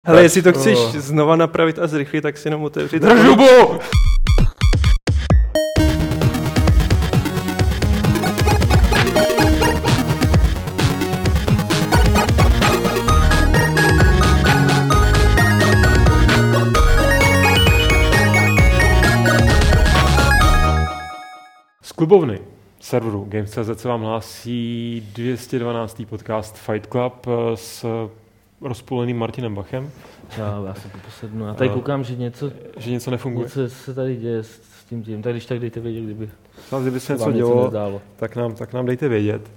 Hele, jestli to chceš znova napravit a zrychlit, tak si jenom otevři. Držubu! Z klubovny serveru Games.cz se vám hlásí 212. podcast Fight Club s rozpůleným Martinem Bachem. Já se posednu. Já tady koukám, že něco nefunguje. Něco se tady děje s tím. Tak když tak dejte vědět, kdyby se něco dělo, tak nám dejte vědět.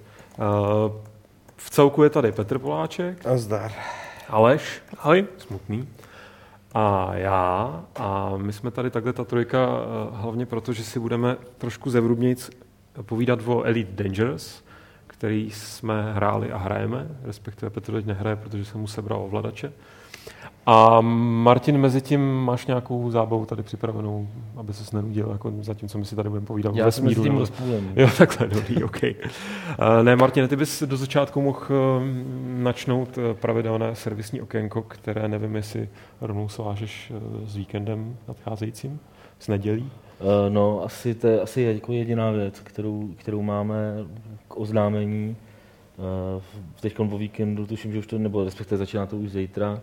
V celku je tady Petr Poláček. A zdar. Aleš. Ahoj. Smutný. A já. A my jsme tady takhle ta trojka hlavně proto, že si budeme trošku zevrubnějc povídat o Elite Dangerous, který jsme hráli a hrajeme, respektive Petr teď nehraje, protože jsem mu sebral ovladače. A Martin, mezi tím máš nějakou zábavu tady připravenou, aby ses nenudil, jako zatímco my si tady budeme povídat o vesmíru. Já jsem s tím rozpůlem. Jo, takhle, dobrý, OK. Ne, Martin, ty bys do začátku mohl načnout pravidelné servisní okénko, které nevím, jestli rovnou svážeš s víkendem nadcházejícím, s nedělí. No, to je asi jako jediná věc, kterou máme k oznámení. Teď po víkendu tuším, že už to nebylo, respektive začíná to už zítra.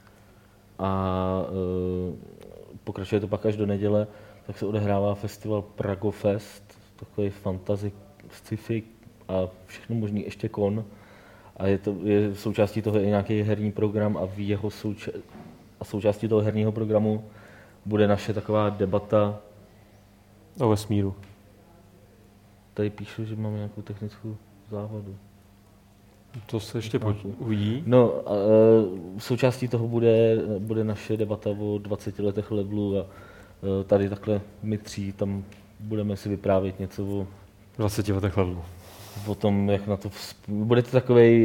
A pokračuje to pak až do neděle, tak se odehrává festival Pragofest, takový fantasy, sci-fi a všechno možný ještě kon. A je součástí toho i nějaký herní program a součástí toho herního programu bude naše taková debata o vesmíru. Tady píšu, že máme nějakou technickou závadu. To se ještě uvidí. No, součástí toho bude naše debata o 20 letech levelu a tady takhle my tři tam budeme si vyprávět něco o 20 letech levelu. O tom, jak na to bude to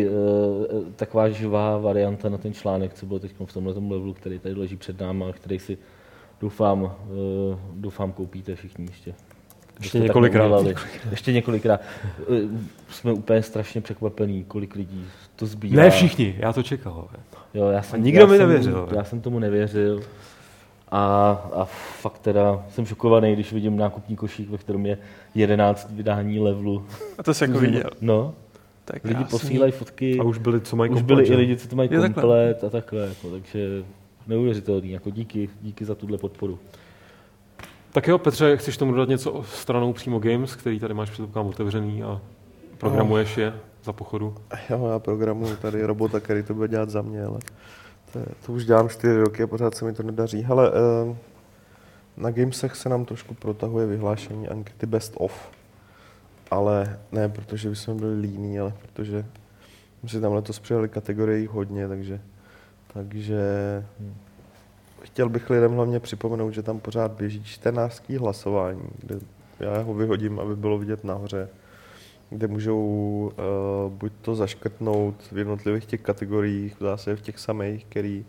taková živá varianta na ten článek, co bylo teď v tomhletom levelu, který tady leží před náma, který si doufám koupíte všichni ještě. Ještě několikrát. Jsme úplně strašně překvapení, kolik lidí to sbírá. Ne všichni, já to čekal. Jo, nikdo mi nevěřil. Já jsem tomu nevěřil. A fakt teda jsem šokovaný, když vidím nákupní košík, ve kterém je 11 vydání levelu. A to jsi jako viděl. No. Tak lidi posílají fotky. A už byli, co mají komplet. Už byli i lidi, co to mají komplet a takhle. Jako, takže neuvěřitelný. Jako díky za tuhle podporu. Tak jo, Petře, chceš tomu dodat něco stranou přímo Games, který tady máš předpokládám otevřený a programuješ je za pochodu? Jo, já programuju tady robota, který to bude dělat za mě, ale to už dělám 4 roky a pořád se mi to nedaří. Hele, na Gamesech se nám trošku protahuje vyhlášení ankety Best of, ale ne protože bychom byli líní, ale protože my si tam letos přijali kategorii hodně, takže chtěl bych lidem hlavně připomenout, že tam pořád běží 14. hlasování, kde já ho vyhodím, aby bylo vidět nahoře, kde můžou buď to zaškrtnout v jednotlivých těch kategoriích, zase v těch samých,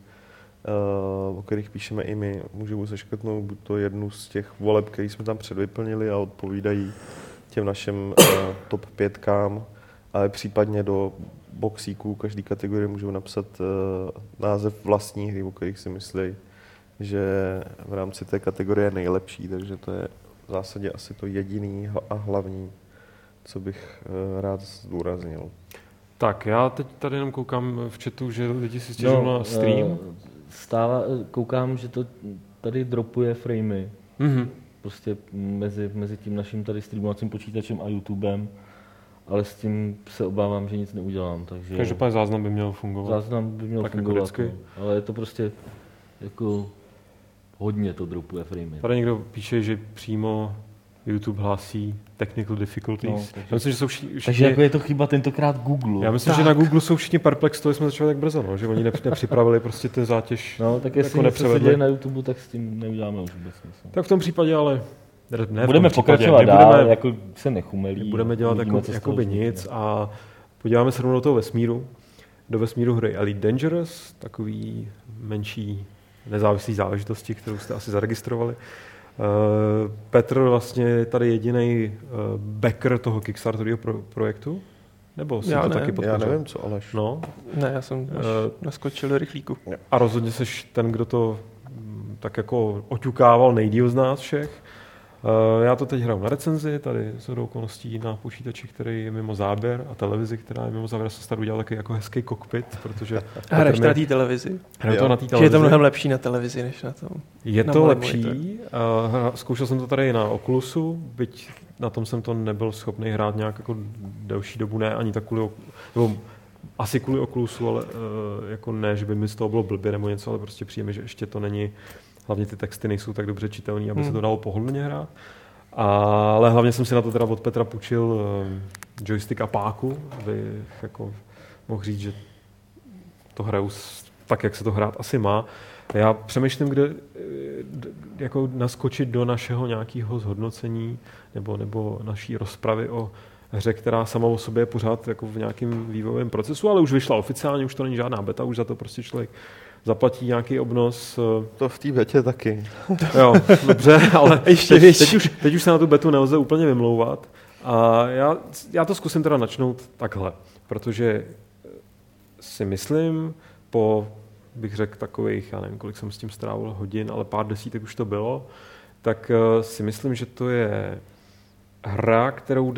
o kterých píšeme i my, můžou zaškrtnout buď to jednu z těch voleb, které jsme tam předvyplnili a odpovídají těm našim top 5kám, ale případně do boxíků každé kategorie můžou napsat název vlastní hry, o kterých si myslí, že v rámci té kategorie je nejlepší, takže to je v zásadě asi to jediný a hlavní, co bych rád zdůraznil. Tak, já teď tady jenom koukám v chatu, že lidi si stěžují na stream. Koukám, že to tady dropuje framey. Mm-hmm. Prostě mezi tím naším tady streamovacím počítačem a YouTubem, ale s tím se obávám, že nic neudělám. Takže každopádně záznam by měl fungovat. Záznam by měl fungovat, no. Ale je to prostě jako hodně to dropuje framey. Tady někdo píše, že přímo YouTube hlásí technical difficulties. No, já myslím, že jsou všichni... Takže jako je to chyba tentokrát Google. Já myslím, že na Google jsou všichni perplex, to jsme začali tak brzo, no, že oni nepřipravili prostě ten zátěž. No, tak jestli jako se děje na YouTube, tak s tím neuděláme už vůbec nic. Tak v tom případě ale... Budeme pokračovat dál, jako se nechumelí. Budeme dělat jakoby nic a podíváme se rovnou do toho vesmíru. Do vesmíru hry Elite Dangerous, takový menší nezávislý záležitosti, kterou jste asi zaregistrovali. Petr vlastně je tady jediný backer toho Kickstarterového projektu. Nebo si Já to ne. taky podpořil? Já nevím, co Aleš. No. Ne, já jsem naskočil do rychlíku. A rozhodně seš ten, kdo to tak jako oťukával nejdýl z nás všech. Já to teď hraju na recenzi, tady shodou okolností na počítači, který je mimo záběr, a televizi, která je mimo záběr. Já jsem tady udělal taky jako hezký kokpit, protože... Hraješ to na té televizi? Hraju to na té televizi. Že je to mnohem lepší na televizi, než na tom. Je to lepší. Zkoušel jsem to tady na Oculusu, byť na tom jsem to nebyl schopný hrát nějak jako delší dobu, ne ani tak kvůli, nebo asi kvůli Oculusu, ale jako ne, že by mi z toho bylo blbě nebo něco, ale prostě přijeme, že ještě to není, hlavně ty texty nejsou tak dobře čitelný, aby se to dalo pohodlně hrát. Ale hlavně jsem si na to teda od Petra půjčil joystick a páku, aby jako mohl říct, že to hraju tak, jak se to hrát asi má. Já přemýšlím, kde jako naskočit do našeho nějakého zhodnocení nebo naší rozpravy o hře, která sama o sobě je pořád jako v nějakém vývojovém procesu, ale už vyšla oficiálně, už to není žádná beta, už za to prostě člověk zaplatí nějaký obnos. To v té betě taky. Jo, dobře, ale ještě teď už se na tu betu nelze úplně vymlouvat. A já to zkusím teda načnout takhle, protože si myslím, po, bych řekl, takových, já nevím, kolik jsem s tím strávil hodin, ale pár desítek už to bylo, tak si myslím, že to je hra, kterou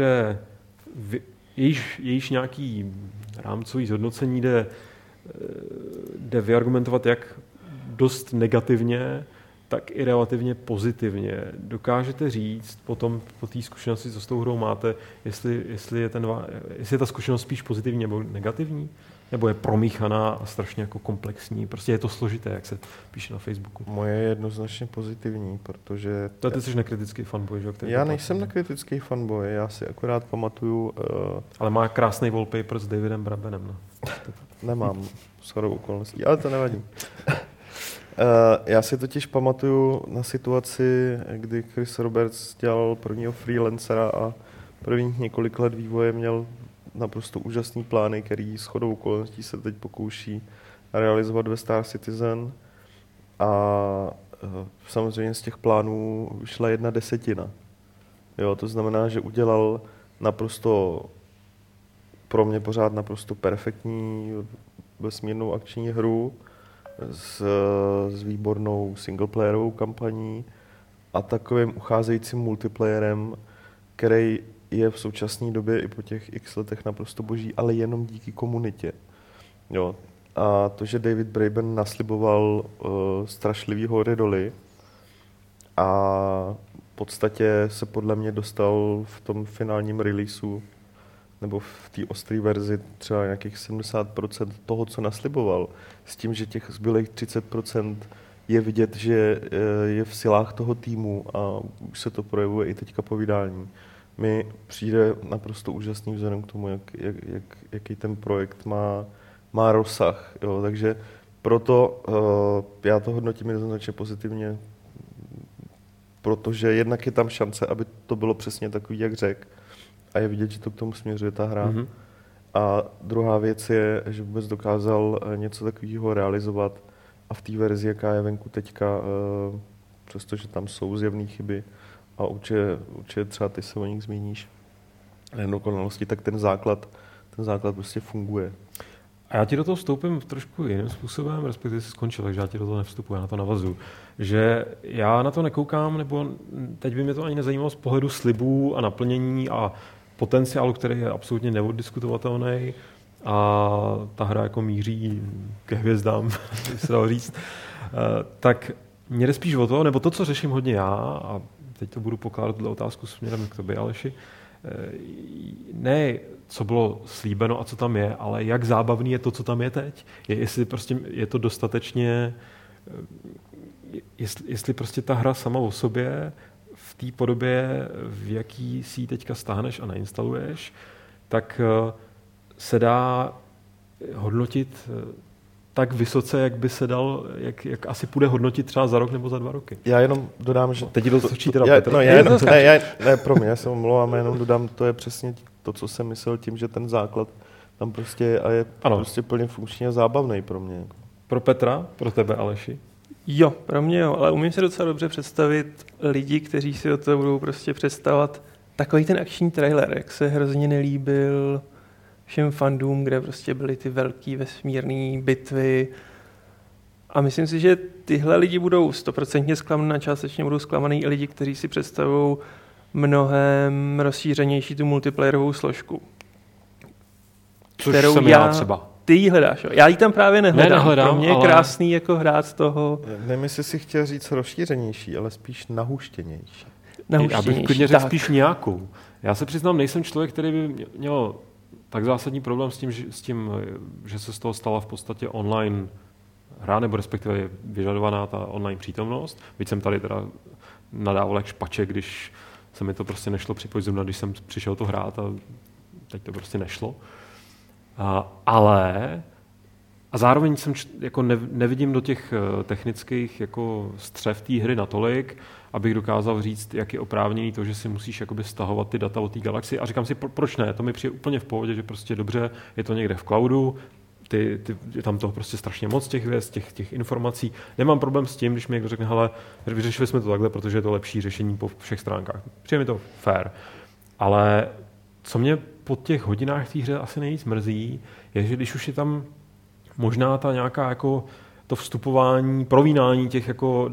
jejíž nějaký rámcový zhodnocení jde vyargumentovat jak dost negativně, tak i relativně pozitivně. Dokážete říct potom po té zkušenosti, co s tou hrou máte, jestli je ta zkušenost spíš pozitivní nebo negativní? Nebo je promíchaná a strašně jako komplexní? Prostě je to složité, jak se píše na Facebooku. Moje je jednoznačně pozitivní, protože... Ty jsi nekritický fanboy, že? Já nejsem nekritický fanboy, já si akorát pamatuju... Ale má krásný wallpaper s Davidem Brabenem, no. Nemám, shodou okolností, ale to nevadí. Já si totiž pamatuju na situaci, kdy Chris Roberts dělal prvního freelancera a prvních několik let vývoje měl naprosto úžasný plány, který shodou okolností se teď pokouší realizovat ve Star Citizen. A samozřejmě z těch plánů vyšla 1/10. Jo, to znamená, že udělal naprosto, pro mě pořád naprosto perfektní vesmírnou akční hru s výbornou singleplayerovou kampaní a takovým ucházejícím multiplayerem, který je v současné době i po těch x letech naprosto boží, ale jenom díky komunitě. Jo. A to, že David Braben nasliboval strašlivý hory doly a v podstatě se podle mě dostal v tom finálním releaseu nebo v té ostré verzi třeba nějakých 70% toho, co nasliboval, s tím, že těch zbylých 30% je vidět, že je v silách toho týmu a už se to projevuje i teďka po vydání. Mi přijde naprosto úžasný vzhledem k tomu, jaký ten projekt má rozsah. Jo. Takže proto já to hodnotím jednoznačně pozitivně, protože jednak je tam šance, aby to bylo přesně takový, jak řekl, a je vidět, že to k tomu směřuje ta hra. Mm-hmm. A druhá věc je, že vůbec dokázal něco takového realizovat a v té verzi, jaká je venku teďka, přestože tam jsou zjevné chyby a určitě třeba ty se o nich zmíníš, nedokonalosti, tak ten základ prostě funguje. A já ti do toho vstoupím trošku jiným způsobem, respektive jsi skončil, takže já ti do toho nevstupuji, já na to navazuju. Že já na to nekoukám, nebo teď by mě to ani nezajímalo z pohledu slibů a naplnění a potenciálu, který je absolutně neoddiskutovatelný a ta hra jako míří ke hvězdám, by se dalo říct. Tak mě jde spíš o to, nebo to, co řeším hodně já, a teď to budu pokládat tuto otázku směrem k tobě, Aleši, ne, co bylo slíbeno a co tam je, ale jak zábavný je to, co tam je teď. Jestli prostě je to dostatečně, jestli prostě ta hra sama o sobě v té podobě, v jaký si ji teďka stáhneš a nainstaluješ, tak se dá hodnotit tak vysoce, jak by se dal, jak asi půjde hodnotit třeba za rok nebo za 2 roky. Já jenom dodám, že... Teď to stočí teda Petr. Já se omlouvám, jenom dodám, to je přesně to, co jsem myslel tím, že ten základ tam prostě je a je prostě plně funkčně a zábavný pro mě. Pro Petra, pro tebe, Aleši? Jo, pro mě jo, ale umím se docela dobře představit lidi, kteří si o to budou prostě představovat takový ten akční trailer, jak se hrozně nelíbil všem fandům, kde prostě byly ty velký vesmírné bitvy. A myslím si, že tyhle lidi budou 100% zklamaný, částečně budou zklamaný i lidi, kteří si představují mnohem rozšířenější tu multiplayerovou složku. Což jsem já třeba. Ty ji hledáš, jo? Já ji tam právě nehledám. Pro mě je krásný jako hrát z toho. Nevím, jestli si chtěl říct rozšířenější, ale spíš nahuštěnější. Já bych klidně řekl spíš nějakou. Já se přiznám, nejsem člověk, který by měl tak zásadní problém s tím, že se z toho stala v podstatě online hra, nebo respektive vyžadovaná ta online přítomnost. Byť jsem tady teda nadával jak špaček, když se mi to prostě nešlo připojit zrovna, když jsem přišel to hrát a teď to prostě nešlo. Ale zároveň jsem jako nevidím do těch technických jako střev té hry natolik, abych dokázal říct, jak je oprávněný to, že si musíš jakoby stahovat ty data o té galaxii. A říkám si, proč ne? To mi přijde úplně v pohodě, že prostě dobře, je to někde v cloudu, je tam toho prostě strašně moc těch věc, těch informací. Nemám problém s tím, když mi někdo řekne, hele, vyřešili jsme to takhle, protože je to lepší řešení po všech stránkách. Přijde mi to fair. Ale co mě po těch hodinách té hře asi nejvíc mrzí, je, že když už je tam možná ta nějaká jako to vstupování, provínání těch jako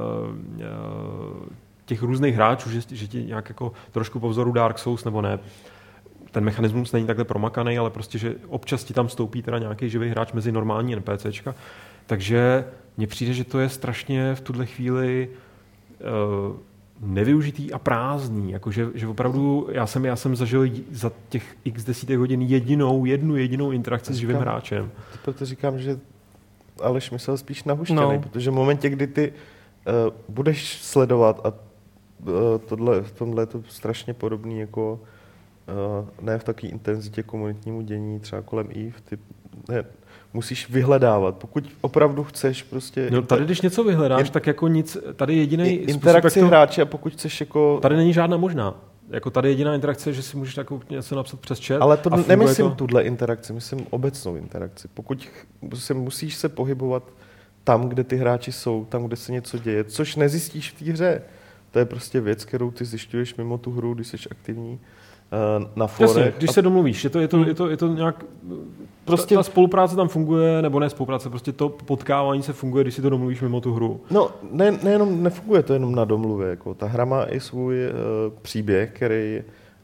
těch různých hráčů, že ti nějak jako trošku po vzoru Dark Souls, nebo ne, ten mechanismus není takhle promakaný, ale prostě, že občas ti tam stoupí teda nějaký živý hráč mezi normální NPCčka. Takže mně přijde, že to je strašně v tuhle chvíli nevyužitý a prázdný. Jakože, že opravdu já jsem zažil za těch x desítek hodin jednu jedinou interakci s živým hráčem. Proto říkám, že Aleš myslel spíš nahuštěnej, protože v momentě, kdy ty budeš sledovat a v tomhle je to strašně podobný jako ne v takové intenzitě komunitnímu dění, třeba kolem EVE, musíš vyhledávat. Pokud opravdu chceš prostě... No tady, když něco vyhledáš, tak jako nic, tady jediný interakci hráče, a pokud chceš jako... Tady není žádná možná. Jako tady jediná interakce, že si můžeš jako něco napsat přes chat. Ale to nemyslím tuhle interakci, myslím obecnou interakci. Pokud musíš se pohybovat tam, kde ty hráči jsou, tam, kde se něco děje, což nezjistíš v té hře. To je prostě věc, kterou ty zjišťuješ mimo tu hru, když jsi aktivní na forech. Jasně, když se domluvíš, je to nějak... Prostě ta spolupráce tam funguje, nebo ne spolupráce, prostě to potkávání se funguje, když si to domluvíš mimo tu hru. No, nejenom nefunguje to jenom na domluvě. Jako. Ta hra má i svůj příběh, který,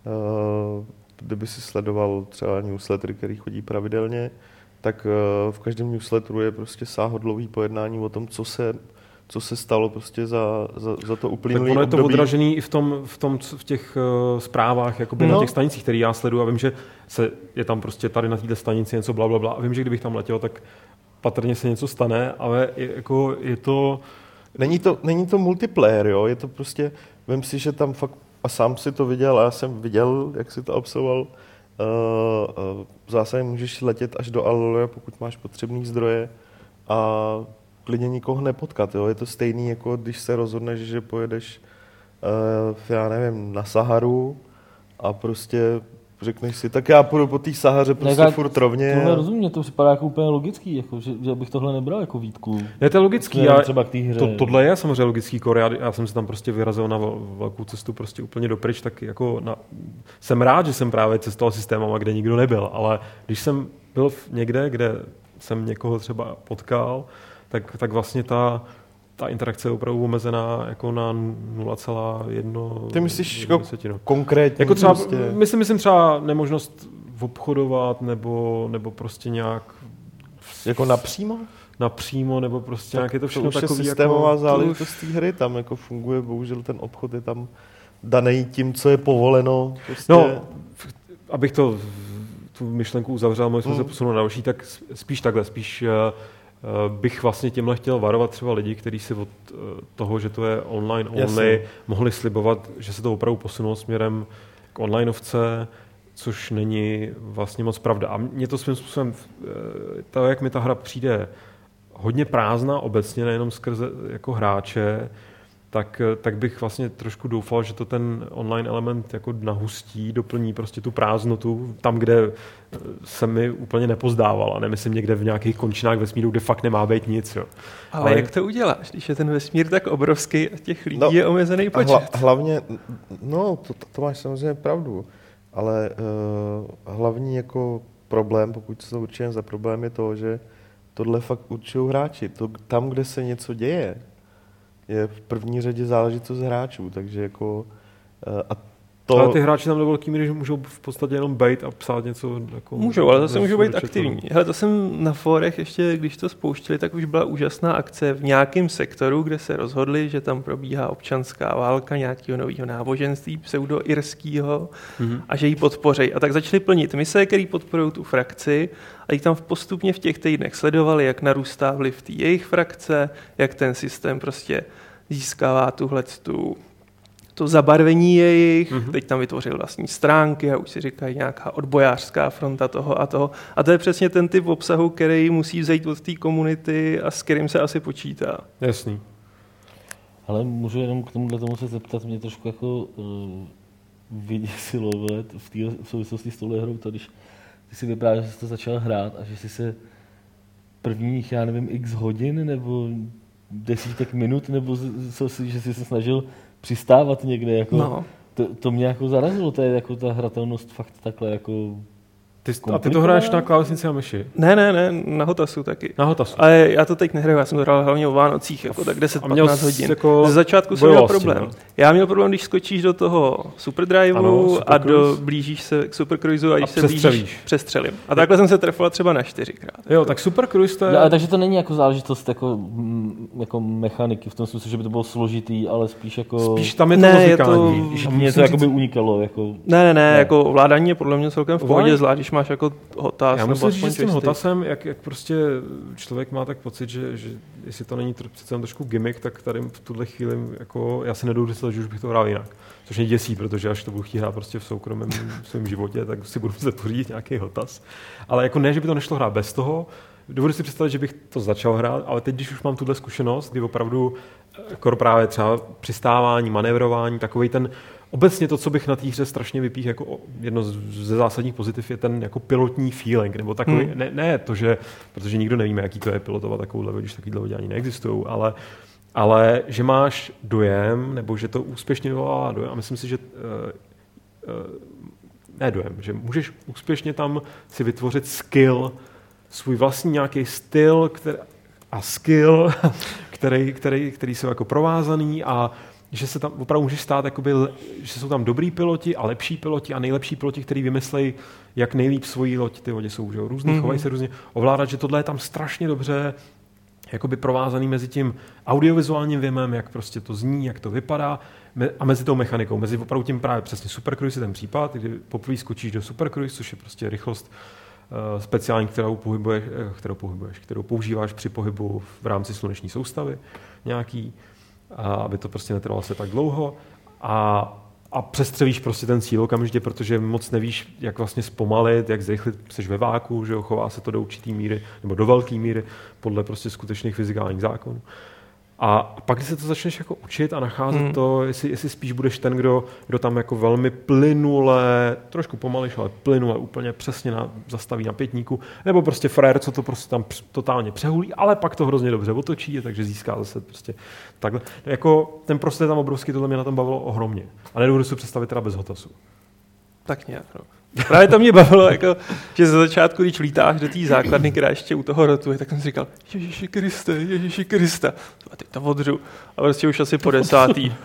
kdyby si sledoval třeba newslettery, který chodí pravidelně, tak v každém newsletteru je prostě sáhodlouhý pojednání o tom, co se stalo prostě za to uplynulý období. Tak ono je to odražený i v těch zprávách, jakoby na těch stanicích, které já sleduju, a vím, že je tam prostě tady na této stanici něco blablabla, a vím, že kdybych tam letěl, tak patrně se něco stane, ale jako je to... Není to multiplayer, jo? Je to prostě, vem si, že tam fakt, a sám si to viděl, a já jsem viděl, jak si to absolvoval, v zásadě můžeš letět až do Alola, pokud máš potřebný zdroje, a klidně nikoho nepotkat. Jo? Je to stejný, jako když se rozhodneš, že pojedeš já nevím, na Saharu a prostě řekneš si, tak já půjdu po té Sahaře prostě furt rovně. Tohle rozumím, to připadá jako úplně logický, jako, že bych tohle nebral jako výtku. Je to logický, ale tohle je samozřejmě logický core. Já jsem se tam prostě vyrazil na velkou cestu prostě úplně dopryč, tak jako jsem rád, že jsem právě cestoval systémama, kde nikdo nebyl, ale když jsem byl někde, kde jsem někoho třeba potkal, tak vlastně ta interakce je opravdu omezená jako na 0,1. Ty myslíš konkrétně? Jako třeba, myslím třeba nemožnost obchodovat nebo prostě nějak... Jako napřímo? Napřímo, nebo prostě nějak je to všechno takový... To už je systémová jako záležitost té hry, tam jako funguje, bohužel ten obchod je tam daný tím, co je povoleno. Prostě. No, abych tu myšlenku uzavřel, mohli jsme se posunout na další, tak spíš takhle, bych vlastně tímhle chtěl varovat třeba lidi, kteří si od toho, že to je online only, mohli slibovat, že se to opravdu posunulo směrem k onlineovce, což není vlastně moc pravda. A mě to svým způsobem, to, jak mi ta hra přijde hodně prázdná obecně, nejenom skrze jako hráče, tak bych vlastně trošku doufal, že to ten online element jako nahustí, doplní prostě tu prázdnotu tam, kde se mi úplně nepozdával, a nemyslím někde v nějakých končinách vesmíru, kde fakt nemá být nic. Jo. Ale jak to uděláš, když je ten vesmír tak obrovský a těch lidí je omezený počet? Hlavně, to máš samozřejmě pravdu, ale hlavní jako problém, pokud se to určitě za problém, je to, že tohle fakt určují hráči. Tam, kde se něco děje, je v první řadě záležitost hráčů, takže jako ale ty hráči tam do velký míry, že můžou v podstatě jenom bejt a psát něco jako... Můžou, ale zase můžou být aktivní. Hele, to jsem na fórech ještě, když to spouštěli, tak už byla úžasná akce v nějakém sektoru, kde se rozhodli, že tam probíhá občanská válka nějakého nového náboženství, pseudo-irského, a že ji podpoří. A tak začali plnit mise, které podporují tu frakci, a jich tam postupně v těch týdnech sledovali, jak narůstá vliv té jejich frakce, jak ten systém prostě získává to zabarvení jejich, teď tam vytvořil vlastní stránky a už si říkají nějaká odbojářská fronta toho a toho. A to je přesně ten typ obsahu, který musí vzejít od té komunity a s kterým se asi počítá. Jasný. Ale můžu jenom k tomu se zeptat, mě trošku jako vyděsilo v souvislosti s touhle hrou, to když ty si vyprávěl, že jsi to začal hrát a že jsi se prvních, já nevím, x hodin nebo desítek minut, nebo že jsi se snažil přistávat někde, jako, no. To mě jako zarazilo, to je jako ta hratelnost fakt takhle jako... A ty to hraješ na klávesnici a myši? Ne, na Hotasu taky. Na Hotasu. Ale já to teď nehraju, já jsem to hrál hlavně o Vánocích, jako tak 10-15 hodin. Jako ze začátku jsem měl problém. No. Já měl problém, když skočíš do toho Superdriveu a blížíš se k Supercruisu a když se blížíš, přestřelím. A takhle jsem se trefila třeba na 4krát. Jo, tak Supercruise to je... No, ale takže to není jako záležitost jako mechaniky, v tom smyslu, že by to bylo složitý, ale spíš jako... Spíš tam je to muzikální. Že mě to jako by unikalo. Jako... Ne, jako ovládání je podle mě celkem v pohodě, zvlášť když máš jako Hotas. Já musím říct, že s tím Hotasem, jak prostě člověk má tak pocit, že jestli to není přece trošku gimmick, tak tady v tuhle chvíli jako, já si nedovedu představit, že už bych to hrál jinak. Což mě děsí, protože až to budu chtít hrát prostě v soukromém svém životě, tak si budu muset pořídit nějaký Hotas. Ale jako ne, že by to nešlo hrát bez toho. Dovedu si představit, že bych to začal hrát, ale teď, když už mám tuhle zkušenost, kdy opravdu jako právě třeba přistávání, manévrování, takovej ten obecně to, co bych na té hře strašně vypích jako jedno ze zásadních pozitiv, je ten jako pilotní feeling, nebo takový, ne to, že, protože nikdo nevíme, jaký to je pilotovat takovouhle, když takovýhle lodi ani neexistují, ale že máš dojem, nebo že to úspěšně vyvolává dojem, a myslím si, že ne dojem, že můžeš úspěšně tam si vytvořit skill, svůj vlastní nějaký styl skill, který jsou jako provázaný a že se tam opravdu může stát, jakoby, že jsou tam dobrý piloti a lepší piloti a nejlepší piloti, kteří vymyslejí, jak nejlíp svoji loď, ty lodě jsou různý, chovají se různě, ovládat, že tohle je tam strašně dobře jakoby provázaný mezi tím audiovizuálním věmem, jak prostě to zní, jak to vypadá a mezi tou mechanikou, mezi opravdu tím právě přesně Supercruise je ten případ, kdy poprvé skočíš do Supercruise, což je prostě rychlost speciální, kterou používáš při pohybu v rámci sluneční soustavy nějaký, aby to prostě netrvalo se tak dlouho a přestřelíš prostě ten cíl okamžitě, protože moc nevíš, jak vlastně zpomalit, jak zrychlit, seš ve váku, že jo, chová se to do určitý míry, nebo do velké míry, podle prostě skutečných fyzikálních zákonů. A pak, když se to začneš jako učit a nacházet to, jestli spíš budeš ten, kdo tam jako velmi plynule, trošku pomalejš, ale plynule úplně přesně zastaví na pětníku, nebo prostě frajer, co to prostě tam totálně přehulí, ale pak to hrozně dobře otočí, takže získá zase prostě takhle. Jako ten prostě je tam obrovský, tohle mě na tom bavilo ohromně. A nedovedu si představit teda bez Hotasu. Tak nějak, no. Právě to mě bavilo, jako, že ze začátku, když lítáš do té základny, která ještě u toho rotuje, tak jsem si říkal, Ježíši Kriste. A teď to odřu. A prostě už asi po 10.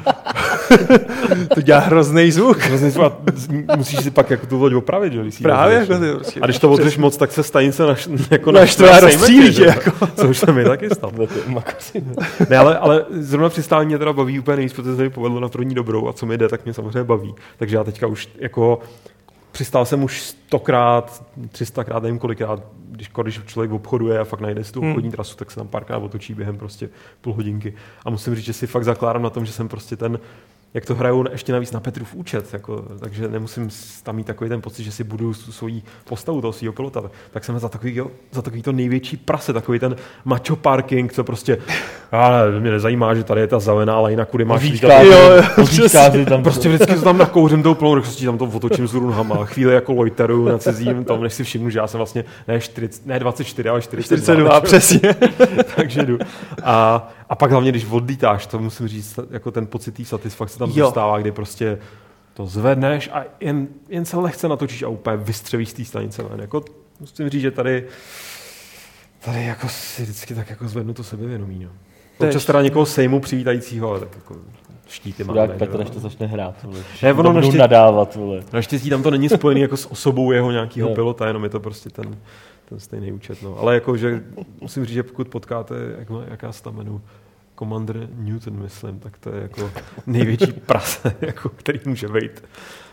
To dělá hrozný zvuk. Musíš si pak jako tu loď opravit, že? Právě jako ty prostě. A když to odřeš moc, tak se stanice naštve a rozstřílí tě. Jako. Co už se mi taky stalo. Ne, ale zrovna přistání mě teda baví úplně nejvíc, protože se mi povedlo na první dobrou a co mi jde, tak mě samozřejmě baví. Takže já teďka už jako přistál jsem už 100krát, 300krát, nevím kolikrát, když člověk obchoduje a fakt najde si tu obchodní trasu, tak se tam párkrát otočí během prostě půl hodinky. A musím říct, že si fakt zakládám na tom, že jsem prostě ten, jak to hraju ještě navíc na Petrův účet, jako, takže nemusím tam mít takový ten pocit, že si budu svoji postavu toho svýho pilota. Tak jsem za takový to největší prase, takový ten macho parking, co prostě, mě nezajímá, že tady je ta zelená lajna, kudy máš lítat. Prostě vždycky to tam nakouřím tou plnou rychlostí, tam to otočím z nohama, chvíli jako loiteru na cizím, tam než si všimnu, že já jsem vlastně ne 24, ale 42 přesně. Takže jdu. A pak hlavně, když odlítáš, to musím říct, jako ten pocit té satisfakce tam zůstává, kdy prostě to zvedneš a jen se lehce natočíš a úplně vystřelíš z té stanice ven. Jako musím říct, že tady jako si vždycky tak jako zvednu to sebevědomí. No. Občas teda někoho sejmu přivítajícího, ale tak jako štíty máme. Tak Petr, než to začne hrát. Ne, ono budu nadávat. Naštěstí tam to není spojený jako s osobou jeho nějakého pilota, jenom je to prostě ten stejný účet. No. Ale jako, že musím říct, že pokud potkáte, jaká se tam jmenuje, Commander Newton, myslím, tak to je jako největší prase, jako, který může být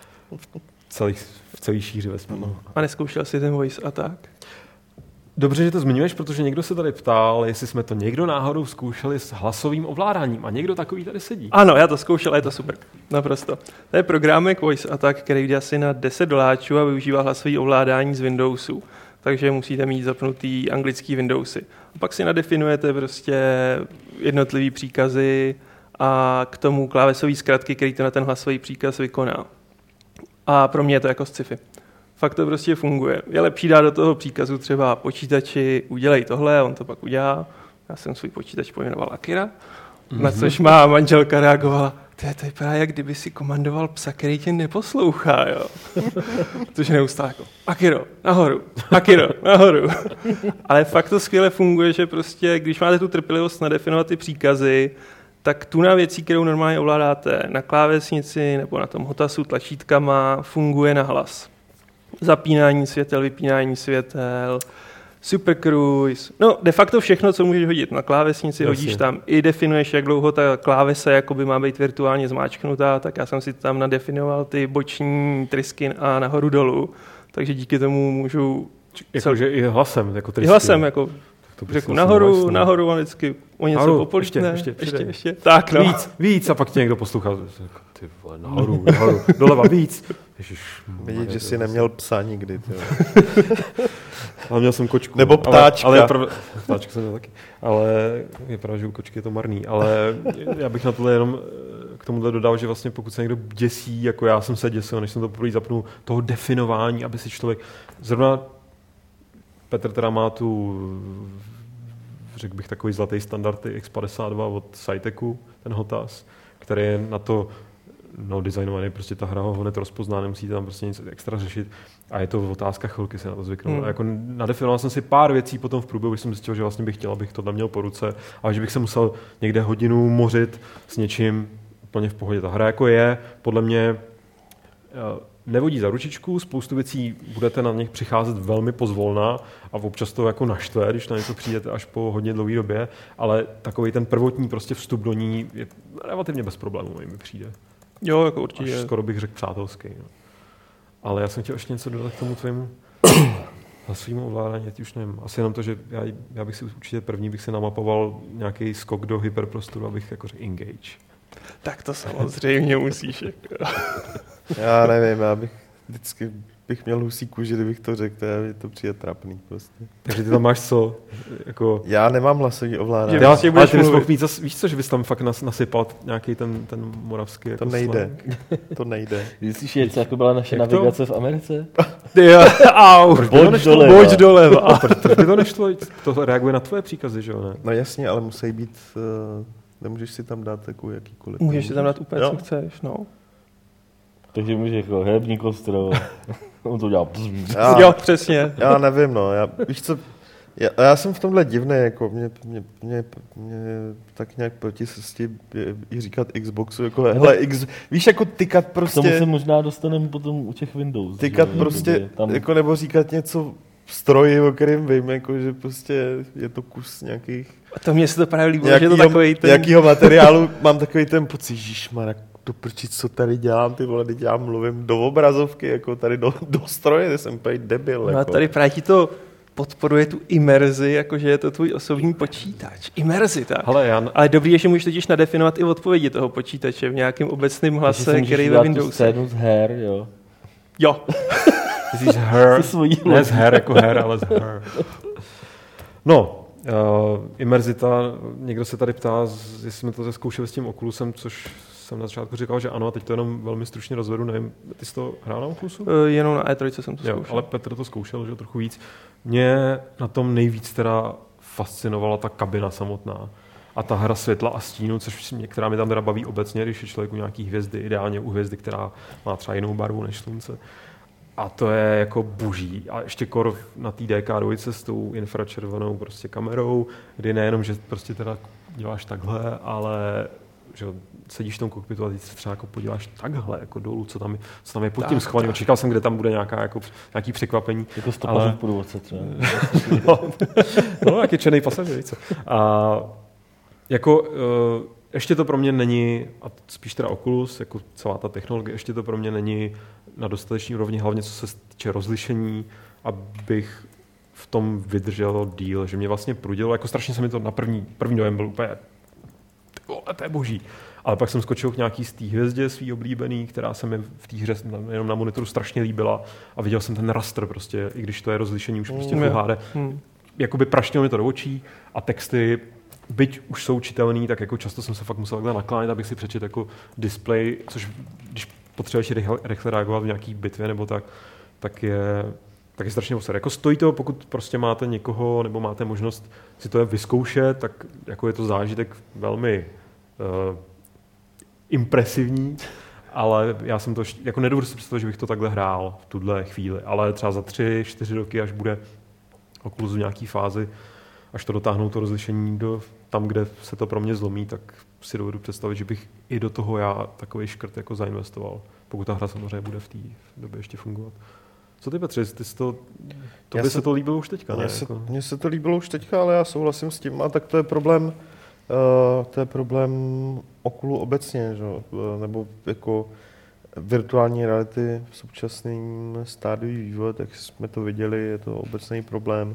v celý šíři vesmíru. No. A neskoušel jsi ten voice attack? Dobře, že to zmiňuješ, protože někdo se tady ptal, jestli jsme to někdo náhodou zkoušeli s hlasovým ovládáním a někdo takový tady sedí. Ano, já to zkoušel a je to super. Naprosto. To je programek Voice Attack, který jde asi na $10 a využívá hlasové ovládání z Windowsu. Takže musíte mít zapnutý anglický Windowsy. A pak si nadefinujete prostě jednotlivý příkazy a k tomu klávesový zkratky, který to na ten hlasový příkaz vykoná. A pro mě je to jako sci-fi. Fakt to prostě funguje. Je lepší dát do toho příkazu třeba počítači, udělej tohle, a on to pak udělá. Já jsem svůj počítač pojmenoval Akira, na což má manželka reagovala, to vypadá, jak kdyby si komandoval psa, který tě neposlouchá, jo. Což neustále jako, Akiro, nahoru, Akiro, nahoru. Ale fakt to skvěle funguje, že prostě, když máte tu trpělivost nadefinovat ty příkazy, tak tu na věcí, kterou normálně ovládáte na klávesnici nebo na tom hotasu tlačítkama, funguje na hlas. Zapínání světel, vypínání světel, Super Cruise. No, de facto všechno, co můžeš hodit na klávesnici, hodíš tam. I definuješ, jak dlouho ta klávesa jakoby má být virtuálně zmáčknutá, tak já jsem si tam nadefinoval ty boční trysky a nahoru dolů. Takže díky tomu můžu... Jakože i hlasem, jako trysky. I hlasem, jako řeknu nahoru a vždycky o něco popolítne. Ještě. Tak, no. Víc a pak tě někdo poslouchá. Ty vole, nahoru, doleva, víc. Ježiš, vidíš, že jsi neměl psa nikdy. Ale měl jsem kočku. Nebo ptáčka. Ptáčka jsem měl taky. Ale je pravda, že u kočky je to marný. Ale já bych na tohle jenom k tomuhle dodal, že vlastně pokud se někdo děsí, jako já jsem se děsil, než jsem to poprvé zapnul, toho definování, aby si člověk... Zrovna Petr teda má tu, řekl bych, takový zlatý standard X52 od Scitechu, ten hotas, který je na to designovaný, prostě ta hra ho hned rozpozná, nemusíte tam prostě nic extra řešit a je to otázka chvilky se na to zvyknout. A jako nadefinoval jsem si pár věcí potom v průběhu, když jsem zjistil, že vlastně bych chtěl, abych to měl po ruce a že bych se musel někde hodinu mořit s něčím úplně v pohodě. Ta hra jako je, podle mě, nevodí za ručičku, spoustu věcí budete na nich přicházet velmi pozvolna a občas to jako naštve, když na něco přijdete až po hodně dlouhé době, ale takový ten prvotní prostě vstup do ní je relativně bez problémů, mi přijde. Jo, jako určitě. Až skoro bych řekl přátelský. No. Ale já jsem chtěl ještě něco dodat k tomu tvému hlasovýmu ovládání, já ti už nevím. Asi jenom to, že já bych si určitě první bych si namapoval nějaký skok do hyperprostoru, abych jako řekl engage. Tak to samozřejmě musíš. Já nevím, já bych měl husí kůži, kdybych to řekl, je to přijde trapný prostě. Takže ty tam máš co? Jako... Já nemám hlasový ovládání. Ale ty bys mohl mít, víš co, že bys tam fakt nasypal nějaký ten moravský jako to nejde. To nejde. Myslíš, že jako byla naše navigace v Americe? Pojď doleva. Proč by to nešlo? To reaguje na tvoje příkazy, že jo? Ne? No jasně, ale musí být... Nemůžeš si tam dát takový jakýkoliv. Můžeš si tam dát úplně, co chceš, no. Takže můžeš jako hební kostro. On to dělá. Jo, přesně. Já nevím, no. Víš co, já jsem v tomhle divný, jako mě tak nějak proti srsti i říkat Xboxu, jako hele, víš, jako tykat prostě... K tomu se možná dostaneme potom u těch Windows. Tykat prostě, tam... jako nebo říkat něco stroji, o kterým vím, jako, že prostě je to kus nějakých... A to mě se to právě líbilo, že to takový ten... Nějakýho materiálu mám takový ten pocit, ježišmarja, doprčit, co tady dělám, ty vole, teď já mluvím do obrazovky, jako tady do stroje, jsem úplně debil. No jako. a tady právě ti to podporuje tu imerzi, jakože je to tvůj osobní počítač. Imerzi, tak. Ale dobrý je, že můžeš totiž nadefinovat i odpovědi toho počítače v nějakém obecném hlase, který ve Windowsu. Scénu z her, jo. Jo. Myslíš her, ne z her jako her, ale z her. No, imerzita, někdo se tady ptá, jestli jsme to zkoušeli s tím Oculusem, což jsem na začátku říkal, že ano, a teď to jenom velmi stručně rozvedu, nevím, ty jsi to hrál na Oculusu? Jenom na E3 jsem to zkoušel. Ale Petr to zkoušel, že trochu víc. Mě na tom nejvíc teda fascinovala ta kabina samotná a ta hra světla a stínu, která mě tam teda baví obecně, když je člověk u nějaký hvězdy, ideálně u hvězdy, která má třeba jinou barvu než slunce. A to je jako boží. A ještě kor na té DK2 s tou infračervenou prostě kamerou, kdy nejenom, že prostě teda děláš takhle, ale že sedíš v tom kokpitu a teď se třeba jako podíváš takhle jako dolů, co tam je pod tím schovaným. Čekal jsem, kde tam bude nějaký překvapení. Jako stopařů v podvozce třeba. No, jak je černý pasažér. A jako ještě to pro mě není, a spíš teda Oculus, jako celá ta technologie, ještě to pro mě není na dostatečný úrovni, hlavně co se týče rozlišení, abych v tom vydržel díl, že mě vlastně prudilo, jako strašně se mi to na první dojem byl úplně to je boží. Ale pak jsem skočil k nějaký z té hvězdě svý oblíbený, která se mi v té hře jenom na monitoru strašně líbila a viděl jsem ten raster prostě, i když to je rozlišení už prostě Full HD. Jakoby prašnilo mi to do očí a texty, byť už jsou čitelný, tak jako často jsem se fakt musel takhle naklánět, abych si přečetl jako display, což když potřebuješ rychle reagovat v nějaký bitvě nebo tak je strašně poser. Jako stojí to, pokud prostě máte někoho nebo máte možnost si to vyzkoušet, tak jako je to zážitek velmi impresivní, ale já jsem to jako nedovedu si představit, že bych to takhle hrál v tuhle chvíli, ale třeba za 3-4 roky, až bude Oculus v nějaký fázi, až to dotáhnou to rozlišení tam, kde se to pro mě zlomí, tak si dovedu představit, že bych i do toho já takový škrt jako zainvestoval, pokud ta hra samozřejmě bude v té době ještě fungovat. Co ty, Petře, tobě se to líbilo už teďka, ne? Mně se to líbilo už teďka, ale já souhlasím s tím, a tak to je problém Oculu obecně, že? Nebo jako virtuální reality v současném stádiu vývoje, tak jsme to viděli, je to obecný problém.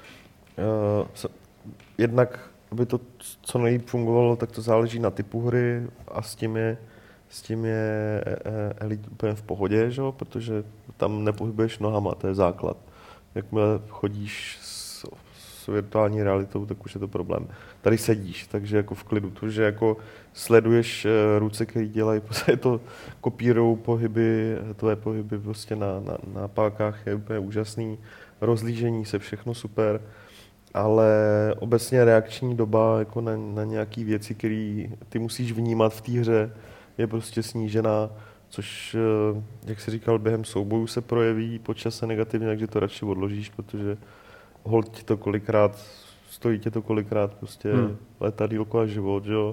Jednak, aby to co nejlíp fungovalo, tak to záleží na typu hry a s tím je Elite úplně v pohodě, že? Protože tam nepohybuješ nohama, to je základ. Jakmile chodíš s virtuální realitou, tak už je to problém. Tady sedíš, takže jako v klidu. To, že jako sleduješ ruce, které dělají, to kopírujou tvoje pohyby prostě na pálkách, je úplně úžasný. Rozlížení se, všechno super. Ale obecně reakční doba jako na nějaké věci, které ty musíš vnímat v té hře, je prostě snížená, což, jak jsi říkal, během soubojů se projeví po čase negativně, takže to radši odložíš, protože hold ti to kolikrát, stojí tě to kolikrát prostě letadýlko a život, jo.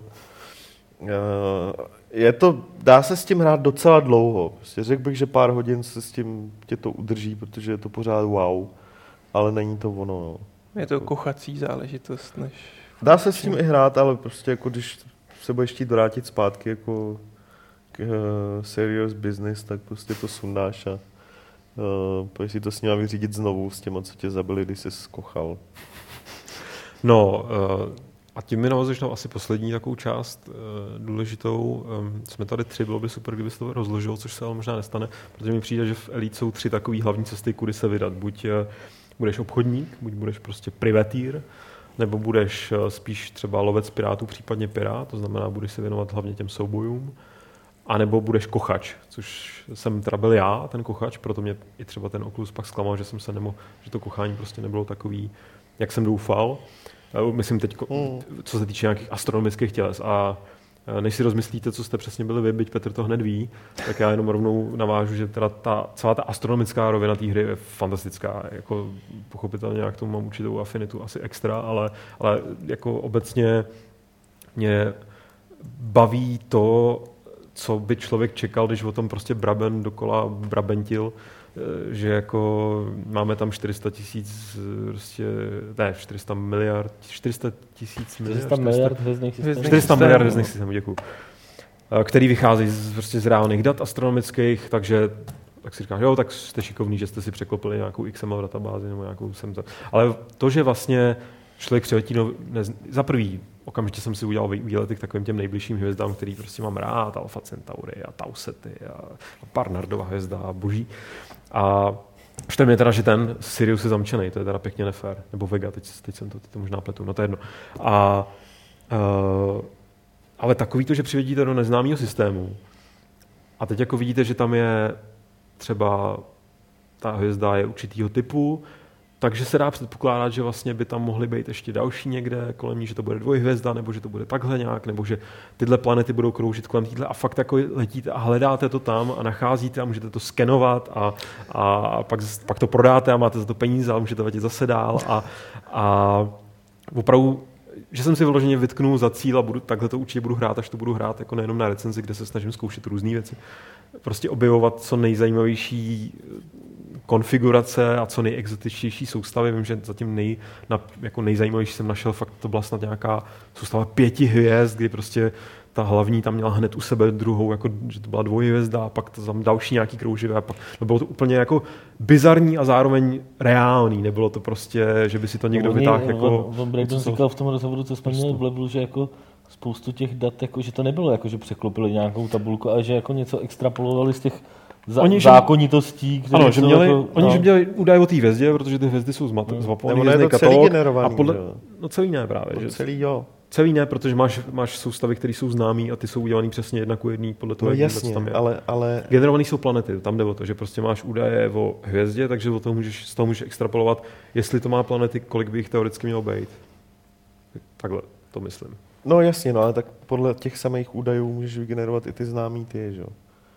Dá se s tím hrát docela dlouho. Prostě řekl bych, že pár hodin se s tím tě to udrží, protože je to pořád wow, ale není to ono, no. Je to kochací záležitost, než... Dá se s tím i hrát, ale prostě jako když se budeš chtít vrátit zpátky jako serious business, tak prostě to sundáš a pojď si to s nima vyřídit znovu s těma, co tě zabili, když jsi skochal. No, a tím mi navazuješ na asi poslední takovou část důležitou. Jsme tady 3, bylo by super, kdyby se to rozložilo, což se ale možná nestane, protože mi přijde, že v Elite jsou 3 takové hlavní cesty, kudy se vydat. Buď budeš obchodník, buď budeš prostě privateer, nebo budeš spíš třeba lovec pirátů, případně pirát, to znamená, budeš se věnovat hlavně těm soubojům, a nebo budeš kochač, což jsem teda byl já, ten kochač, proto mě i třeba ten Oculus pak zklamal, že že to kochání prostě nebylo takový, jak jsem doufal. Myslím teď, co se týče nějakých astronomických těles. A než si rozmyslíte, co jste přesně byli vy, byť Petr to hned ví, tak já jenom rovnou navážu, že teda celá ta astronomická rovina té hry je fantastická. Jako pochopitelně já k tomu mám určitou afinitu, asi extra, ale jako obecně mě baví to, co by člověk čekal, když o tom prostě braben dokola brabentil, že jako máme tam 400 miliard hvězdných systémů, děkuju. Který vychází z reálných dat astronomických, takže tak si říkáš, jo, tak jste šikovný, že jste si překlopili nějakou XML databázi nebo nějakou semto. Ale to, že vlastně člověk přiletí, za prvý, okamžitě jsem si udělal výlety k takovým těm nejbližším hvězdám, který prostě mám rád, Alpha Centauri a Tau Ceti a Parnardova hvězda a boží. A štve mě teda, že ten Sirius je zamčený, to je teda pěkně nefér. Nebo Vega, teď jsem to možná pletu, no to je jedno. Ale takový to, že přivedíte do neznámého systému a teď jako vidíte, že tam je třeba ta hvězda je určitýho typu, Takže se dá předpokládat, že vlastně by tam mohly být ještě další někde kolem ní, že to bude dvojhvězda, nebo že to bude takhle nějak, nebo že tyhle planety budou kroužit kolem téhle a fakt jako letíte a hledáte to tam a nacházíte a můžete to skenovat a pak to prodáte a máte za to peníze a můžete letět zase dál a opravdu, že jsem si vyloženě vytknul za cíl a takhle to určitě budu hrát, až to budu hrát jako nejenom na recenzi, kde se snažím zkoušet různé věci. Prostě objevovat co nejzajímavější konfigurace a co nejexotičtější soustavy. Vím, že zatím jako nejzajímavější jsem našel, fakt to byla snad nějaká soustava 5 hvězd, kdy prostě ta hlavní tam měla hned u sebe druhou, jako, že to byla dvojhvězda a pak to tam další nějaký krouživé. A pak, bylo to úplně jako bizarní a zároveň reálný. Nebylo to prostě, že by si to někdo vytáhl jako... Von Braden říkal v tom rozhovoru, co jsme měli v Leblu, že jako spoustu těch dat, jako, že to nebylo jako, že překlopili nějakou tabulku, ale že jako něco extrapolovali z těch zákonitostí, které ano, že měli údaje o té hvězdě, protože ty hvězdy jsou zmapované. Nebo je to celý generovaný. No celý ne právě. Že celý jo. Celý ne, protože máš soustavy, které jsou známé a ty jsou udělané přesně 1:1 podle toho, jak jasně, tam je. Ale... Generovaný jsou planety, tam jde o to, že prostě máš údaje o hvězdě, takže z toho můžeš extrapolovat, jestli to má planety, kolik by jich teoreticky mělo být. Takhle to myslím. No jasně, no, ale tak podle těch samých údajů můžeš vygenerovat i ty známý ty, že jo.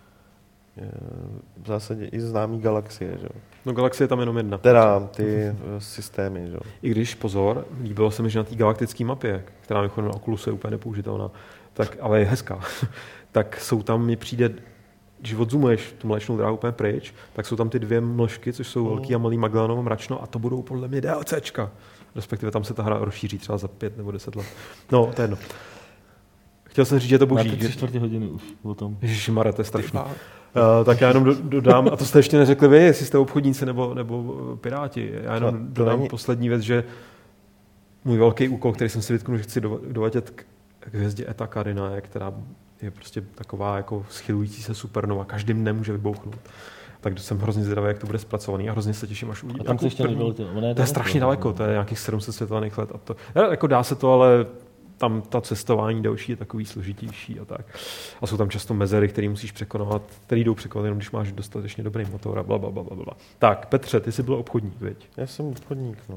V zásadě i známý galaxie, že jo. No galaxie je tam jenom jedna. Teda ty systémy, že jo. I když, pozor, líbilo se mi, že na té galaktické mapě, která mi na Oculusu je úplně nepoužitelná, tak, ale je hezká, tak jsou tam, mi přijde, když odzumuješ tu Mléčnou dráhu úplně pryč, tak jsou tam ty 2 mlžky, což jsou velký a malý Magellanovo mračno a to budou podle mě DLCčka. Respektive tam se ta hra rozšíří třeba za 5 nebo 10 let. No, to je jedno. Chtěl jsem říct, že to boží. Máte 3/4 hodiny už o tom. Ježišmarja, to je strašný. Tak já jenom dodám, a to jste ještě neřekli vy, jestli jste obchodníci nebo piráti. Já jenom dodám poslední věc, že můj velký úkol, který jsem si vytknul, že chci doletět k hvězdě Eta Carinae, která je prostě taková jako schylující se supernova, každým dnem může vybouchnout. Tak jsem hrozně zvědavý, jak to bude zpracovaný a hrozně se těším, až uvidím. A tam se ještě nedoletěl. To je strašně daleko, to je nějakých 700 světelných let. A to, jako dá se to, ale tam ta cestování další je takový složitější a tak. A jsou tam často mezery, které musíš překonovat, které jdou překonat jenom, když máš dostatečně dobrý motor a blablabla. Tak, Petře, ty jsi byl obchodník, viď? Já jsem obchodník, no.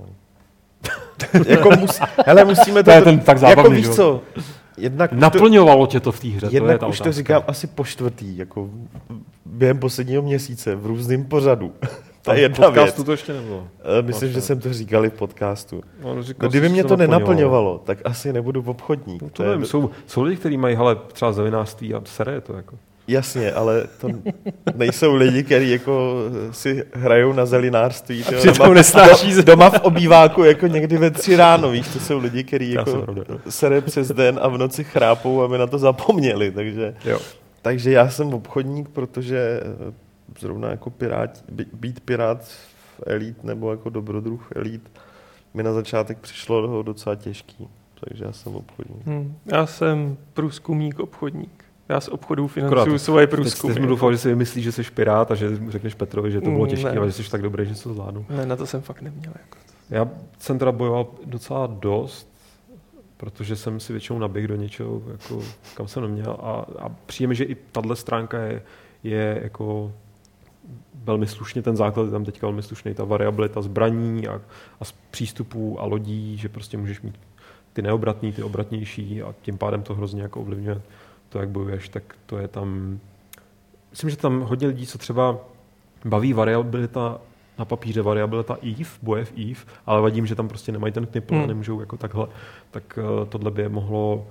Jako hele, musíme to... To je ten tak zábavný, jako víš co? Jednak naplňovalo tě to v té hře, jednak to je už to říkám asi po 4. jako během posledního měsíce v různém pořadu. Ta jedna podcastu věc. To ještě nebylo. Myslím, že jsem to říkal i v podcastu. No, kdyby mě to nenaplňovalo, tak asi nebudu obchodník. No, to nevím, jsou lidi, kteří mají třeba zavinářství a sere to jako. Jasně, ale to nejsou lidi, kteří jako si hrajou na zelinářství. Doma v obýváku jako někdy ve 3 ráno, víš, to jsou lidi, kteří jako sere přes den a v noci chrápou, aby na to zapomněli, takže já jsem obchodník, protože zrovna jako být pirát v Elite nebo jako dobrodruh Elite mi na začátek přišlo docela těžký, takže já jsem obchodník. Já jsem průzkumník obchodník. Já z obchodů financuju svoje průzkumy. Teď jsem doufal, že si vymyslíš, že jsi pirát a že řekneš Petrovi, že to bylo těžké, ale že jsi tak dobrý, že to zvládnu. Ne, na to jsem fakt neměl. Jako to. Já jsem teda bojoval docela dost, protože jsem si většinou naběhl do něčeho, jako, kam jsem neměl. A přijde mi, že i tahle stránka je jako velmi slušně, ten základ je tam teďka velmi slušný, ta variabilita zbraní a přístupů a lodí, že prostě můžeš mít ty neobratný, ty obratnější a tím pádem to hrozně jako ovlivňuje to, jak bojuješ, tak to je tam... Myslím, že tam hodně lidí, co třeba baví variabilita na papíře, variabilita EVE, boje v EVE, ale vadím, že tam prostě nemají ten knipl a nemůžou jako takhle, tak tohle by je mohlo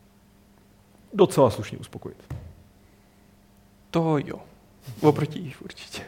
docela slušně uspokojit. To jo. Oproti EVE určitě.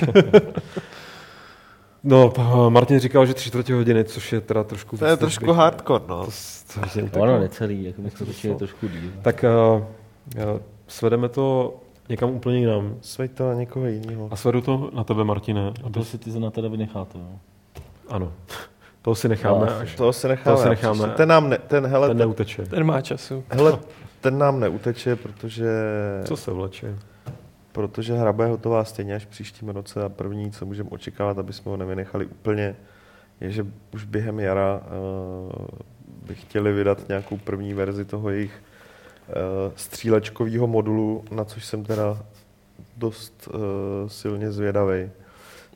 No, Martin říkal, že 3/4 hodiny, což je teda trošku... To je trošku hardcore, no. Ono necelý, jako bych to je trošku díl. Tak svedeme to někam úplně jinam. Sveď to na někoho jiného. A svedu to na tebe, Martine. A to si ty na teda vynecháte, jo? Ano. Toho si necháme. Toho si necháme. Ten neuteče. Ten má času. Hele, ten nám neuteče, protože... Co se vleče? Protože hra bude hotová stejně až příštím roce a první, co můžeme očekávat, aby jsme ho nevynechali úplně, je, že už během jara by chtěli vydat nějakou první verzi toho jejich střílečkového modulu, na což jsem teda dost silně zvědavej.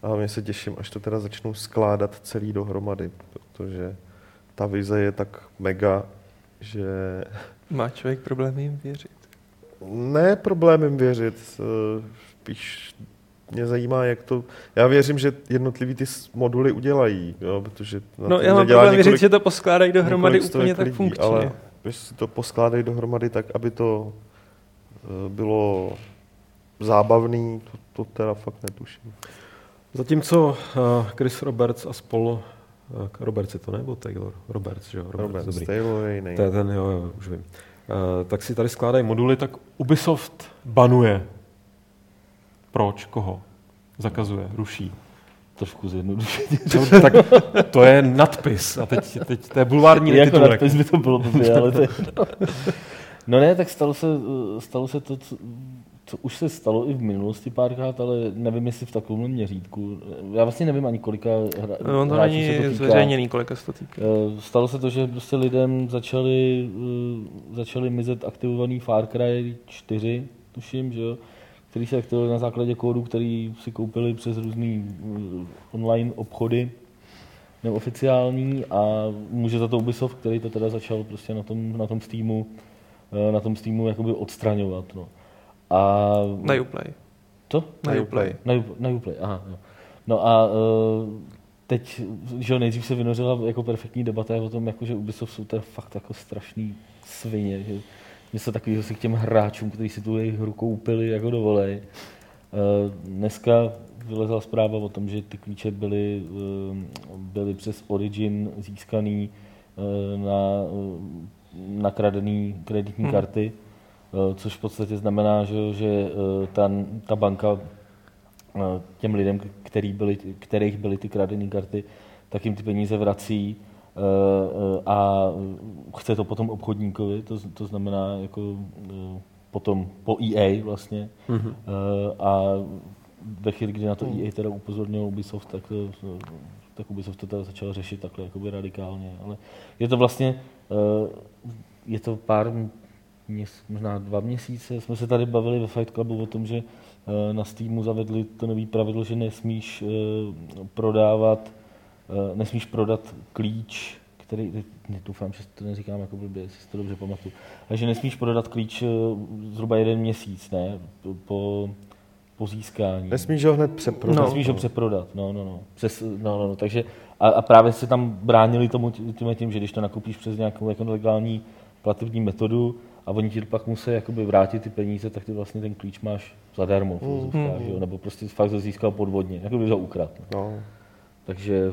A mě se těším, až to teda začnou skládat celý dohromady, protože ta vize je tak mega, že... Má člověk problém jim věřit? Ne problém jim věřit, spíš mě zajímá, jak to... Já věřím, že jednotlivý ty moduly udělají, jo, protože... No já mám problém věřit, že to poskládají dohromady úplně tak lidí, funkčně. Ale když si to poskládají dohromady tak, aby to bylo zábavný, to teda fakt netuším. Zatímco Chris Roberts a spol... Roberts je to, nebo Taylor? Roberts, že jo? Roberts Taylor je jiný. Ten, jo, už vím. Tak si tady skládají moduly, tak Ubisoft banuje. Proč? Koho? Zakazuje, ruší. Trošku zjednodušeně. No, tak to je nadpis. A teď to je bulvární titulek. Jako nadpis by to bylo blbě, ale to je... No ne, tak stalo se to, co už se stalo i v minulosti párkrát, ale nevím, jestli v takovém měřítku. Já vlastně nevím ani kolika no, to není zveřejněný, kolika se to týká. Stalo se to, že prostě lidem začali mizet aktivovaný Far Cry 4, tuším, že jo, který se aktivoval na základě kódu, který si koupili přes různý online obchody neoficiální a může za to Ubisoft, který to teda začal prostě na tom Steamu jakoby odstraňovat. No. A na Uplay. To? Na Uplay. Na Uplay, aha. Jo. No a teď, že nejdřív se vynořila jako perfektní debata o tom, jako, že Ubisoft jsou teda fakt jako strašný svině, že něco takového si k těm hráčům, kteří si tu jejich hru koupili, jako dovolej. Dneska vylezla zpráva o tom, že ty klíče byly přes Origin získaný na nakradený kreditní karty, což v podstatě znamená, že ta banka těm lidem, kterých byly ty kradené karty, tak jim ty peníze vrací a chce to potom obchodníkovi, to znamená jako potom po EA vlastně. Mm-hmm. A ve chvíli, kdy na to EA teda upozornil Ubisoft, tak Ubisoft to teda začal řešit takhle jakoby radikálně. Ale je to vlastně, je to možná 2 měsíce, jsme se tady bavili ve Fight Clubu o tom, že na Steamu zavedli to nový pravidlo, že nesmíš prodat klíč, který, doufám, že to neříkám jako blbě, jestli si to dobře pamatuju, ale že nesmíš prodat klíč zhruba 1 měsíc, ne, po získání. Nesmíš ho hned přeprodat. No. Nesmíš ho přeprodat, no. Takže a právě se tam bránili tomu tím, že když to nakoupíš přes nějakou jako legální platební metodu a oni ti pak musí jakoby vrátit ty peníze, tak ty vlastně ten klíč máš zadarmo, jo? Nebo prostě fakt ho získal podvodně, jako by ho ukradl. No. Takže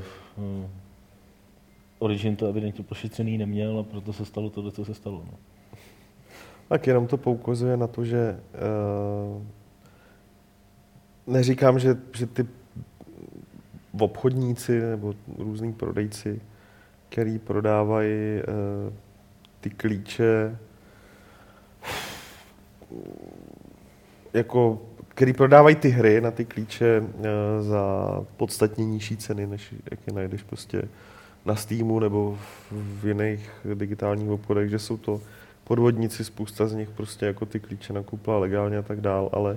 Origin to evidentně pošetřený neměl a proto se stalo to, co se stalo. No. Tak jenom to poukazuje na to, že neříkám, že ty obchodníci nebo různý prodejci, který prodávají ty klíče, jako, který prodávají ty hry na ty klíče za podstatně nižší ceny, než jak je najdeš prostě na Steamu nebo v jiných digitálních obchodech, že jsou to podvodníci, spousta z nich prostě jako ty klíče nakoupila legálně a tak dál, ale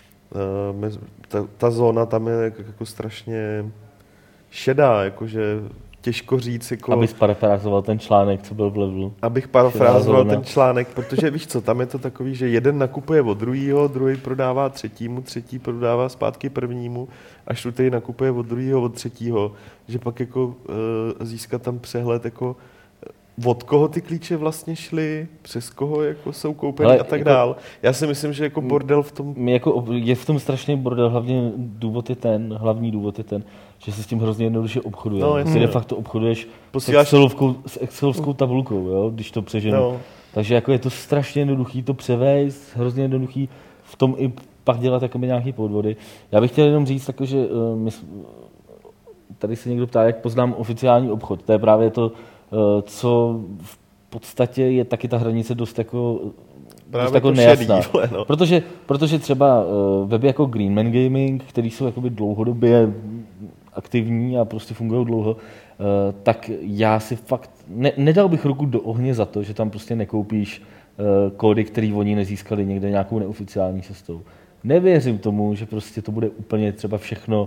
ta zóna tam je jako strašně šedá, jakože těžko říct. Jako, abys parafrázoval ten článek, co byl v Levelu. Abych parafrázoval ten článek, protože víš co, tam je to takový, že jeden nakupuje od druhýho, druhý prodává třetímu, třetí prodává zpátky prvnímu a čtvrtý nakupuje od druhýho, od třetího, že pak jako získat tam přehled, jako od koho ty klíče vlastně šly, přes koho jako jsou koupeny a tak jako, dál. Já si myslím, že jako bordel v tom... Je v tom strašný bordel, hlavní důvod je ten, že se s tím hrozně jednoduše obchoduje. No, ty de facto obchoduješ s excelovskou tabulkou, jo, když to přeženu. No. Takže jako je to strašně jednoduchý to převést, hrozně jednoduchý v tom i pak dělat jakoby nějaký podvody. Já bych chtěl jenom říct, jako, že tady se někdo ptá, jak poznám oficiální obchod. To je právě to, co v podstatě je taky ta hranice dost jako nejasná. No. Protože třeba weby jako Greenman Gaming, který jsou jakoby dlouhodobě aktivní a prostě fungují dlouho, tak já si fakt nedal bych ruku do ohně za to, že tam prostě nekoupíš kódy, který oni nezískali někde nějakou neoficiální cestou. Nevěřím tomu, že prostě to bude úplně třeba všechno,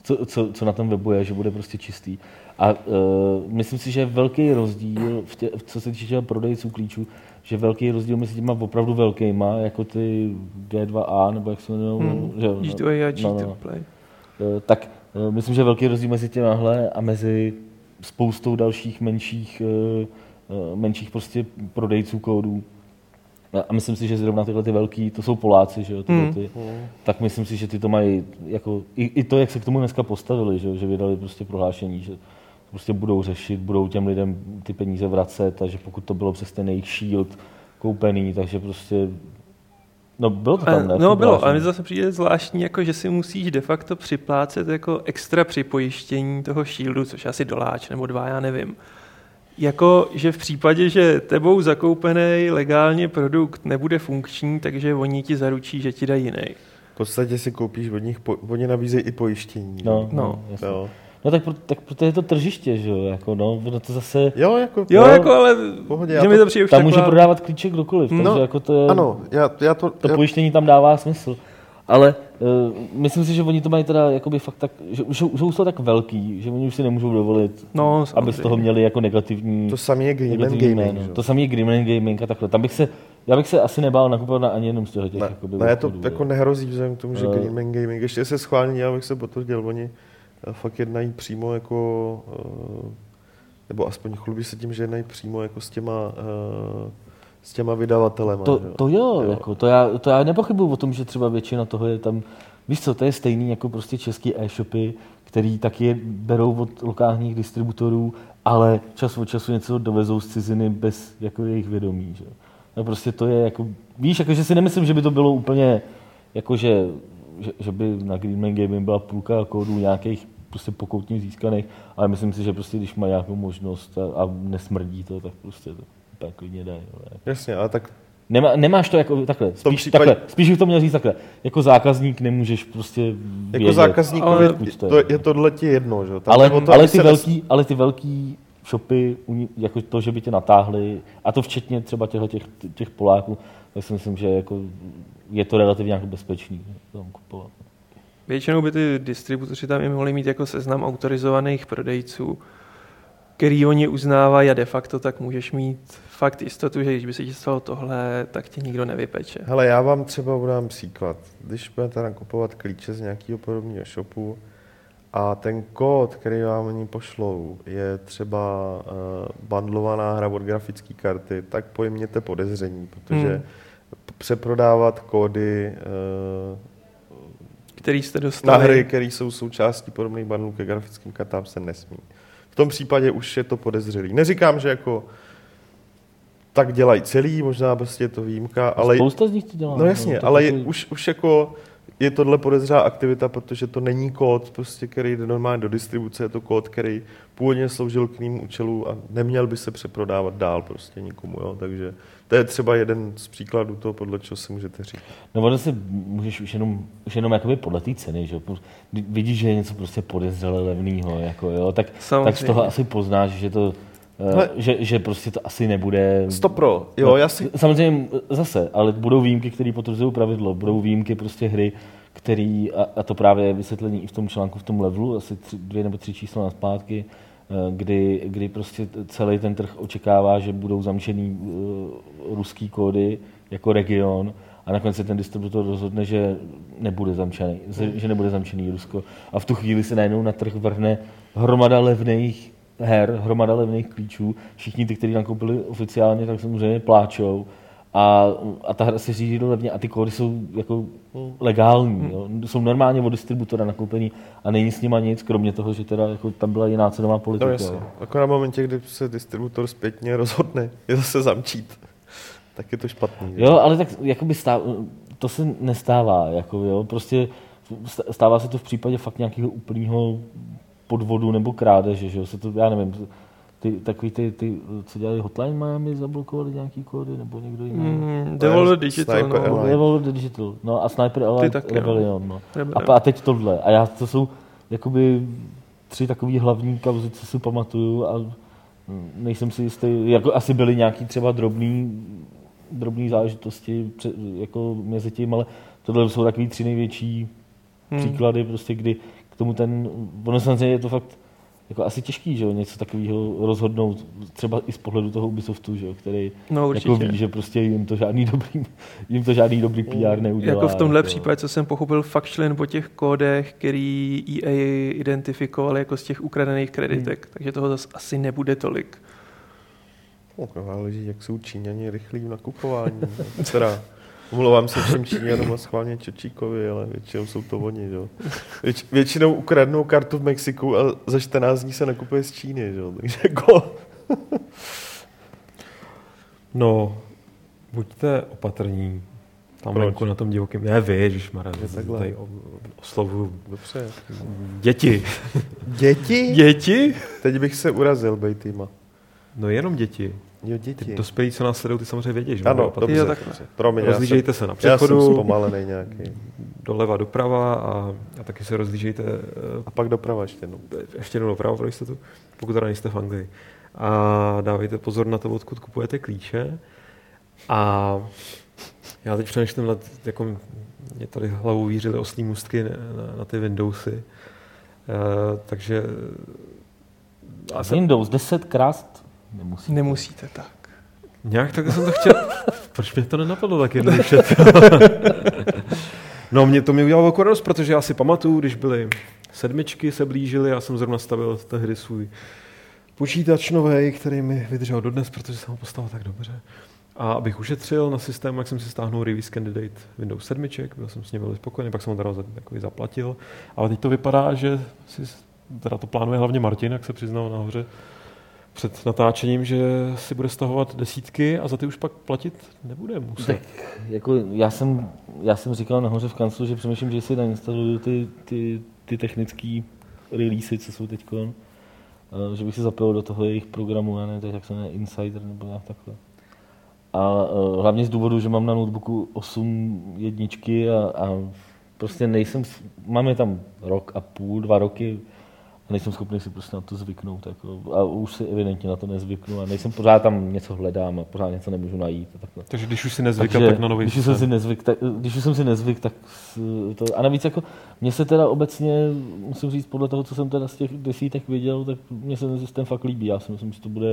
co na tom webu je, že bude prostě čistý. A myslím si, že je velký rozdíl, co se týče prodejců klíčů, že velký rozdíl mezi těma opravdu velkýma, jako ty G2A, nebo jak se jmenují. G2A a G2 Play. Tak myslím, že velký rozdíl mezi těmahle a mezi spoustou dalších menších prostě prodejců kódů. A myslím si, že zrovna tyhle ty velký, to jsou Poláci, že jo, tak myslím si, že ty to mají, jako, i to, jak se k tomu dneska postavili, že vydali prostě prohlášení, že prostě budou řešit, budou těm lidem ty peníze vracet a že pokud to bylo přes ten jejich shield koupený, takže prostě, no bylo to tam, ne? No bylo, ale mi zase přijde zvláštní, jako, že si musíš de facto připlácet jako extra připojištění toho shieldu, což je asi $1 nebo $2, já nevím. Jako, že v případě, že tebou zakoupený legálně produkt nebude funkční, takže oni ti zaručí, že ti dají jiný. V podstatě si koupíš od nich, oni nabízejí i pojištění. No. Tak proto je to tržiště, že jo, jako to zase... Jo, ale pohodě, že mi to přijde už tam může prodávat klíče kdokoliv, takže jako to je... Ano, to pojištění tam dává smysl. Ale myslím si, že oni to mají teda jakoby fakt tak, že už jsou tak velký, že oni už si nemůžou dovolit, aby z toho měli jako negativní... To samé je Greenman Gaming. To samé je Greenman Gaming a takhle. Já bych se asi nebál nakupovat na ani jednom z těch. Ne, to jako nehrozí vzhledem k tomu, že Greenman Gaming, ještě se schválně, já bych se potvrdil, oni fakt jednají přímo jako, nebo aspoň chlubí se tím, že jednají přímo jako s těma vydavatelema. To jo. Jako, to já nepochybuju o tom, že třeba většina toho je tam, víš co, to je stejný jako prostě český e-shopy, který taky berou od lokálních distributorů, ale čas od času něco dovezou z ciziny bez jako jejich vědomí. Že? No prostě to je jako, víš, jako, že si nemyslím, že by to bylo úplně, jako že by na Greenman Gaming byla půlka kódů nějakých prostě pokoutně získaných, ale myslím si, že prostě když má nějakou možnost a nesmrdí to, tak prostě to tak klidně dají. Jasně, ale tak... Nemáš to jako takhle, spíš bych to měl říct takhle, jako zákazník nemůžeš prostě vědět. Jako zákazník je tohle ti jedno, že? Ale ty velký shopy, jako to, že by tě natáhli, a to včetně třeba těch Poláků, tak si myslím, že jako je to relativně jako bezpečný tam kupovat. Většinou by ty distributoři tam i mohli mít jako seznam autorizovaných prodejců, který oni uznávají a de facto tak můžeš mít fakt jistotu, že když by se ti stalo tohle, tak tě nikdo nevypeče. Hele, já vám třeba udám příklad. Když budete nakupovat klíče z nějakého podobného shopu a ten kód, který vám oni pošlou, je třeba bundlovaná hra od grafické karty, tak pojměte podezření, protože přeprodávat kódy který jste dostali na hry, které jsou součástí podobných bundlů ke grafickým kartám, se nesmí. V tom případě už je to podezřelý. Neříkám, že jako tak dělají celý, možná prostě je to výjimka, ale... Spousta z nich to dělá. No jasně, ale už jako je tohle podezřelá aktivita, protože to není kód, prostě, který jde normálně do distribuce, je to kód, který původně sloužil k jiným účelu a neměl by se přeprodávat dál prostě nikomu, jo? Takže to je třeba jeden z příkladů toho, podle čeho si můžete říct. No ono si můžeš už jenom jakoby podle té ceny, že vidíš, že je něco prostě podezřele levného, jako jo, tak z toho asi poznáš, že to že prostě to asi nebude... Stopro, jo, já si... Samozřejmě zase, ale budou výjimky, které potvrzují pravidlo, budou výjimky prostě hry, který, a to právě je vysvětlení i v tom článku, v tom levelu, asi 2 nebo 3 čísla nazpátky, kdy prostě celý ten trh očekává, že budou zamčený ruský kódy jako region a nakonec se ten distributor rozhodne, že nebude zamčený Rusko. A v tu chvíli se najednou na trh vrhne hromada levných her, hromada levných klíčů. Všichni ty, kteří nakoupili oficiálně, tak samozřejmě pláčou. A ta hra se řídí do levně a ty kódy jsou jako legální. Jo? Jsou normálně od distributora nakoupený a není s nima nic, kromě toho, že teda jako tam byla jiná cenová politika. No jako na momentě, kdy se distributor zpětně rozhodne je zase zamčít, tak je to špatný. Jo, ale tak jakoby to se nestává. Jako, jo? Prostě stává se to v případě fakt nějakého úplného podvodu nebo krádeže, že jo? Se to, já nevím, takový ty, co dělali Hotline Miami, zablokovali nějaký kódy, nebo někdo jiný? Devolver Digital. Devolver Digital, no a Sniper Elite Rebellion, no. A teď tohle. A to jsou jakoby 3 takový hlavní kauzy, co si pamatuju a nejsem si jistý, jako asi byly nějaký třeba drobný záležitosti jako mezi tím, ale tohle jsou takový 3 největší příklady, prostě, tomu ono samozřejmě je to fakt jako asi těžký, že jo, něco takového rozhodnout, třeba i z pohledu toho Ubisoftu, že jo, který jako ví, že prostě jim to žádný dobrý PR neudělá. Jako v tomhle případě, co jsem pochopil, fakt šli jen po těch kódech, který EA identifikoval jako z těch ukradených kreditek, takže toho zase asi nebude tolik. Záleží, jak jsou Číňani rychlí v nakupování. Teda, omlouvám se všem Číňanům a schválně Čočíkovi, ale většinou jsou to oni. Jo. Většinou ukradnou kartu v Mexiku a za 14 dní se nakupuje z Číny. Jo. Takže jako... No, buďte opatrní. Tam venku na tom divokém. Ne, vy, ježišmarja, tady oslovuju. Dobře. Děti. Děti? Děti? Teď bych se urazil, bejtýma. No jenom děti. Jo, děti. Ty dospělí, co nás sledují, ty samozřejmě vědí, že? Ano, dobře. Promiň, rozlížejte se na přechodu. Já jsem zpomalený nějaký. Doleva, doprava a taky se rozlížejte. A pak doprava ještě jednou. Ještě jednou doprava pro jistotu, pokud teda nejste v Anglii. A dávejte pozor na to, odkud kupujete klíče. A já teď přemýšlím nad, jako mě tady hlavou vířily oslí můstky na ty Windowsy. Takže... Windows 10 krást nemusíte. Nemusíte, tak. Nějak tak jsem to chtěl. Proč mě to nenapadlo tak jednoduše? No, mě udělalo velkou radost, protože já si pamatuju, když byly 7 se blížily, já jsem zrovna stavil tehdy svůj počítač novej, který mi vydržel dodnes, protože jsem ho postavil tak dobře. A abych ušetřil na systému, jak jsem si stáhnul Release Candidate Windows 7, byl jsem s ním velmi spokojený, pak jsem ho teda zaplatil. Ale teď to vypadá, že si teda to plánuje hlavně Martin, jak se přiznal nahoře před natáčením, že si bude stahovat desítky a za ty už pak platit nebude muset. Tak jako já jsem říkal nahoře v kanclu, že přemýšlím, že si nainstaluju ty technické releasy, co jsou teďkon, že bych si zapojil do toho jejich programu, já nevím, tak jak se jmenuje Insider nebo nějak takhle. A hlavně z důvodu, že mám na notebooku 8 jedničky a prostě mám je tam rok a půl, 2 roky, a nejsem schopný si prostě na to zvyknout. Jako, a už si evidentně na to nezvyknu a nejsem pořád tam něco hledám a pořád něco nemůžu najít. A takhle. Takže když už si nezvykl, tak na nový když už jsem si nezvyk, tak to... A navíc jako, mně se teda obecně, musím říct, podle toho, co jsem teda z těch desítek viděl, tak mně se ten systém fakt líbí. Já si myslím, že to bude...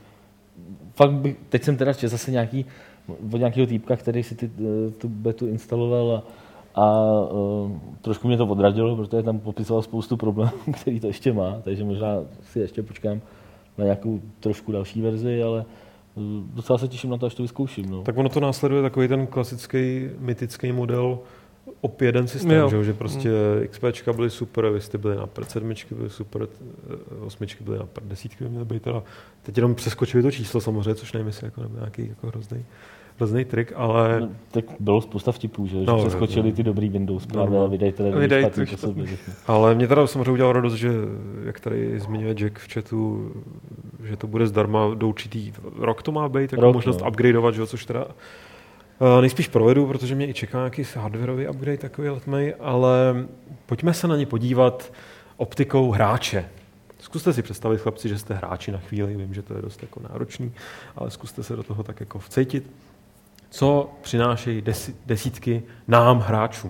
Teď jsem teda zase od nějakého týpka, který si tu betu instaloval a trošku mě to odradilo, protože tam popisoval spoustu problémů, který to ještě má, takže možná si ještě počkám na nějakou trošku další verzi, ale docela se těším na to, až to vyzkouším. No. Tak ono to následuje takový ten klasický, mytický model opět jeden systém, že prostě XPčka byly super, Visty byly na prd, 7 byly super, 8 byly na prd, 10 by měly být teda. Teď jenom přeskočili to číslo samozřejmě, což nevím, jestli jako nebyl nějaký jako hrozný trik, ale... No, tak bylo spousta vtipů, že přeskočili ty dobrý Windows právě a vydají špatný po sobě. Ale mě teda samozřejmě udělalo radost, že jak tady zmiňuje Jack v chatu, že to bude zdarma do určitý rok to má být, jako možnost upgradeovat, že, což teda nejspíš provedu, protože mě i čeká nějaký hardwareový upgrade takový letmej, ale pojďme se na ně podívat optikou hráče. Zkuste si představit, chlapci, že jste hráči na chvíli, vím, že to je dost jako náročný, ale zkuste se do toho tak jako vcejtit. Co přinášejí desítky nám, hráčům?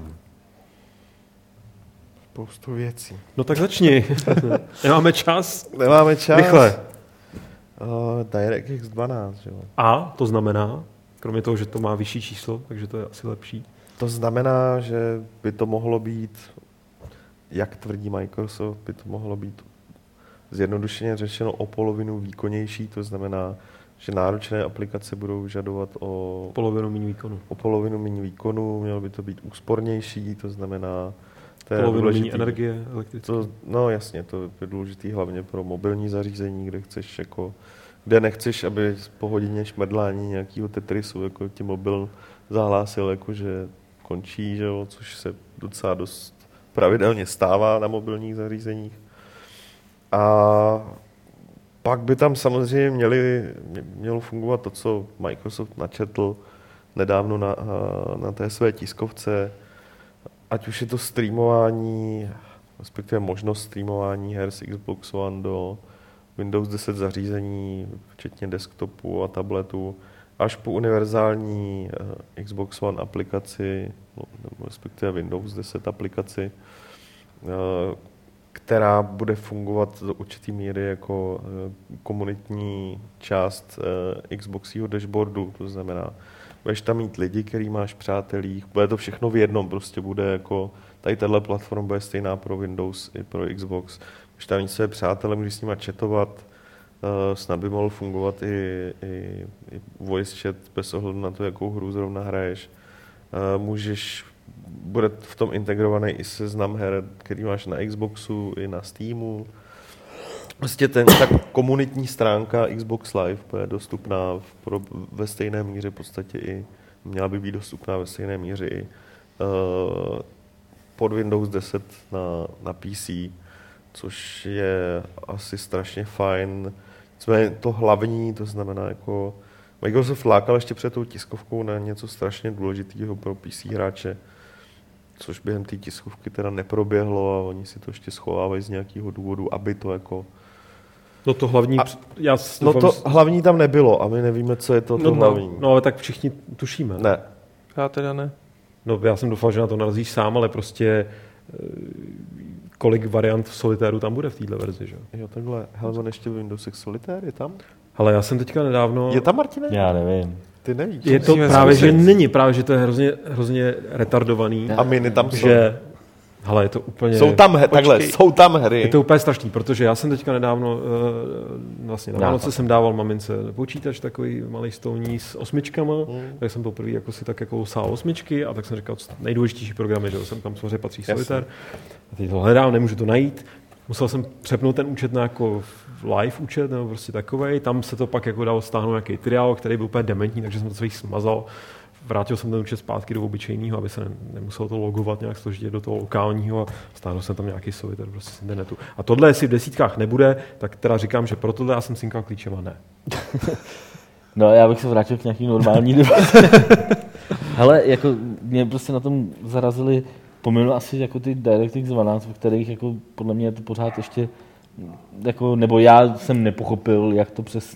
Spoustu věcí. No tak začni. Nemáme čas. Rychle. DirectX 12, jo. A to znamená, kromě toho, že to má vyšší číslo, takže to je asi lepší. To znamená, že by to mohlo být, jak tvrdí Microsoft, by to mohlo být zjednodušeně řečeno o polovinu výkonnější, to znamená, že náročné aplikace budou vyžadovat o polovinu méně výkonu, mělo by to být úspornější, to znamená... Polovinu méně energie elektrické. No jasně, to je důležité hlavně pro mobilní zařízení, kde nechceš, aby po hodině šmrdlání nějakého Tetrisu jako ti mobil zahlásil, jako že končí, že jo, což se docela dost pravidelně stává na mobilních zařízeních. A pak by tam samozřejmě mělo fungovat to, co Microsoft načetl nedávno na té své tiskovce, ať už je to streamování, respektive možnost streamování her z Xbox One do Windows 10 zařízení, včetně desktopu a tabletu, až po univerzální Xbox One aplikaci, respektive Windows 10 aplikaci, která bude fungovat do určitý míry jako komunitní část Xboxího dashboardu, to znamená, budeš tam mít lidi, který máš přátelích, bude to všechno v jednom, prostě bude jako, tady tato platforma bude stejná pro Windows i pro Xbox, budeš tam mít své přátele, můžeš s nima chatovat, snad by mohl fungovat i voice chat bez ohledu na to, jakou hru zrovna hraješ. Bude v tom integrovaný i seznam her, který máš na Xboxu i na Steamu. Prostě ta komunitní stránka Xbox Live bude dostupná ve stejné míře v podstatě i, měla by být dostupná ve stejné míře i pod Windows 10 na PC, což je asi strašně fajn. To hlavní, to znamená jako Microsoft lákal ještě před tou tiskovkou na něco strašně důležitého pro PC hráče, což během té tiskovky teda neproběhlo a oni si to ještě schovávají z nějakého důvodu, aby to jako... No to hlavní... Hlavní tam nebylo a my nevíme, co je to hlavní. No ale tak všichni tušíme. Ne. Já teda ne. No já jsem doufal, že na to narazíš sám, ale prostě kolik variant v solitéru tam bude v této verzi, že? Jo, takhle. Helman ještě Windows X Solitaire je tam? Ale já jsem teďka nedávno... Je tam, Martine? Já nevím. Ty nevíš. Je to právě, že není, právě, že to je hrozně retardovaný. A miny tam jsou. Že... Hele, je to úplně... Jsou tam hry. Je to úplně strašný, protože já jsem teďka nedávno, vlastně na Vánoce jsem dával mamince počítač takový malý stolní s 8, tak jsem poprvé jako si tak jako sál 8 a tak jsem říkal, nejdůležitější programy, že jsem tam samozřejmě patří Solitaire. A teď to hledám, nemůžu to najít. Musel jsem přepnout ten účet na jako live účet, nebo prostě takovej. Tam se to pak jako dalo stáhnout nějaký trial, který byl úplně dementní, takže jsem to celý smazal. Vrátil jsem ten účet zpátky do obyčejného, aby se nemuselo to logovat nějak složitě do toho lokálního a stáhnul jsem tam nějaký Solitaire prostě z internetu. A tohle, jestli v desítkách nebude, tak teda říkám, že pro tohle já jsem synkal klíčema ne. No já bych se vrátil k nějaký normální debatě. Hele, jako mě prostě na tom zarazili, pominu asi jako ty DirectX 12, v kterých jako podle mě je to pořád ještě, jako, nebo já jsem nepochopil, jak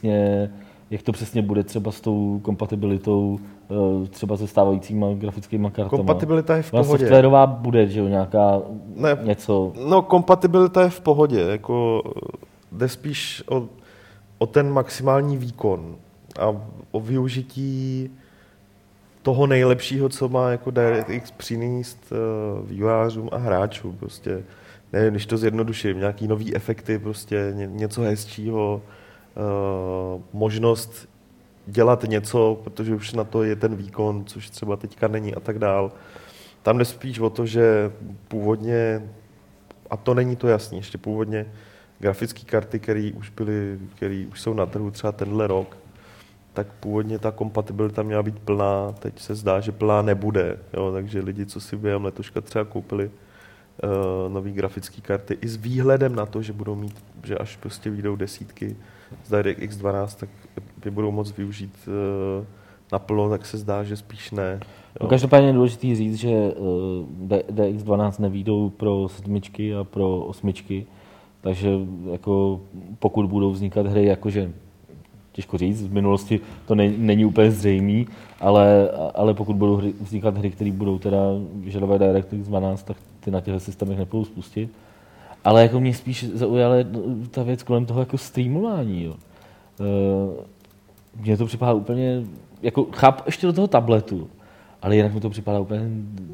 to přesně bude třeba s tou kompatibilitou třeba se stávajícíma grafickými kartama. Kompatibilita je v pohodě. Softwarová bude, že jo, nějaká něco... No, kompatibilita je v pohodě, jako jde spíš o ten maximální výkon a o využití toho nejlepšího, co má jako DirectX přinést vývojářům a hráčům. Prostě, nevím, když to zjednoduším, nějaký nový efekty, prostě něco hezčího, možnost dělat něco, protože už na to je ten výkon, což třeba teďka není a tak dál. Tam jde spíš o to, že původně, a to není to jasný, ještě původně grafické karty, které už jsou na trhu třeba tenhle rok, tak původně ta kompatibilita měla být plná, teď se zdá, že plná nebude. Jo? Takže lidi, co si během letoška třeba koupili nové grafické karty i s výhledem na to, že budou mít, že až prostě vyjdou desítky z DirectX 12, tak je budou moc využít naplno, tak se zdá, že spíš ne. No, každopádně je důležité říct, že DX 12 nevyjdou pro 7 a pro 8, takže jako pokud budou vznikat hry, jakože těžko říct, v minulosti to není úplně zřejmý, ale pokud budou vznikat hry, které budou teda vyžadovat DirectX 12, tak ty na těchto systémech nepůjdou spustit. Ale jako mě spíš zaujala ta věc kolem toho jako streamování. Jo. Mně to připadá úplně, jako chápu ještě do toho tabletu, ale jinak mi to připadá úplně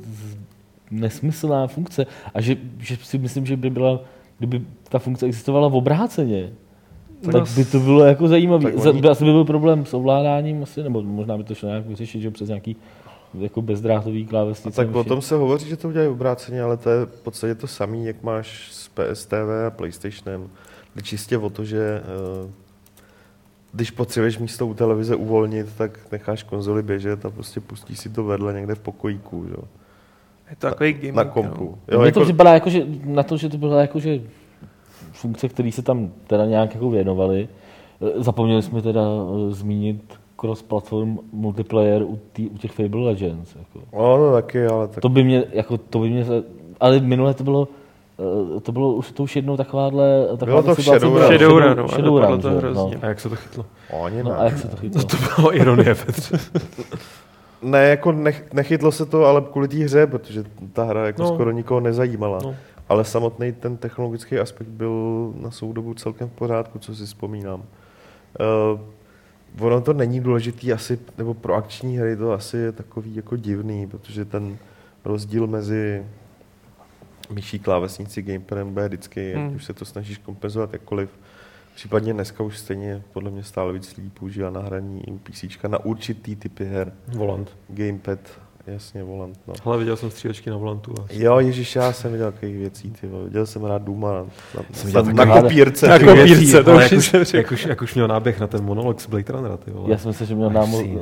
nesmyslná funkce. A že si myslím, že kdyby ta funkce existovala v obráceně, tak by to bylo jako zajímavé. Asi by byl problém s ovládáním, nebo možná by to šlo nějak vyřešit, že přes nějaký jako bezdrátový klávesnice. Tak o tom se hovoří, že to udělají obráceně, ale to je v podstatě to samé, jak máš s PS TV a PlayStationem. Jde čistě o to, že když potřebuješ místo u televize uvolnit, tak necháš konzoli běžet a prostě pustíš si to vedle někde v pokojíku. Jo. Je to takový gaming. Na kompu. Jo, mně to připadá jako, že na to, že to byla jako, že funkce, které se tam teda nějak jako věnovaly. Zapomněli jsme teda zmínit cross-platform multiplayer u těch Fable Legends. Jako. No taky, ale tak... To by mě, ale minule to už jednou takováhle... Bylo to v Shadowrun, to hrozně. A jak se to chytlo? A jak se to chytlo? No to bylo ironie, Petře. Ne, jako nechytlo se to, ale kvůli té hře, protože ta hra jako skoro nikoho nezajímala. No. ale samotný ten technologický aspekt byl na svou dobu celkem v pořádku, co si vzpomínám. Ono to není důležitý asi, nebo pro akční hry to asi je takový jako divný, protože ten rozdíl mezi myší, klávesnicí, gamepadem bude vždycky, ať už se to snažíš kompenzovat jakkoliv. Případně dneska už stejně podle mě stále víc lidí používá na hraní i u PCčka na určitý typy her. Volant. Gamepad, jasně, volant. No. Ale viděl jsem střílečky na volantu. Jo, ježiš, já jsem viděl takových věcí, ty vole. Viděl jsem rád Duma na kopírce. Na kopírce, to jak už měl náběh na ten monolog z Blade Runnera, ty vole. Já jsem myslel, že měl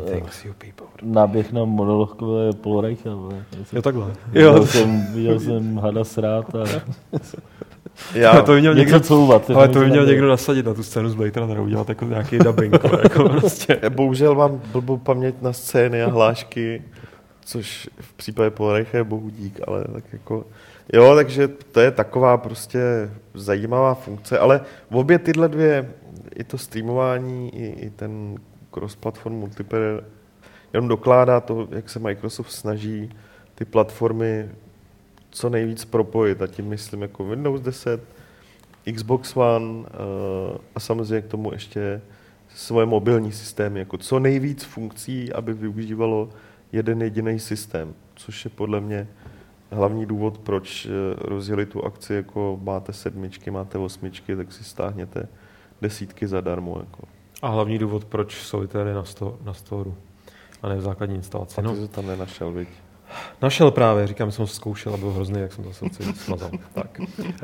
náběh na monolog Paul Reicha. Jo, takhle. Viděl jsem hada srát a... Já, to by měl někdo couvat. Ale to by měl někdo nasadit na tu scénu z Blade Runnera, udělat jako nějaký dubbing. Jako prostě. Bohužel mám blbou paměť na scény a hlášky, což v případě Paul Reicha je bohu dík, ale tak jako... Jo, takže to je taková prostě zajímavá funkce, ale obě tyhle dvě, i to streamování, i ten cross-platform multiplayer, jenom dokládá to, jak se Microsoft snaží ty platformy co nejvíc propojit, a tím myslím jako Windows 10, Xbox One a samozřejmě k tomu ještě svoje mobilní systémy, jako co nejvíc funkcí, aby využívalo jeden jediný systém, což je podle mě hlavní důvod, proč rozjeli tu akci, jako máte 7, máte 8, tak si stáhněte 10 zadarmo. Jako. A hlavní důvod, proč Solitaire na storu a ne v základní instalaci. A ty to tam nenašel, viď? Našel právě, říkám, že jsem to zkoušel a byl hrozný, jak jsem to srdci smazal. Tak.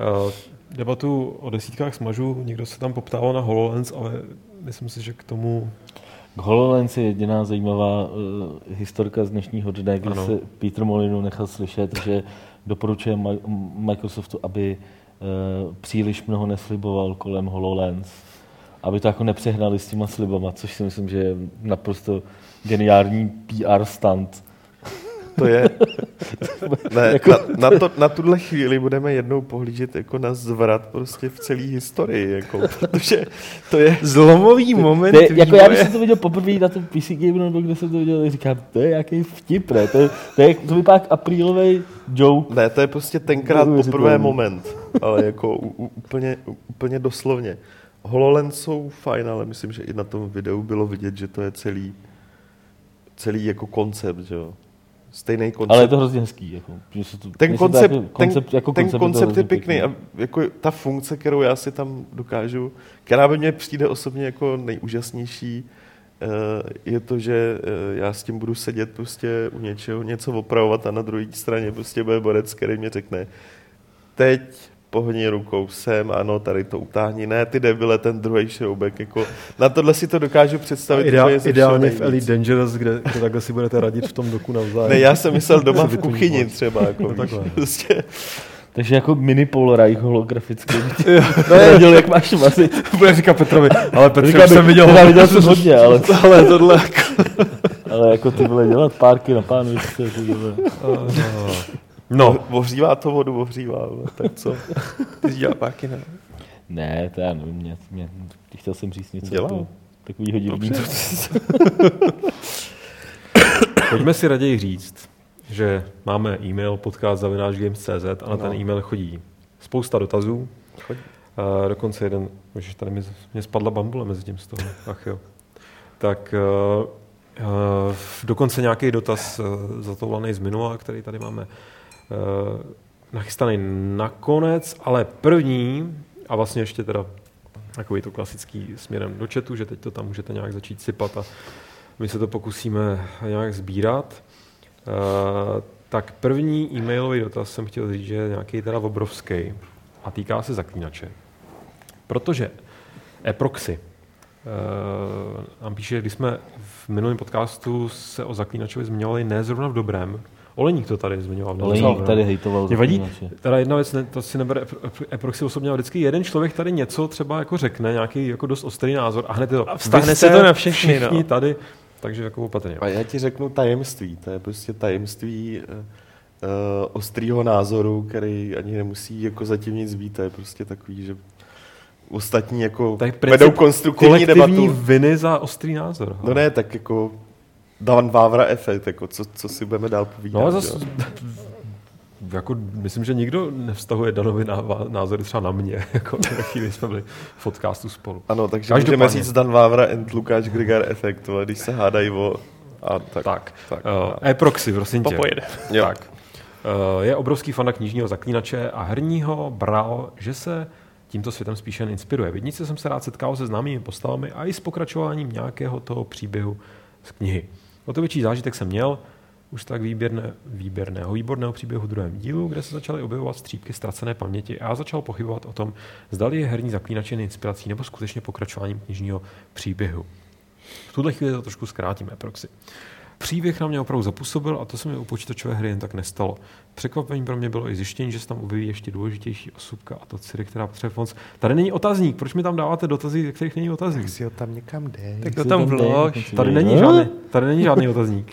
Debatu o desítkách smažů, někdo se tam poptával na HoloLens, ale myslím si, že k tomu... HoloLens je jediná zajímavá historka z dnešního dne, kdy se Peter Molyneux nechal slyšet, že doporučuje Microsoftu, aby příliš mnoho nesliboval kolem HoloLens, aby to jako nepřehnali s těma slibama, což si myslím, že je naprosto geniální PR stunt. To je... Ne, na tuhle chvíli budeme jednou pohlížet jako na zvrat prostě v celé historii, jako, protože to je zlomový moment. Jako já když jsem to viděl poprvé na tom PC Gamer, nebo kde jsem to viděl, říkám, to je jaký vtip, ne? To vypadá jak aprílovej joke. Ne, to je prostě tenkrát poprvé moment, ale jako úplně doslovně. HoloLens jsou fajn, ale myslím, že i na tom videu bylo vidět, že to je celý jako koncept, že jo. Stejný koncept. Ale je to hrozně hezký. Jako, ten koncept je pěkný a jako ta funkce, kterou já si tam dokážu, která by mě přijde osobně jako nejúžasnější, je to, že já s tím budu sedět prostě u něčeho, něco opravovat a na druhé straně prostě bude borec, který mě řekne, teď pohni rukou sem, ano, tady to utáhni, ne, ty debile, ten druhý šroubek, jako, na tohle si to dokážu představit. Ideálně v Elite Dangerous, kde takhle si budete radit v tom doku navzájem. Ne, já jsem myslel doma v kuchyni třeba, jako, no, takhle. Prostě. Takže jako mini Paul Reich holograficky. No nevěděl, jak máš mazit. Bude říkat Petrovi, ale Petře, jsem viděl jsem hodně, ale tohle jako... Ale jako ty vole dělat párky na pánvičce, No, ohřívá to vodu, tak co? Ty jsi dělal párky, ne? Ne, to já nevím, chtěl jsem říct něco takovýho divného. Pojďme si raději říct, že máme e-mail podcast@games.cz a na ten e-mail chodí spousta dotazů. Dokonce jeden, už tady mě spadla bambule mezi tím z toho, ach jo. Tak dokonce nějaký dotaz zatoulaný z minula, který tady máme nachystaný nakonec, ale první, a vlastně ještě teda takový to klasický směrem do chatu, že teď to tam můžete nějak začít sypat a my se to pokusíme nějak sbírat. Tak první e-mailový dotaz jsem chtěl říct, že je nějaký teda obrovský a týká se Zaklínače. Protože eProxy nám píše, když jsme v minulém podcastu se o Zaklínačovi zmiňovali ne zrovna v dobrém. Oleník to tady zmiňoval. Oleník tady hejtoval. Mě vadí, teda jedna věc, to si nebere eProxy osobně, ale vždycky jeden člověk tady něco třeba jako řekne, nějaký jako dost ostrý názor a hned je to. A vztahne se to na všichni tady, takže jako opatrně. A já ti řeknu tajemství, to je prostě tajemství ostrýho názoru, který ani nemusí jako zatím nic být, to je prostě takový, že ostatní jako vedou konstruktivní debatu. Kolektivní viny za ostrý názor. No ne, tak jako Dan Vávra efekt, jako co si budeme dál povídat. No, jako myslím, že nikdo nevztahuje Danovi názory třeba na mě, jako na chvíli jsme byli v podcastu spolu. Ano, takže můžeme říct Dan Vávra and Lukáš Grigar efekt, když se hádají o... Tak. E-proxy, prosím tě. Popojede. Tak. Je obrovský fan knižního zaklínače a herního bral, že se tímto světem spíše inspiruje. V jednice jsem se rád setkal se známými postavami a i s pokračováním nějakého toho příběhu z knihy. O to větší zážitek jsem měl už tak výborného příběhu v druhém dílu, kde se začaly objevovat střípky ztracené paměti a já začal pochybovat o tom, zdali je herní zaklínač jen inspirací nebo skutečně pokračováním knižního příběhu. V tuhle chvíli to trošku zkrátíme, proxy. Příběh na mě opravdu zapůsobil a to se mi u počítačové hry jen tak nestalo. Překvapení pro mě bylo i zjištění, že se tam objeví ještě důležitější osůbka a to Ciri, která potřebuje pomoc. Tady není otazník, proč mi tam dáváte dotazy, ze kterých není otazník? Tak si ho tam někam dej. Tak to tam vlož. Tady není žádný otazník.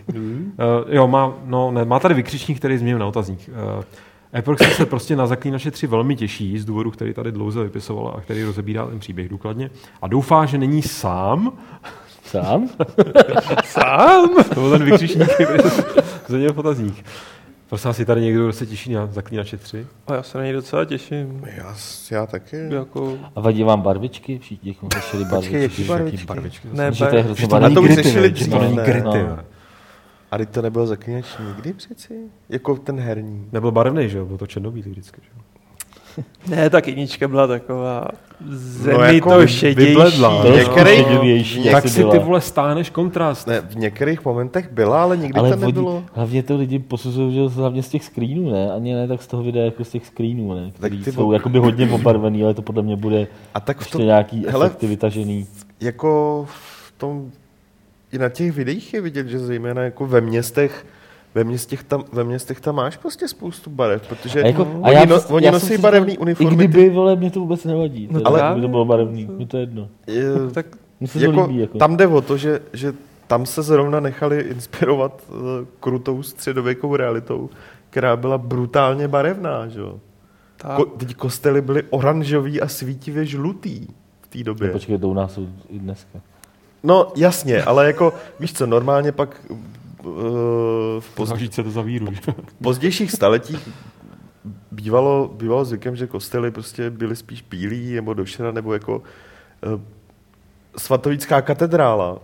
Má tady vykřičník, který změnil na otazník. E-proxy se prostě na Zaklínače 3 velmi těší z důvodu, který tady dlouze vypisoval a který rozebírá ten příběh důkladně a doufá, že není sám. Sám? Sám? To byl ten vykřičník, který se změnil v otazník. Prosím, asi tady někdo se těší na Zaklínače 3? A já se na něj docela těším. Já taky. Jako... A vadí vám barvičky? Všichni řešili barvičky. Jaký barvičky? Ne, že to je hrozně A to už řešili že dřív, to není ne? gritty. A teď to nebylo Zaklínač nikdy přeci? Jako ten herní. Nebyl barevný, že jo? Bylo to černobílý vždycky, že jo? Ne, tak jednička byla taková jako šedější. Tak si ty vole stáneš kontrast. Ne, v některých momentech byla, ale nikdy to nebylo. Hlavně to lidi posuzují, že hlavně z těch screenů, ne? Ani ne tak z toho videa, jako z těch screenů, ne? Který jsou jakoby hodně obarvený, ale to podle mě bude a tak ještě nějaký efekty vytažený. Jako v tom, i na těch videích je vidět, že zejména jako ve městech tam máš prostě spoustu barev, protože oni nosí barevný uniformy. I kdyby, vole, mě to vůbec nevadí. Ale by to bylo barevný, mě to je jedno. Tak tam jde o to, že tam se zrovna nechali inspirovat krutou středověkou realitou, která byla brutálně barevná, že jo. Teď kostely byly oranžový a svítivě žlutý v té době. No, počkej, to u nás jsou i dneska. No jasně, ale jako, víš co, normálně pak v pozdějších staletích bývalo zvykem, že kostely prostě byly spíš bílý nebo došera, nebo jako svatovícká katedrála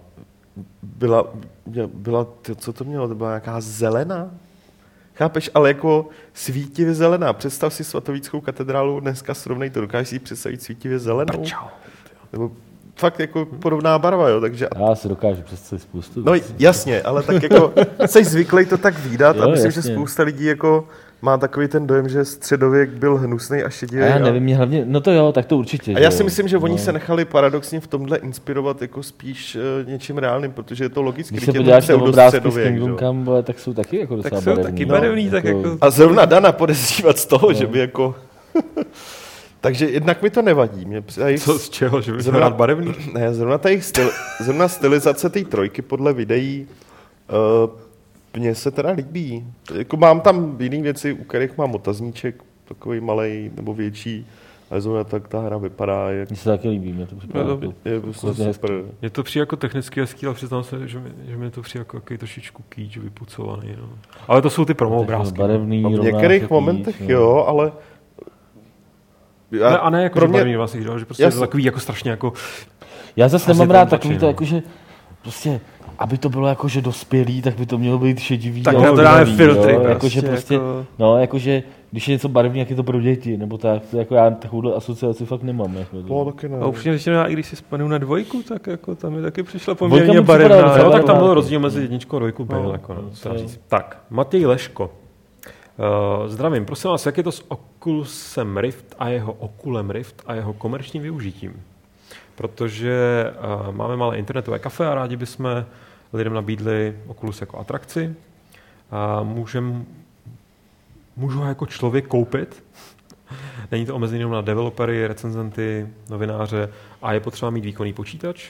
byla co to mělo, to byla nějaká zelená? Chápeš, ale jako svítivě zelená. Představ si svatovíckou katedrálu dneska srovnej to, dokážeš si představit svítivě zelenou? Nebo fakt jako podobná barva, jo, takže... Já si dokážu představit spoustu. No jasně, ale tak jako jsi zvyklý to tak vídat a myslím, že spousta lidí jako má takový ten dojem, že středověk byl hnusný a šedivý. A já nevím, mě hlavně, no to jo, tak to určitě. A já si myslím, že oni se nechali paradoxně v tomhle inspirovat jako spíš něčím reálným, protože je to logicky. Když se podíváš na obrázky s Kingdom Come, tak jsou taky jako docela barevný. Tak jsou taky barevný, tak jako... A zrovna Dana podezřívat z toho, že by jako... Takže jednak mi to nevadí. Co z čeho? Že by rád barevný? Ne, zrovna stylizace té trojky podle videí mně se teda líbí. Jako mám tam jiné věci, u kterých mám otazníček, takový malej nebo větší, ale zrovna tak ta hra vypadá. Mně se taky líbí, mě to připadá. Je prostě super. Je to přijde jako technicky hezký, ale přiznám se, že mi to přijde jako trošičku kýč, vypucovaný. No. Ale to jsou ty promo obrázky. Barevný, v některých momentech jo, ale a ne jako pro mě, barevný vlastně, že prostě je to takový jako strašně jako... Já zase nemám rád takový to jako, že prostě, aby to bylo jako, že dospělý, tak by to mělo být šedivý. Tak na to dáme filtry. No, jakože, když je něco barevný, jak je to pro děti, nebo tak, to jako já takovouhle asociaci fakt nemám. No, taky ne. A upřímně řečeno, i když si vzpomenu na dvojku, tak jako tam mi taky přišla poměrně barevná. No, tak tam byl rozdíl mezi jedničkou a dvojkou. Tak, Matěj Leško. Zdravím, prosím vás, jak je to s Oculusem Rift a jeho komerčním využitím? Protože máme malé internetové kafe a rádi bychom lidem nabídli Oculus jako atrakci. Můžu ho jako člověk koupit. Není to omezený jenom na developery, recenzenty, novináře a je potřeba mít výkonný počítač?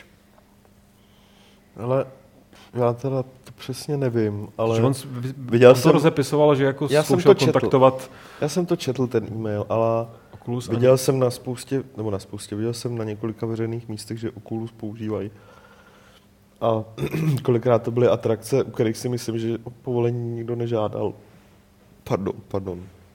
Ale já teda to přesně nevím, ale on to rozepisoval, že jako zkoušel kontaktovat. Já jsem to četl, ten e-mail, ale Oculus viděl jsem viděl jsem na několika veřejných místech, že Oculus používají. A kolikrát to byly atrakce, u kterých si myslím, že o povolení nikdo nežádal. Pardon.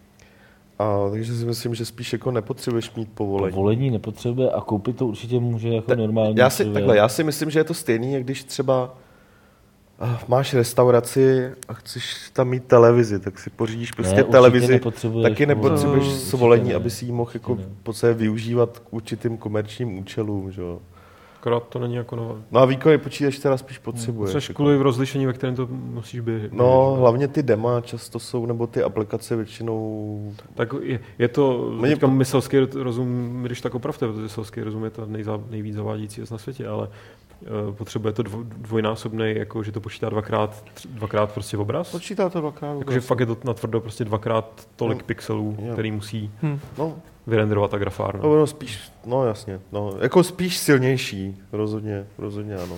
Takže si myslím, že spíš jako nepotřebuješ mít povolení. Povolení nepotřebuje a koupit to určitě může jako normální. Já si myslím, že je to stejný, jak když třeba máš restauraci a chceš tam mít televizi, tak si pořídíš prostě televizi, taky nepotřebuješ svolení, aby si ji mohl jako v podstatě využívat k určitým komerčním účelům. Že? Akorát to není jako nová. No a výkonný počítač teda spíš potřebuješ. Což kvůli v rozlišení, ve kterém to musíš být. No, hlavně ty dema často jsou, nebo ty aplikace většinou... Tak je to, teďka selský rozum, když tak opravte, protože selský rozum je to nejvíc zavádějící na světě, ale potřebuje to dvojnásobný, jako že to počítá dvakrát prostě obraz. Počítá to dvakrát. Takže fakt je to natvrdo prostě dvakrát tolik pixelů, který musí vyrenderovat ta grafárna. No spíš, no jasně, jako spíš silnější, rozhodně ano.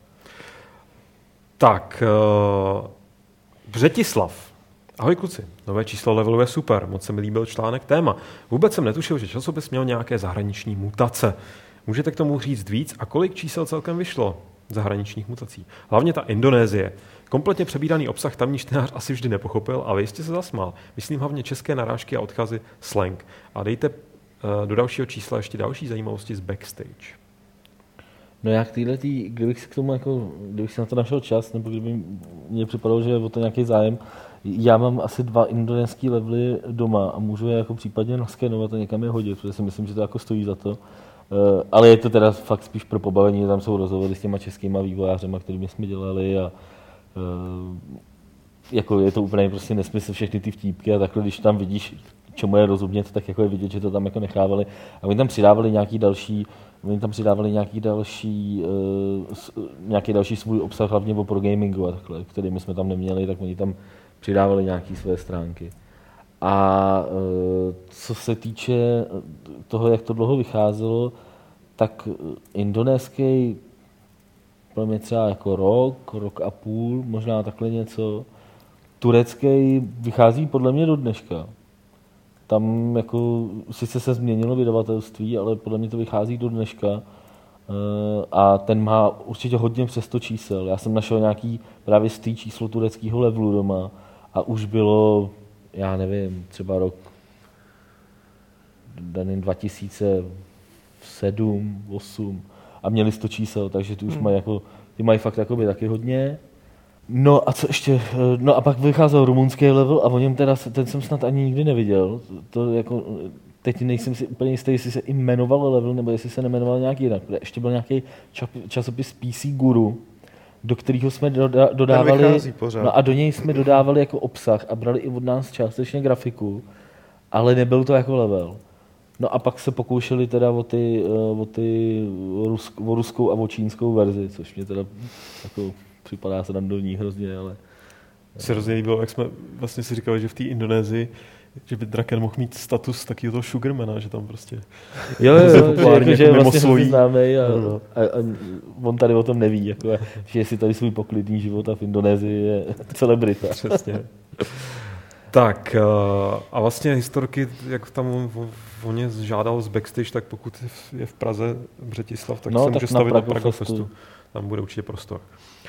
Tak, Břetislav. Ahoj kluci, nové číslo Levelu je super, moc se mi líbil článek téma. Vůbec jsem netušil, že časopis měl nějaké zahraniční mutace. Můžete k tomu říct víc a kolik čísel celkem vyšlo zahraničních mutací? Hlavně ta Indonésie. Kompletně přebíraný obsah tamní čtenář asi vždy nepochopil, ale jistě se zasmál. Myslím hlavně české narážky a odkazy slang. A dejte do dalšího čísla ještě další zajímavosti z backstage. No já kdybych si k tomu kdybych si na to našel čas, nebo kdyby mě připadalo, že je o to nějaký zájem, já mám asi 2 indonéský levely doma a můžu je jako případně naskenovat a někam je hodit, protože si myslím, že to jako stojí za to. Ale je to teda fakt spíš pro pobavení, tam jsou rozhovory s těma českýma vývojářema, kterými jsme dělali a jako je to úplně prostě nesmysl všechny ty vtípky a takhle, když tam vidíš, čemu je rozumět, tak jako je vidět, že to tam jako nechávali a oni tam přidávali nějaký další svůj obsah, hlavně o pro gamingu a takhle, který my jsme tam neměli, tak oni tam přidávali nějaké své stránky. A co se týče toho, jak to dlouho vycházelo, tak indonéský pro mě třeba jako rok a půl, možná takhle něco. Turecký vychází podle mě do dneška. Tam jako sice se změnilo vydavatelství, ale podle mě to vychází do dneška. A ten má určitě hodně přes 100 čísel. Já jsem našel nějaký právě z té číslo tureckého levelu doma a už bylo, já nevím, třeba rok 2007, 2008 a měli 100 čísel, takže ty už mají fakt jakoby taky hodně. No a co ještě? No a pak vycházel rumunský level a o něm teda, ten jsem snad ani nikdy neviděl. To jako, teď nejsem si úplně jistý, jestli se i jmenoval level, nebo jestli se nemenoval nějaký jinak. Ještě byl nějaký časopis PC Guru, do kterého jsme dodávali, no a do něj jsme dodávali jako obsah a brali i od nás částečně grafiku, ale nebyl to jako level. No a pak se pokoušeli teda o ruskou a o čínskou verzi, což mě teda jako připadá srandovní hrozně, ale... Se hrozně líbilo, jak jsme vlastně si říkali, že v té Indonésii, že by Draken mohl mít status takového toho sugarmana, že tam prostě... Jo, že je vlastně známej a on tady o tom neví, jako, že si tady svůj poklidný život a v Indonésii je celebrita. Přesně. Tak a vlastně historky, jak tam o ně žádal z backstage, tak pokud je v Praze Břetislav, tak se může stavit na Prago Festu. Tam bude určitě prostor.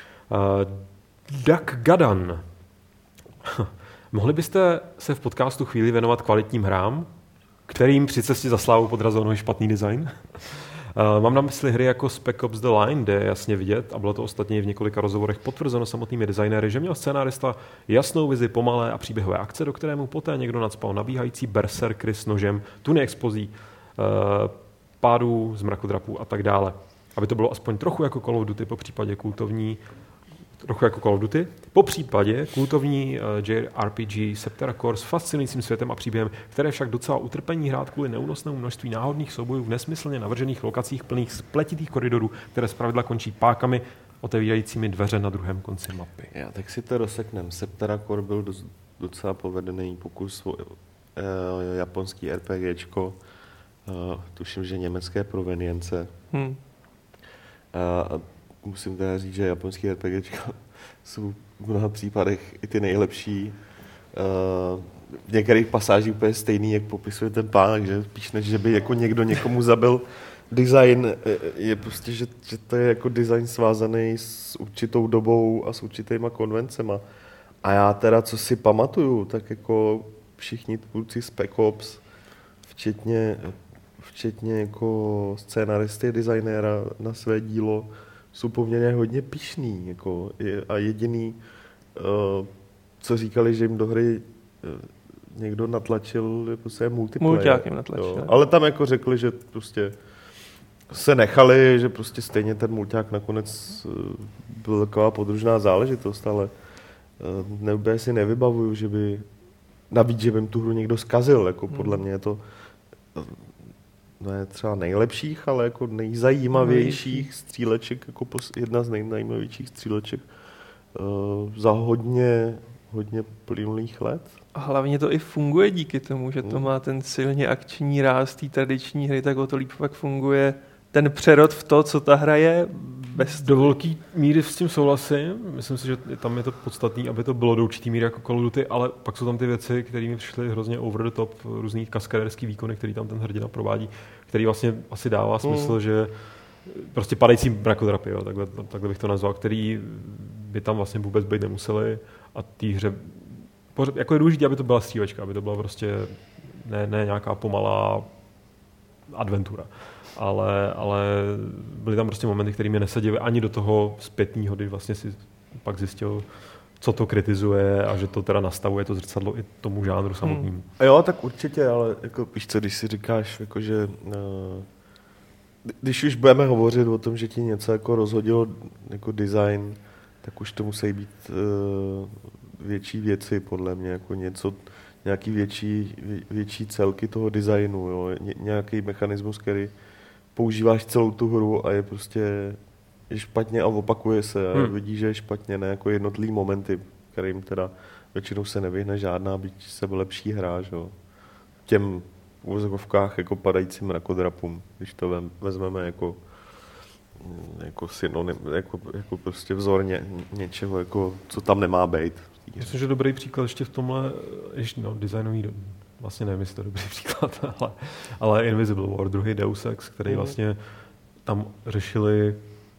Duck Gadan. Mohli byste se v podcastu chvíli věnovat kvalitním hrám, kterým při cestě za slávou podrazil nohy špatný design? Mám na mysli hry jako Spec Ops The Line, kde je jasně vidět, a bylo to ostatně v několika rozhovorech potvrzeno samotnými designéry, že měl scénárista jasnou vizi pomalé a příběhové akce, do kterému poté někdo nacpal nabíhající berserkry s nožem, tuny explozí, pádů z mrakodrapů a tak dále. Aby to bylo aspoň trochu jako Call of Duty, po případě kultovní JRPG Septara Core s fascinujícím světem a příběhem, které však docela utrpení hrát kvůli neúnosnému množství náhodných soubojů v nesmyslně navržených lokacích plných spletitých koridorů, které zpravidla končí pákami otevírajícími dveře na druhém konci mapy. Já tak si to rozseknem. Septara Core byl docela povedený pokus o japonský RPGčko. Tuším, že německé provenience. Musím teda říct, že japonský RPGčka jsou v mnoha případech i ty nejlepší. V některých pasážích úplně stejný, jak popisuje ten pán, takže spíš než, že by jako někdo někomu zabil design, je prostě, že to je jako design svázaný s určitou dobou a s určitýma konvencema. A já teda, co si pamatuju, tak jako všichni tvůrci Spec Ops, včetně jako scénaristy, designéra na své dílo, jsou poměrně hodně pyšný. Jako, a jediný, co říkali, že jim do hry někdo natlačil, je prostě multiplayer. Mulťák jim natlačil. Ale tam jako řekli, že prostě se nechali, že prostě stejně ten mulťák nakonec byl taková podružná záležitost, ale úplně si nevybavuju, že by navíc, že by tu hru někdo zkazil, jako podle mě je to ne třeba nejlepších, ale jako nejzajímavějších stříleček, jako jedna z nejzajímavějších stříleček za hodně plynulých let. A hlavně to i funguje díky tomu, že to má ten silně akční ráz té tradiční hry, tak o to líp pak funguje ten přerod v to, co ta hra je. Do velké míry s tím souhlasím. Myslím si, že tam je to podstatné, aby to bylo do určitý míry jako Call of Duty, ale pak jsou tam ty věci, které mi přišly hrozně over the top, různý kaskaderský výkony, který tam ten hrdina provádí, který vlastně asi dává smysl, že prostě padající mrakodrapy, jo, takhle bych to nazval, který by tam vlastně vůbec být nemuseli a té hře jako je důležité, aby to byla střílečka, aby to byla prostě ne nějaká pomalá adventura. Ale byly tam prostě momenty, které mě neseděly ani do toho zpětního, kdy vlastně si pak zjistil, co to kritizuje a že to teda nastavuje to zrcadlo i tomu žánru samotnému. Jo, tak určitě, ale jako, víš co, když si říkáš, jako, že když už budeme hovořit o tom, že ti něco jako rozhodilo jako design, tak už to musí být větší věci, podle mě, jako nějaký větší celky toho designu, jo? Nějaký mechanismus, který používáš celou tu hru a je prostě je špatně a opakuje se a vidíš, že je špatně, ne jako jednotlivý momenty, kterým teda většinou se nevyhne žádná, byť sebe lepší hra, že jo? Těm v úzovkách jako padajícím mrakodrapům, když to vezmeme jako synonym, jako prostě vzor něčeho, jako, co tam nemá být. Myslím, že dobrý příklad ještě v tomhle, designový, vlastně nevím, jestli to je dobrý příklad, ale Invisible War, druhý Deus Ex, který vlastně tam řešili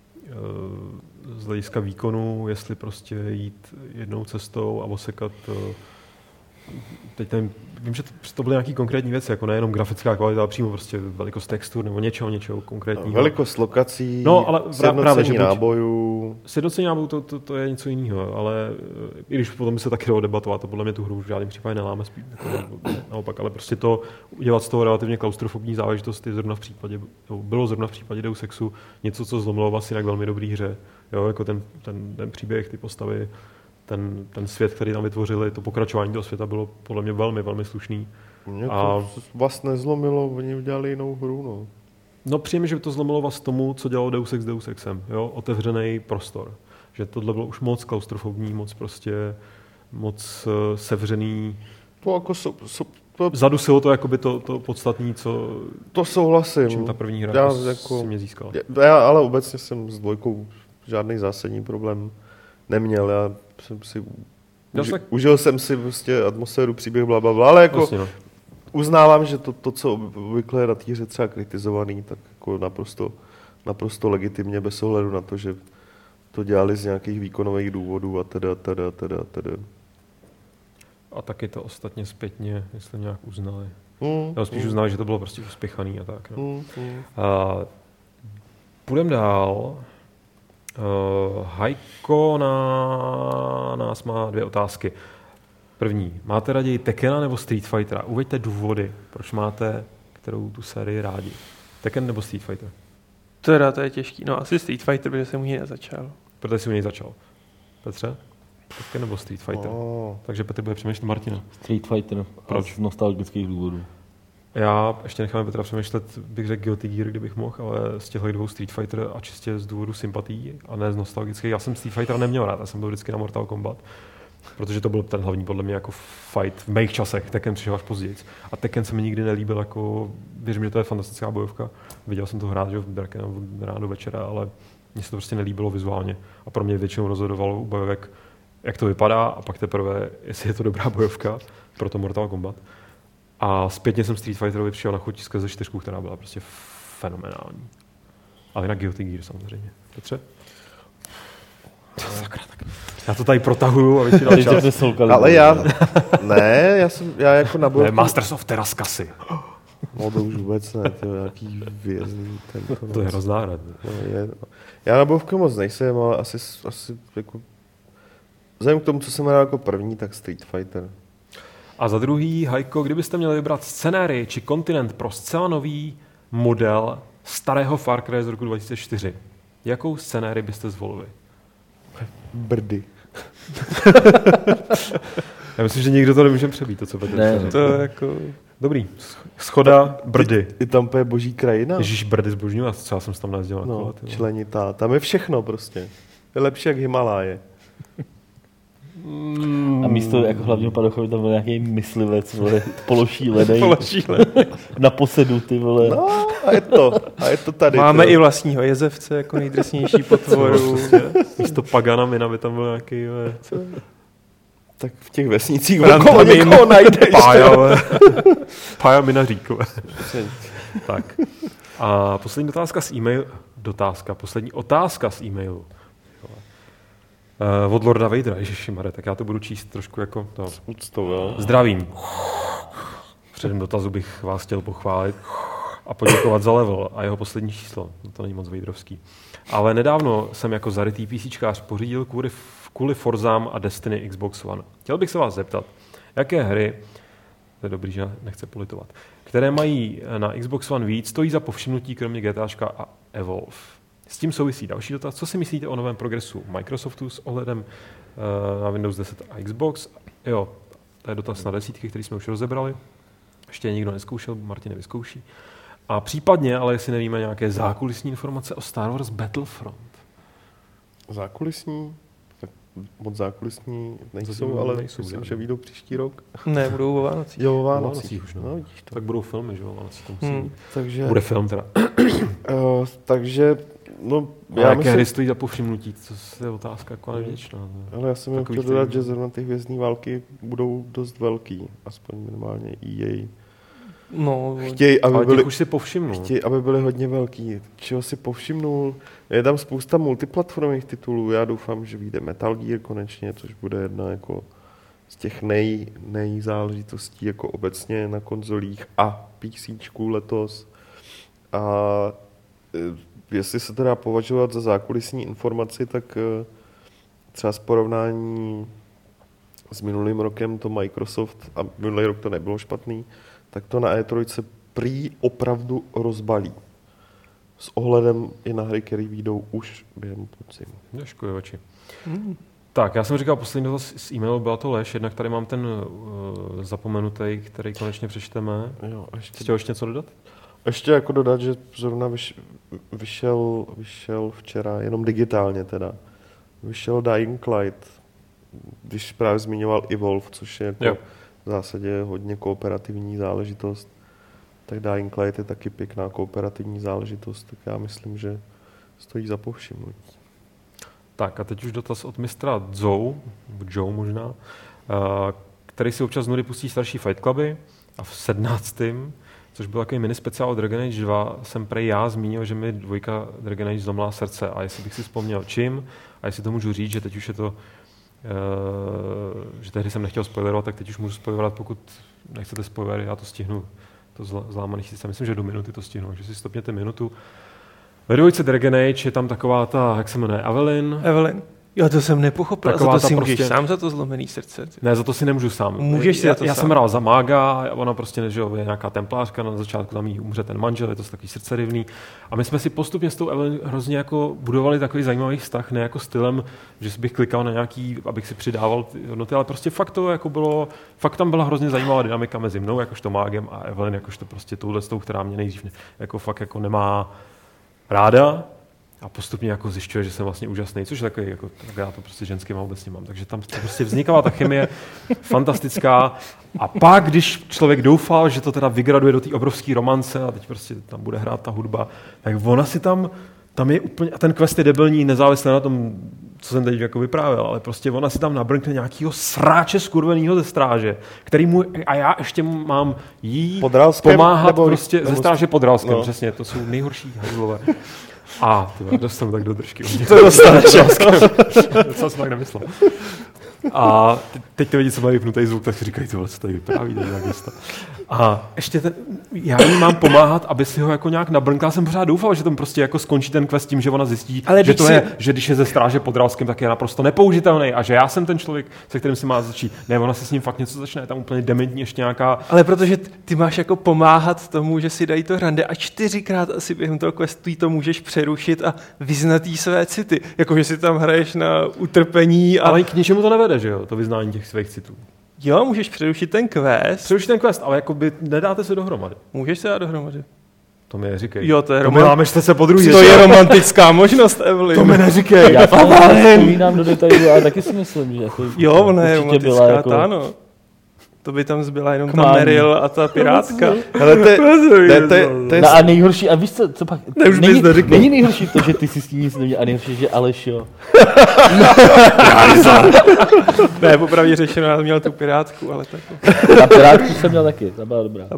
z hlediska výkonu, jestli prostě jít jednou cestou a osekat. Teď nevím, vím, že to byly nějaký konkrétní věci, jako nejenom grafická kvalita, ale přímo prostě velikost textur nebo něčeho konkrétního. Velikost lokací, ale sjednocení nábojů. Sjednocení nábojů to je něco jiného, ale i když potom by se taky dalo debatovat, to podle mě tu hru v žádném případě neláme spíš, jako naopak, ale prostě to udělat z toho relativně klaustrofobní záležitost bylo zrovna v případě Deus Exu něco, co zlomilo vlastně jinak velmi dobrý hře. Jo, jako ten příběh, ty postavy, ten svět, který tam vytvořili, to pokračování toho světa bylo podle mě velmi, velmi slušný. Mě to vás nezlomilo, oni udělali jinou hru, no. No přijde mi, že to zlomilo vás tomu, co dělalo Deus Ex Deus Exem, jo? Otevřený prostor. Že tohle bylo už moc klaustrofobní, moc sevřený. To jako zadusilo to jakoby to podstatný, co... To souhlasím. Čím ta první hra si mě získala. Já ale obecně jsem s dvojkou žádný zásadní problém neměl. Já jsem si užil jsem si prostě atmosféru, příběh, blablabla, ale jako vlastně, no. Uznávám, že to, co obvykle je na té hře třeba kritizovaný, tak jako naprosto legitimně, bez ohledu na to, že to dělali z nějakých výkonových důvodů a teda. A taky to ostatně zpětně, jestli nějak uznali. Já spíš uznali, že to bylo prostě uspěchaný a tak. No. Půjdeme dál. Hajko nás má 2 otázky. První, máte raději Tekkena nebo Street Fightera? Uveďte důvody, proč máte kterou tu sérii rádi. Tekken nebo Street Fighter? To je těžký. No asi Street Fighter, protože jsem u něj nezačal. Protože jsi u něj začal. Petře? Tekken nebo Street Fighter? Takže Petr bude přemýšlet Martina. Street Fighter. Proč? Z nostalgických důvodů. Já ještě nechám Petra přemýšlet, bych řekl Guilty Gear, kdybych mohl, ale z těchto 2 Street Fighter a čistě z důvodu sympatí a ne z nostalgických. Já jsem Street Fighter neměl rád, já jsem byl vždycky na Mortal Kombat, protože to byl ten hlavní podle mě jako fight v mých časech. Tekken přišel až později. A Tekken se mi nikdy nelíbil, jako věřím, že to je fantastická bojovka. Viděl jsem to hrát, že v ráno do večera, ale mně se to prostě nelíbilo vizuálně. A pro mě většinou rozhodovalo u bojovek, jak to vypadá a pak teprve, jestli je to dobrá bojovka, proto Mortal Kombat. A zpětně jsem Street Fighterovi přišel na chuť skrze 4, která byla prostě fenomenální. Ale na Guilty Gear samozřejmě. Petře? Sakra, tak. Já to tady protahuju a vy si dal čas. Ale já jako na bojovku... Masters of Terraskasy. No to už vůbec ne, to je nějaký vězný. To je hrozná hra. No, já na bojovku moc nejsem, ale asi jako... Vzhledem k tomu, co jsem hrál jako první, tak Street Fighter. A za druhý, Hajko, kdybyste měli vybrat scenérii či kontinent pro zcela nový model starého Far Cry z roku 2004, jakou scenérii byste zvolili? Brdy. Já myslím, že nikdo to nemůže přebít, to co Petr řekl. To jako... Dobrý. Schoda, Brdy. I tam je boží krajina. Ježíš, Brdy zbožňuji, a třeba jsem se tam najezdil na kole. Členitá. Tam je všechno prostě. Je lepší jak Himaláje. A místo jako hlavního padochovi tam byl nějaký myslivec, vole, pološílenej. Na posedu, ty vole. No, a je to tady. Máme i vlastního jezevce jako nejdrsnější potvoru. Místo Pagana Mina by tam byl nějaký... Tak v těch vesnicích okolo někoho najdeš. Pája Mina Říkové. Tak. A poslední otázka z e-mailu. Od Lorda Vadera, ježišimare, tak já to budu číst trošku jako to. S úctou, jo. Zdravím. Předem dotazu bych vás chtěl pochválit a poděkovat za level a jeho poslední číslo. No to není moc Vaderovský. Ale nedávno jsem jako zarytý PCčkář pořídil kvůli Forzám a Destiny Xbox One. Chtěl bych se vás zeptat, jaké hry, to je dobrý, že nechce politovat, které mají na Xbox One víc, stojí za povšimnutí kromě GTAčka a Evolve. S tím souvisí další dotaz. Co si myslíte o novém progresu Microsoftu s ohledem na Windows 10 a Xbox? Jo, to je dotaz na desítky, který jsme už rozebrali. Ještě nikdo neskoušel, Martin nevyzkouší. A případně, ale jestli nevíme, nějaké zákulisní informace o Star Wars Battlefront. Zákulisní? Tak moc zákulisní nejsou, ale myslím, že vyjdou příští rok. Ne, budou o Vánocích. Jo, o Vánocích už. No, tak budou filmy, že jo, Vánocích to musí být. Takže, bude film teda. Takže, no, já jaké hry stojí za povšimnutí? To je otázka jako nevděčná. Ale já jsem jen chtěl dodat, že zrovna ty hvězdní války budou dost velký, aspoň minimálně EA. No, chtějí, aby byli, už si povšimnul. Chtějí, aby byly hodně velký. Čeho si povšimnul? Je tam spousta multiplatformových titulů. Já doufám, že vyjde Metal Gear konečně, což bude jedna jako z těch nejzáležitostí jako obecně na konzolích a PCčku letos. A jestli se teda považovat za zákulisní informaci, tak třeba z porovnání s minulým rokem to Microsoft, a minulý rok to nebylo špatný, tak to na E3 prý opravdu rozbalí. S ohledem i na hry, které vyjdou už během podzimu. Děkuji oči. Tak, já jsem říkal poslední dotaz z e-mailu, byla to lež, jednak tady mám ten zapomenutý, který konečně přečteme. Jo, chtěl ještě něco dodat? Ještě jako dodat, že zrovna vyšel včera, jenom digitálně teda, vyšel Dying Light, když právě zmiňoval Evolve, což je jako v zásadě hodně kooperativní záležitost, tak Dying Light je taky pěkná kooperativní záležitost, tak já myslím, že stojí za povšimnutí. Tak a teď už dotaz od mistra Joe možná, který si občas nudy pustí starší Fight Cluby a v 17. což byl takový mini speciál od Dragon Age 2, jsem prej já zmínil, že mi dvojka Dragon Age zlomila srdce a jestli bych si vzpomněl čím a jestli to můžu říct, že teď už je to že tehdy jsem nechtěl spoilerovat, tak teď už můžu spoilerovat, pokud nechcete spoilery, já to stihnu, to zlámaný systém. Myslím, že do minuty to stihnu, takže si stopněte minutu. Ve dvojce Dragon Age je tam taková ta, jak se jmenuje, Evelyn. Jo, to jsem nepochopil. Taková za to si můžeš prostě sám za to zlomený srdce. Ne, za to si nemůžu sám. Můžeš si já jsem hrál za mága a ona prostě, že je nějaká templářka, na začátku tam jí umře ten manžel, je to takový srdcerivný. A my jsme si postupně s tou Evelyn hrozně jako budovali takový zajímavý vztah, ne jako stylem, že bych klikal na nějaký, abych si přidával ty hodnoty, ale prostě fakt to jako bylo, fakt tam byla hrozně zajímavá dynamika mezi mnou, jakožto mágem, a Evelyn, jakožto prostě touhletou, která mě nejdřív jako fakt jako nemá ráda. A postupně jako zjišťuje, že jsem vlastně úžasný, což je takový, jako, tak já to prostě ženským obecně mám. Takže tam prostě vznikala ta chemie fantastická. A pak, když člověk doufal, že to teda vygraduje do té obrovské romance a teď prostě tam bude hrát ta hudba, tak ona si tam je úplně, a ten quest je debilní, nezávisle na tom, co jsem teď jako vyprávěl, ale prostě ona si tam nabrnkne nějakýho sráče skurvenýho ze stráže, který mu, a já ještě mám jí pomáhat prostě ze stráže pod Ralskem, přesně, to jsou nejhorší hajzlové. A ty dostanu tak do držky. To dostaneš. Co jsem tak nemyslel. A teď to vidí, co má vypnutý zvuk, tak si říkají, co tady vypráví. A ještě já jim mám pomáhat, aby si ho jako nějak nabrnkl. Já jsem pořád doufal, že tam prostě jako skončí ten quest tím, že ona zjistí, že když je ze stráže pod Ralskem, tak je naprosto nepoužitelný a že já jsem ten člověk, se kterým si má začít. Ne, ona se s ním fakt něco začne, je tam úplně dementní ještě nějaká. Ale protože ty máš jako pomáhat tomu, že si dají to rande a 4krát asi během toho questu to můžeš přerušit a vyznat jí své city. Jakože si tam hraješ na utrpení. Ale k ničemu to nevede, že jo, to vyznání těch svých citů. Jo, můžeš přerušit ten quest. Ale jakoby nedáte se dohromady. Můžeš se dát dohromady. To mi neříkej. Jo, to je se po druhý. To je romantická možnost, Evelyn. To mi neříkej. Já vzpomínám do detailů, ale taky si myslím, že jako jo, ona je romantická, jako... ano. To by tam zbyla jenom ta Meryl a ta pirátka. Ale to je... No a nejhorší, a víš co pak? Není nejhorší to, že ty si s tím nic neví, a nejhorší, že Aleš jo. Ne, popravdě řečeno, já měl tu pirátku, ale tak. A pirátku jsem měl taky, ta byla dobrá.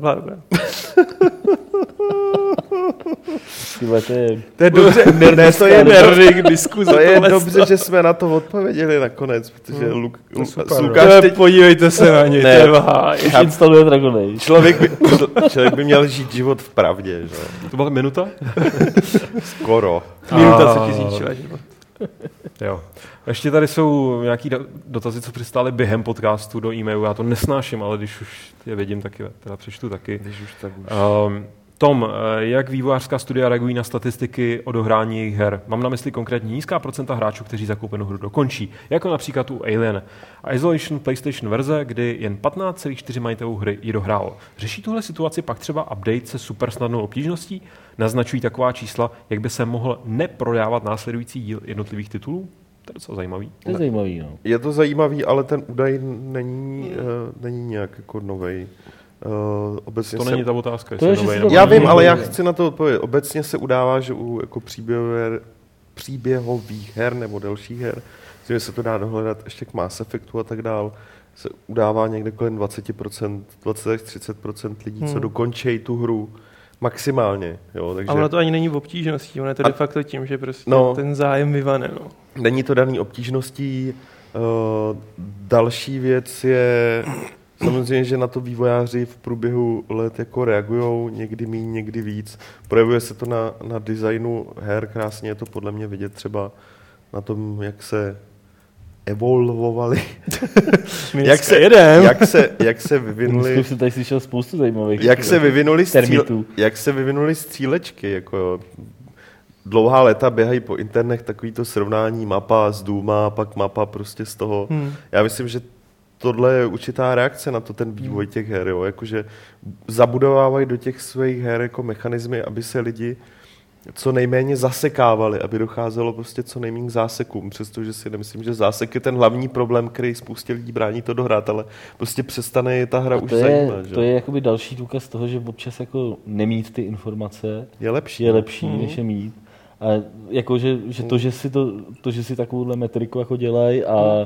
To je dobře, to je nerding diskuze. To je dobře, že jsme na to odpověděli nakonec, protože Lukáš, podívejte se na něj, už instaluje Dragon Age. Člověk by měl žít život v pravdě, že? To byla minuta? Skoro. Minuta, co ti zničila život. Jo. Ještě tady jsou nějaký dotazy, co přistály během podcastu do e-mailu. Já to nesnáším, ale když už je vidím, tak je teda přečtu taky. Když už tak už. Tom, jak vývojářská studia reagují na statistiky o dohrání jejich her? Mám na mysli konkrétně nízká procenta hráčů, kteří zakoupenou hru dokončí, jako například u Alien. A Isolation PlayStation verze, kdy jen 15,4 majitelů hry ji dohrálo. Řeší tuhle situaci pak třeba update se super snadnou obtížností? Naznačují taková čísla, jak by se mohl neprodávat následující díl jednotlivých titulů? To je docela zajímavý. To je zajímavý, no. Je to zajímavý, ale ten údaj není nějak jako novej. Obecně to není ta otázka. Já vím, ale já chci na to odpovědět. Obecně se udává, že u jako příběhových her nebo delších her, že se to dá dohledat ještě k Mass Effectu a tak dál, se udává někde kolem 20%, 20-30% lidí, co dokončí tu hru maximálně. Jo, takže... A ono to ani není v obtížností, ono je to de facto tím, že prostě ten zájem vyvane. No. Není to daný obtížností. Další věc je... Samozřejmě, že na to vývojáři v průběhu let jako reagujou, někdy míň, někdy víc. Projevuje se to na designu her, krásně je to podle mě vidět třeba na tom, jak se evolvovali. jak se vyvinuli... Jsem tady slyšel spoustu zajímavých jak se vyvinuli střílečky. Jako dlouhá léta běhají po internetech takovýto srovnání mapa z Dooma, pak mapa prostě z toho. Já myslím, že tohle je určitá reakce na to ten vývoj těch her, jo? Jakože zabudovávají do těch svých her jako mechanismy, aby se lidi co nejméně zasekávali, aby docházelo prostě co nejméně k zásekům, přestože si nemyslím, že zásek je ten hlavní problém, který spoustě lidí brání to dohrát, ale prostě přestane je ta hra už zajímat. To je jakoby další důkaz toho, že občas jako nemít ty informace je lepší než je mít. A jako, že že si takovouhle metriku jako dělají a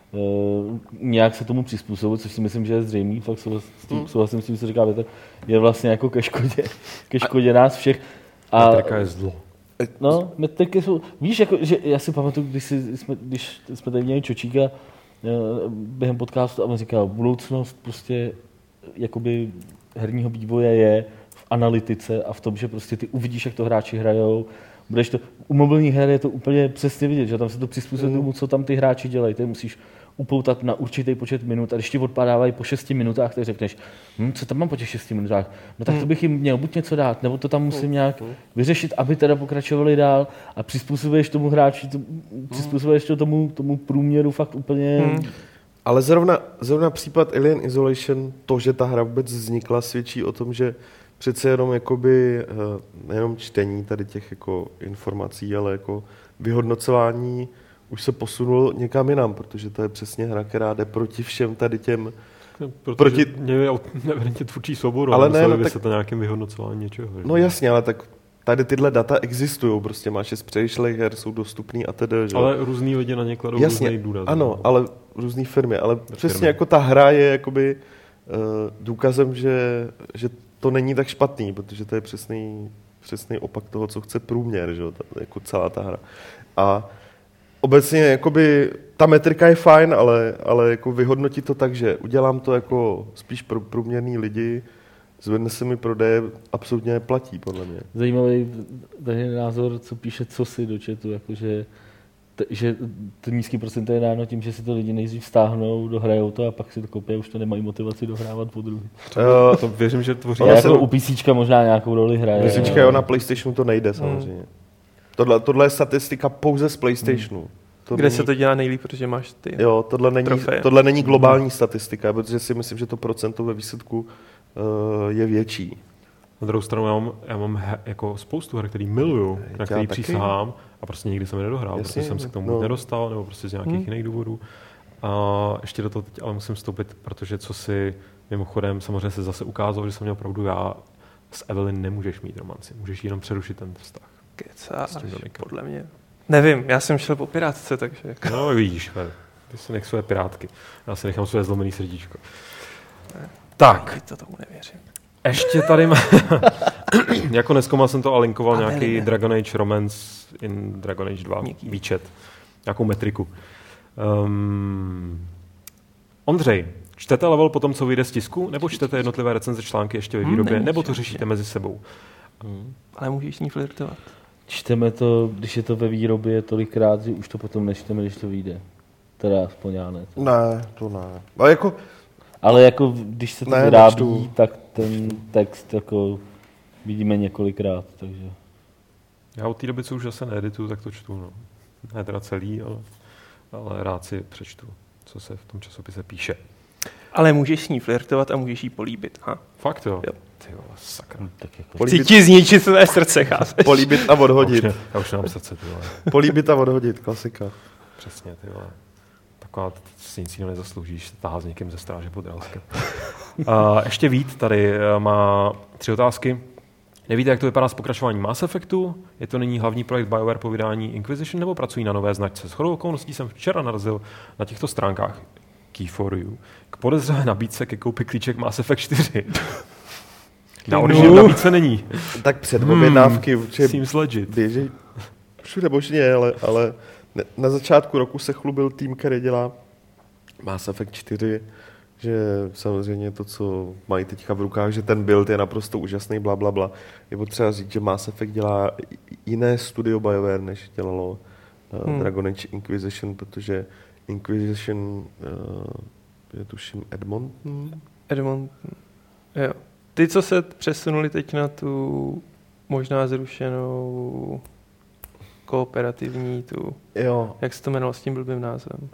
nějak se tomu přizpůsobit, což si myslím, že je zřejmý, fakt souhlasím s tím, co říkáte, je vlastně jako ke škodě nás všech. A metrika je zlo. No, metriky jsou, víš, jako, že já si pamatuju, když jsme tady měli Čočíka během podcastu a on říkal, budoucnost prostě jakoby herního vývoje je v analytice a v tom, že prostě ty uvidíš, jak to hráči hrajou. Budeš to, u mobilních her je to úplně přesně vidět, že tam se to přizpůsobí tomu, co tam ty hráči dělají. Ty musíš upoutat na určitý počet minut a když ti odpadávají po 6 minutách, tak řekneš, co tam mám po těch 6 minutách? No tak to bych jim měl buď něco dát, nebo to tam musím nějak vyřešit, aby teda pokračovali dál a přizpůsobuješ tomu hráči, přizpůsobuješ to tomu průměru fakt úplně... Ale zrovna případ Alien Isolation, to, že ta hra vůbec vznikla, svědčí o tom, že přece jenom jakoby, nejenom čtení tady těch jako informací, ale jako vyhodnocování už se posunul někam jinam, protože to je přesně hra, která jde proti všem tady těm... Protože mě je nevěrně tvůrčí souboru, ale ne, tak... se to nějakým vyhodnocováním něčeho. No jasně, ale tak tady tyhle data existují, prostě máš je z předešlých her, jsou dostupný a tedy. Ale různý lidi na ně kladou různý důraz. Ano, ale různý firmy, ale přesně jako ta hra je jakoby důkazem, že to není tak špatný, protože to je přesný opak toho, co chce průměr, že jo, jako celá ta hra. A obecně jakoby ta metrika je fajn, ale jako vyhodnotit to tak, že udělám to jako spíš pro průměrný lidi, zvedne se mi prodeje, absolutně neplatí, podle mě. Zajímavý tady názor, co píše Cosi do chatu, jakože že to nízký procento je dáno tím, že si to lidi nejdřív stáhnou, dohrajou to a pak si to koupí a už to nemají motivaci dohrávat po druhý. To věřím, že tvoří. Jako u PCčka možná nějakou roli hraje. PCčka jo, na PlayStationu to nejde samozřejmě. Tohle je statistika pouze z PlayStationu. Kde se to dělá nejlíp, protože máš ty Jo, tohle není globální statistika, protože si myslím, že to procento ve výsledku je větší. Na druhou stranu já mám jako spoustu her, který miluju, na který přísahám a prostě nikdy jsem je nedohrál, protože jsem se k tomu nedostal, nebo prostě z nějakých jiných důvodů. A ještě do toho teď ale musím vstoupit, protože co si mimochodem samozřejmě se zase ukázalo, že jsem měl pravdu, já s Evelyn nemůžeš mít romanci, můžeš jenom přerušit ten vztah. Kecáš, podle mě. Nevím, já jsem šel po pirátce, takže... No vidíš, ty si nech své pirátky, já si nechám své zlomený srdíčko. Tak. To tomu nevěřím. Ještě tady jako nezkoumal jsem to a linkoval nějaký Dragon Age Romance in Dragon Age 2 výčet. Nějakou metriku. Ondřej, čtete level po tom, co vyjde z tisku, nebo čtete jednotlivé recenze články ještě ve výrobě, nebo to řešíte mezi sebou? Ale můžeš s ní flirtovat. Čteme to, když je to ve výrobě tolikrát, že už to potom nečteme, když to vyjde. Teda aspoň já ne. Ne, to ne. Ale jako když se to vyrábí, tak ten text jako vidíme několikrát, takže... Já od té doby, co už zase needituju, tak to čtu, no. Ne teda celý, ale rád si přečtu, co se v tom časopise píše. Ale můžeš s ní flirtovat a můžeš jí políbit, ha? Fakt jo? Jo. Ty vole, sakra. Tak jako... Chci ti zničit své srdce, chápeš? Políbit a odhodit. Já už nemám srdce, ty vole. Políbit a odhodit, klasika. Přesně, ty vole. Taková si nic jiného nezasloužíš, táhá s někým ze stráže pod rálskem. Ještě Vít tady má 3 otázky. Nevíte, jak to vypadá s pokračováním Mass Effectu? Je to nyní hlavní projekt BioWare po vydání Inquisition, nebo pracují na nové značce? Shodou okolností jsem včera narazil na těchto stránkách Key for You k podezřelé nabídce ke koupi klíček Mass Effect 4. Na originální nabídce není. Tak předobjednávky určitě běží všude možně, ale na začátku roku se chlubil tým, který dělá Mass Effect 4, že samozřejmě to, co mají teďka v rukách, že ten build je naprosto úžasný, blablabla. Je potřeba říct, že Mass Effect dělá jiné studio BioWare, než dělalo Dragon Age Inquisition, protože Inquisition je tuším Edmonton. Jo. Ty, co se přesunuli teď na tu možná zrušenou kooperativní tu... Jo. Jak se to jmenovalo s tím blbým názvem?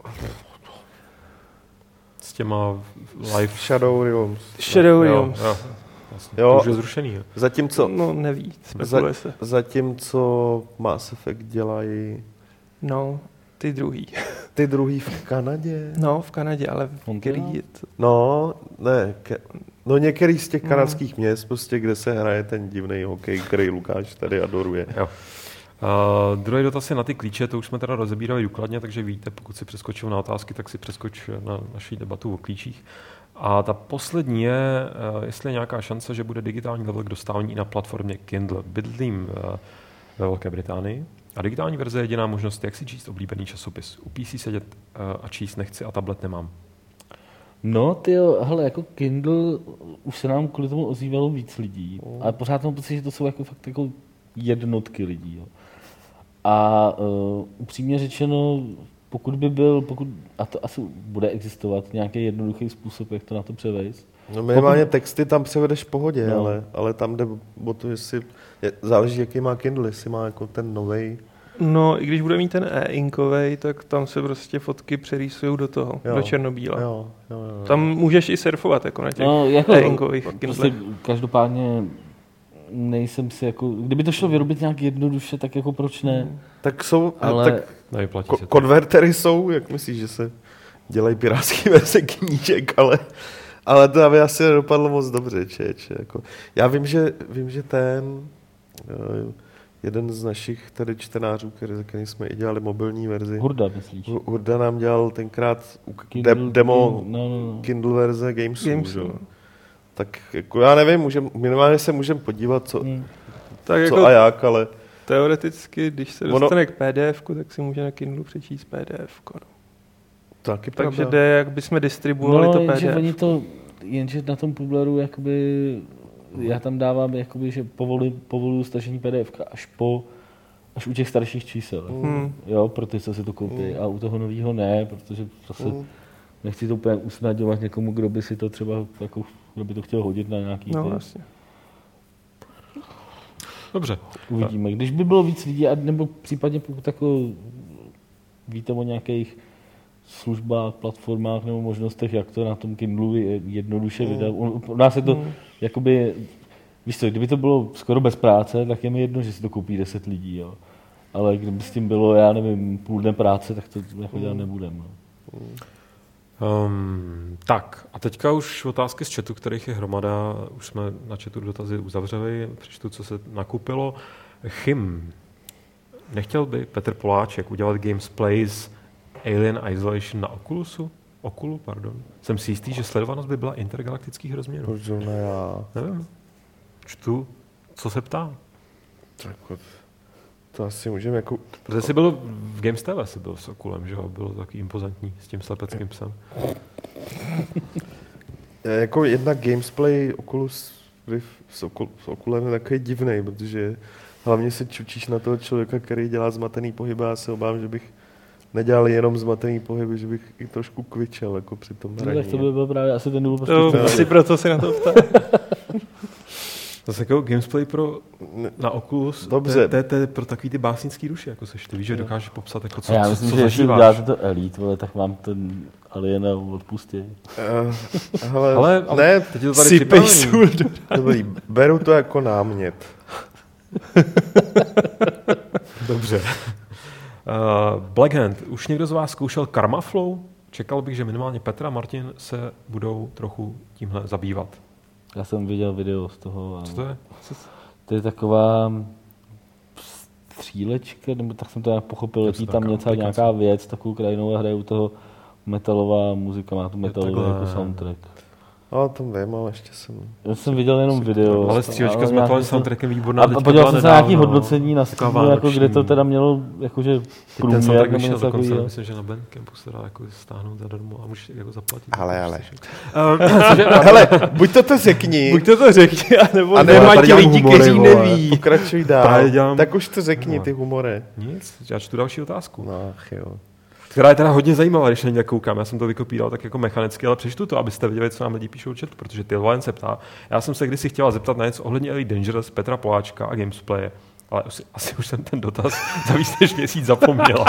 S těma live... Shadow Realms. Shadow Realms. Jo, to už je zrušený. Jo. Zatímco... No neví, spekuluje se. Zatímco Mass Effect dělají... No, ty druhý. Ty druhý v Kanadě? No, v Kanadě, ale v který je to... No, ne, některý z těch kanadských měst, prostě, kde se hraje ten divný hokej, který Lukáš tady adoruje. Jo. Druhý dotaz je na ty klíče, to už jsme teda rozebírali důkladně, takže víte, pokud si přeskočil na otázky, tak si přeskoč na naší debatu o klíčích. A ta poslední je, jestli je nějaká šance, že bude digitální level k dostávání i na platformě Kindle. Bydlím ve Velké Británii a digitální verze je jediná možnost, jak si číst oblíbený časopis. U PC sedět a číst nechci a tablet nemám. No, tyjo, hele, jako Kindle už se nám kvůli tomu ozývalo víc lidí, ale pořád mám pocit, že to jsou jako fakt jako jednotky lidí. Jo. A upřímně řečeno, a to asi bude existovat nějaký jednoduchý způsob, jak to na to převést. No minimálně texty tam převedeš v pohodě, no. ale tam jde o to, jestli záleží, jaký má Kindle, jestli má jako ten novej. No, i když bude mít ten e-inkovej, tak tam se prostě fotky přerýsují do toho, do černobíla. Jo. Tam můžeš i surfovat jako na těch jako, e-inkových Kindlech. Prostě každopádně nejsem si jako, kdyby to šlo vyrobit nějak jednoduše, tak jako proč ne? Tak jsou, ale konvertery jsou, jak myslíš, že se dělají pirátský verze knížek, ale to by asi nedopadlo moc dobře, jako. Já vím, že ten jeden z našich tady čtenářů, který jsme i dělali mobilní verzi. Hurda, myslíš? Hurda nám dělal tenkrát demo Kindle verze Gamesu. Tak jako já nevím, minimálně se můžeme podívat, co Tak co jako a jak, ale teoreticky, když se dostane k PDF-ku, tak si může na Kindlu přečíst PDF-ko. No. taky Takže pravda. jde, jak bychom distribuovali to jenže PDF. oni to, jenže na tom Publeru, jakoby, já tam dávám, jakoby, že povoluju stažení PDF až u těch starších čísel. Jo, pro ty, co si to koupí. A u toho nového ne, protože zase nechci to úplně usnadňovat někomu, kdo by si to třeba, jako, kdo by to chtěl hodit na nějaký No, ty. vlastně. Dobře. Uvidíme. Když by bylo víc lidí, nebo případně pokud jako víte o nějakých službách, platformách nebo možnostech, jak to na tom Kindlu jednoduše vydat. U nás je to jakoby, víš co, kdyby to bylo skoro bez práce, tak je mi jedno, že si to koupí 10 lidí, jo. Ale kdyby s tím bylo, já nevím, půl dne práce, tak to jako dělat nebudem. No. Tak a teďka už otázky z chatu, kterých je hromada, už jsme na chatu dotazy uzavřeli, přečtu, co se nakupilo. Chym. Nechtěl by Petr Poláček udělat Gamesplays Alien Isolation na Oculu, pardon. Jsem si jistý, že sledovanost by byla intergalaktických rozměrů. Proč ne já? Nevím. Čtu, co se ptá. To asi můžeme jako... Protože jsi byl v Games TV, jsi byl s Oculem, že jo? Bylo to taky impozantní s tím slepeckým psem. Jako jedna Gamesplay Oculus Rift s Oculem je takový divnej, protože hlavně se čučíš na toho člověka, který dělá zmatený pohyb a já se obávám, že bych nedělal jenom zmatený pohyby, že bych i trošku kvičel jako při tom hraní. No, tak to by byl právě asi ten důvod. Asi proto se na to ptá. Zase jako Gamesplay na Oculus, Dobře. To je pro takový ty básnický duši, jako seš ty víš, že dokážeš popsat, jako co, já myslím, co že jestli zažíváš. uděláte to Elite, vole, tak vám ten Aliena odpustí. Ale ne, teď je to tady Sypej připravený. sůl. dobrý, beru to jako námět. Dobře. Blackhand, už někdo z vás zkoušel Karma Flow? Čekal bych, že minimálně Petr a Martin se budou trochu tímhle zabývat. Já jsem viděl video z toho. Co to je? To je taková střílečka, nebo tak jsem to nějak pochopil, letí tam nějaká věc, takovou krajinou a hraje u toho metalová muzika, má tu metalový jako soundtrack. Ale tam vím, ale ještě jsem... Já jsem viděl jenom video. Ale střílečka s metalovým soundtrackem výborná. A podíval jsem se na nějaký hodnocení na Steamu, jako kde to teda mělo jakože průměr nebo něco takového. Myslím, že na Bandcampu se dá jako stáhnout zadarmo a můžeš jako zaplatit. Ale. Hele, buď to řekni. Buď to řekni, anebo A nemají ti lidi, kteří neví. Pokračuj dál. Tak už to řekni, ty humore. Nic, já čtu další otázku. No, jo. Která je teda hodně zajímavá, když na ní tak koukám. Já jsem to vykopíral tak jako mechanicky, ale přečtu to, abyste viděli, co nám lidi píšou v chatu, protože Tilvalen se ptá. Já jsem se kdysi chtěla zeptat na něco ohledně Elite Dangerous, Petra Poláčka a Gamesplaye, ale asi už jsem ten dotaz za víc než měsíc zapomněla.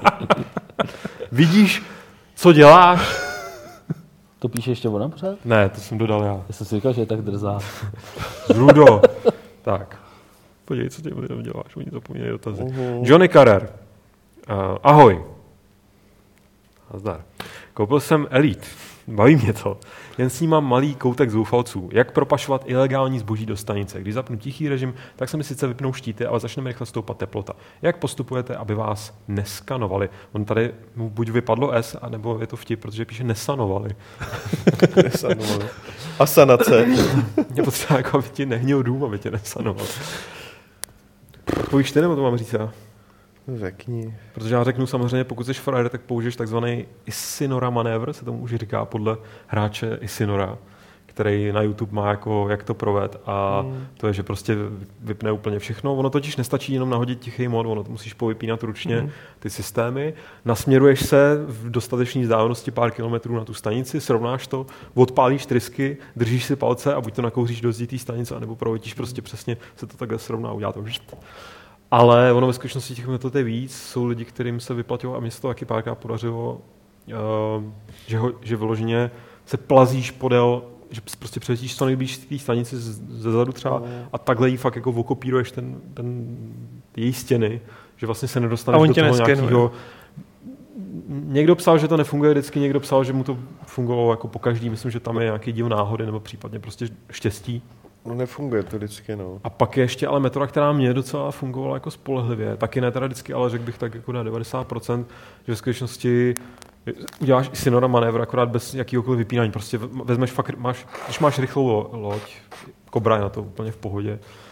Vidíš, co děláš? To píše ještě ona pořád? Ne, to jsem dodal já. Já jsem si říkal, že je tak drzá. Zrudo. Tak. Podívej, co těm lidem děláš, oni zapomínají dotazy. Johnny Carrer. Ahoj. Nazdar. Koupil jsem Elite. Baví mě to. Jen s ním mám malý koutek zoufalců. Jak propašovat ilegální zboží do stanice? Když zapnu tichý režim, tak se mi sice vypnou štíty, ale začne mi rychle stoupat teplota. Jak postupujete, aby vás neskanovali? On tady mu buď vypadlo S, anebo je to vtip, protože píše nesanovali. Nesanovali. A sanace. Mě potřeba, jako, aby ti nehnil dům, aby tě nesanoval. Odpovíš ty, nebo to mám říct já? Řekni. Protože já řeknu samozřejmě, pokud jsi frajer, tak použiješ takzvaný Isinora manévr, se tomu už říká podle hráče Isinora, který na YouTube má jako, jak to provést a to je, že prostě vypne úplně všechno. Ono totiž nestačí jenom nahodit tichý mod, ono to musíš povypínat ručně ty systémy. Nasměruješ se v dostatečné vzdálenosti pár kilometrů na tu stanici, srovnáš to, odpálíš trysky, držíš si palce a buď to nakouříš do zdi té stanice, anebo proletíš prostě přesně, se to takhle srovná, udělá to žít. Ale ono ve skutečnosti těch metod je víc. Jsou lidi, kterým se vyplatilo a mě se to taky párkrát podařilo, že vyloženě se plazíš podél, že prostě přeletíš co nejblíž té stanici ze zadu třeba a takhle jí fakt jako okopíruješ ten její stěny, že vlastně se nedostaneš do toho nějakého... Někdo psal, že to nefunguje vždycky, někdo psal, že mu to fungovalo jako pokaždý. Myslím, že tam je nějaký díl náhody nebo případně prostě štěstí. No nefunguje to vždycky, no. A pak je ještě ale metoda, která mě docela fungovala jako spolehlivě. Taky ne teda vždycky, ale řekl bych tak jako na 90%, že v skutečnosti uděláš i Sinora manévr akorát bez jakýhokoliv vypínání. Prostě vezmeš fakt, když máš rychlou loď, Cobra je na to úplně v pohodě,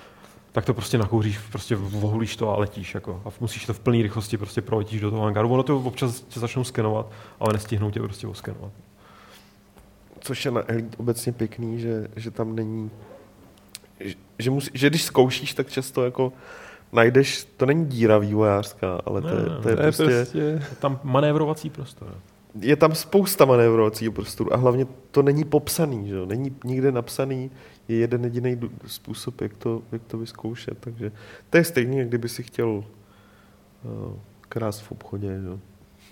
tak to prostě nakouříš, prostě vohulíš to a letíš. Jako, a musíš to v plné rychlosti prostě proletíš do toho hangáru. Ono to občas tě začnou skenovat, ale nestihnou tě prostě oskenovat. Což je na Elite obecně pěkný, že tam není, že když zkoušíš, tak často jako najdeš, to není díra vývojářská, ale to je prostě tam manévrovací prostor. Je tam spousta manévrovacího prostoru a hlavně to není popsaný, že? Není nikde napsaný, je jeden jediný způsob, jak to vyzkoušet, takže to je stejný, jak kdyby si chtěl krást v obchodě, že?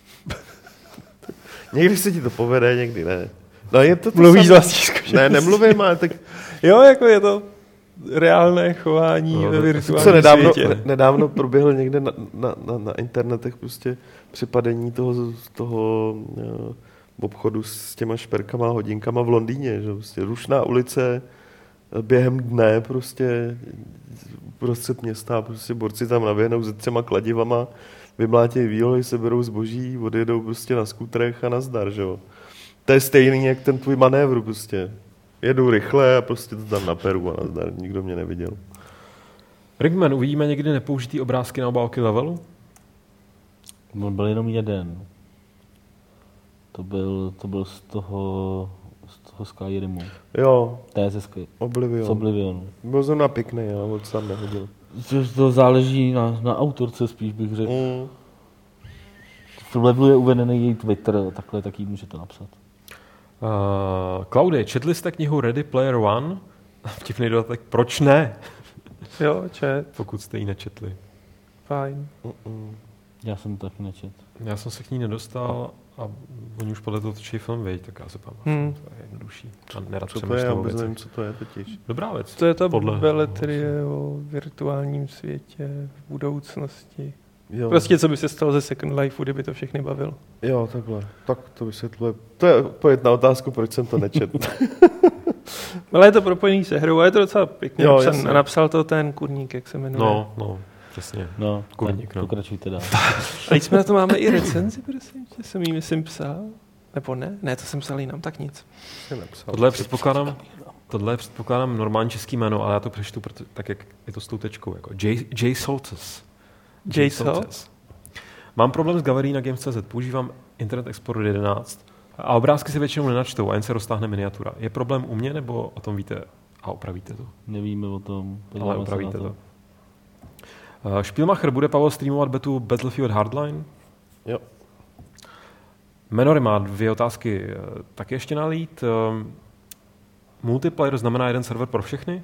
Někdy se ti to povede, někdy ne. No je to mluvíš vlastní zkušenosti. Ne, nemluvím, ale tak... Jo, jako je to reálné chování ve virtuálním světě. Nedávno proběhlo někde na internetech prostě přepadení toho obchodu s těma šperkama a hodinkama v Londýně. Že? Prostě rušná ulice během dne prostě prostřed města, prostě borci tam naběhnou se 3 kladivama, vymlátějí výlohy, seberou zboží, odjedou prostě na skutrech a nazdar, že jo. To je stejný, jak ten tvůj manévr prostě. Jedu rychle a prostě to tam naperu a nazdar, nikdo mě neviděl. Ringman, uvidíme někdy nepoužitý obrázky na obálky levelu? On byl jenom jeden. To byl z toho Skyrimu. Jo. TSS. Oblivion. Z Oblivionu. Byl zrovna pěkný, ale on se tam nehodil. To záleží na autorce spíš, bych řekl. V levelu je uvedený její Twitter, takhle taky můžete napsat. Klaudy, četli jste knihu Ready Player One? Vtipný dodatek, proč ne? Jo, čet. Pokud jste ji nečetli. Fajn. Já jsem to taky nečet. Já jsem se k ní nedostal a oni už podle toho točí film, veď, tak já se pamatuju, to je jednodušší. A nerad co to je, já vůbec nevím, co to je totiž. Dobrá věc. To je ta beletrie o virtuálním světě, v budoucnosti. Jo. Prostě co by se stalo ze Second Life, kdyby to všechny bavilo. Jo, takhle. Tak to vysvětluje. To je odpověď na otázku, proč jsem to nečetl. Ale je to propojený se hrou a je to docela pěkně napsané. Napsal to ten Kurník, jak se jmenuje. No, přesně. No, Kurník, no. Pokračujte dál. A teď jsme na to máme i recenzi, prosím, že jsem jí myslím psal. Nebo ne? Ne, to jsem psal jinam, tak nic. Tohle je předpokládám normální český jméno, ale já to přečtu tak, jak je to s tou tečkou. Jako J. Soltes. J. Soltes. Mám problém s Gavery na Games.cz. Používám Internet Explorer 11 a obrázky se většinou nenačtou a jen se roztáhne miniatura. Je problém u mě, nebo o tom víte a opravíte to? Nevíme o tom. Ale opravíte to. Spielmacher bude, Pavel, streamovat betu Battlefield Hardline? Jo. Menory má 2 otázky. Tak ještě nalít. Multiplayer znamená jeden server pro všechny?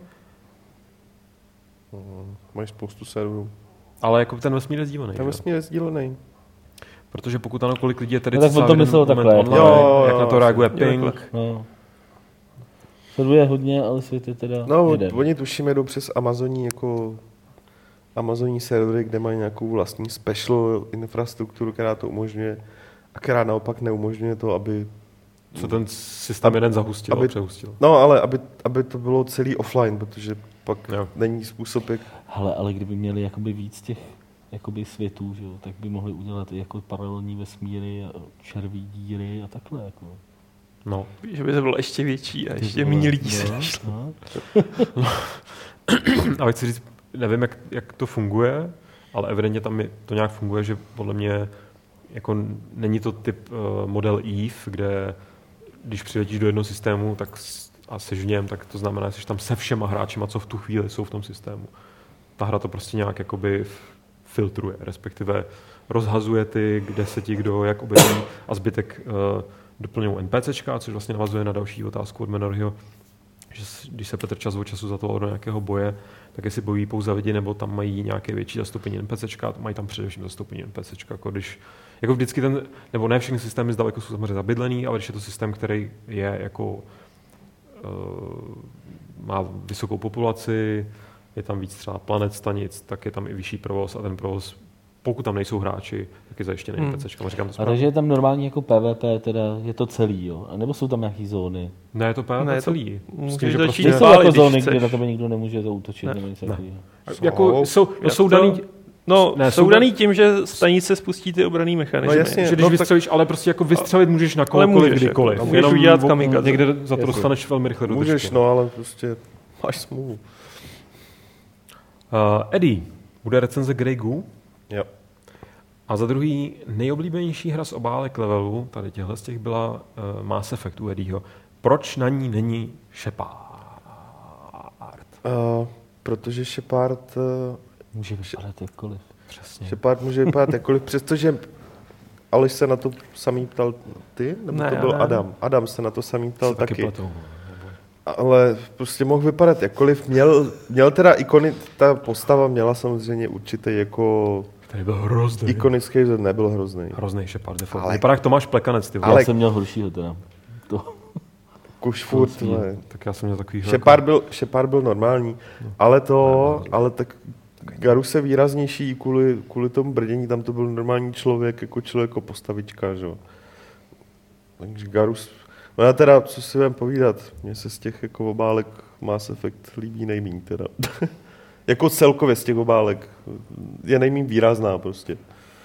Máš spoustu serverů. Ale jako ten vesmír je sdílený. Ten vesmír je sdílený. Protože pokud ano, kolik lidí je tady... No, tak on to myslel takhle. Jak na to reaguje ping. No. Serveruje hodně, ale svět je teda jeden. Oni tuším jedou přes Amazonní servery, kde mají nějakou vlastní special infrastrukturu, která to umožňuje a která naopak neumožňuje to, aby... Co ten systém jeden zahustil a přehustil. No, ale aby to bylo celý offline, protože pak není způsob, jak... Hele, ale kdyby měli jakoby víc těch jakoby světů, že jo, tak by mohli udělat i jako paralelní vesmíry, červí díry a takhle. Jako. No. Že by to bylo ještě větší a ještě méně lidí se našlo. A chci říct, nevím, jak to funguje, ale evidentně tam to nějak funguje, že podle mě jako není to typ model Eve, kde když přiletíš do jednoho systému tak a jsi v něm, tak to znamená, že jsi tam se všema hráčima, co v tu chvíli jsou v tom systému. Ta hra to prostě nějak jakoby filtruje, respektive rozhazuje ty, kde se ti kdo jak objeví a zbytek doplňují NPCčka, což vlastně navazuje na další otázku od Menoryho, že když se Petr čas od času za to do nějakého boje, tak jestli bojují pouze lidi, nebo tam mají nějaké větší zastoupení NPCčka, mají tam především zastoupení NPCčka, jako vždycky nebo ne všechny systémy zdaleko jsou samozřejmě zabydlený, ale když je to systém, který je jako má vysokou populaci, je tam víc třeba planet, stanic, tak je tam i vyšší provoz a ten provoz, pokud tam nejsou hráči, tak je zajištěný NPCčkama. Říkám to správně. A takže je tam normálně jako PvP, teda je to celý, jo? A nebo jsou tam nějaký zóny? Ne, je to PvP celý. Můžeš začít jsou jako zóny, kde na tebe nikdo nemůže to útočit. Jako jsou daný... No, jsou daný tím, že stanice spustí ty obranný mechanismy. No jasně, že když vystřelíš, ale prostě jako vystřelit můžeš na kohokoliv, kdykoliv. Jako, můžeš udělat kamikaze. Někde za to dostaneš velmi rychle do Můžeš, no, ale prostě máš smůlu. Eddie, bude recenze Grey Goo? Jo. A za druhý, nejoblíbenější hra z obálek levelu, tady těchhle z těch byla Mass Effect u Eddieho. Proč na ní není Shepard? Protože Shepard... Může vypadat jakkoliv. Přesně. Shepard může vypadat jakkoliv, přestože Aleš se na to samý ptal ty, nebo Ne, to byl ne. Adam? Adam se na to samý ptal taky. Pletou. Ale prostě mohl vypadat jakkoliv. Měl teda ta postava měla samozřejmě určitý jako Který byl hrozný. ikonický, nebyl hrozný. Hrozný Shepard. Ale- Vypadá jak Tomáš Plekanec, ty vole. Ale- Já jsem měl horšího teda. To. Kuš furt, Prostě. ne. Tak já jsem měl takový... Shepard byl normální, ale tak Garus je výraznější kvůli tomu brdění, tam to byl normální člověk, jako postavička, že jo. Takže Garus, no já teda, co si budem povídat, mně se z těch jako obálek Mass Effect líbí nejmíň teda. Jako celkově z těch obálek je nejmíň výrazná prostě.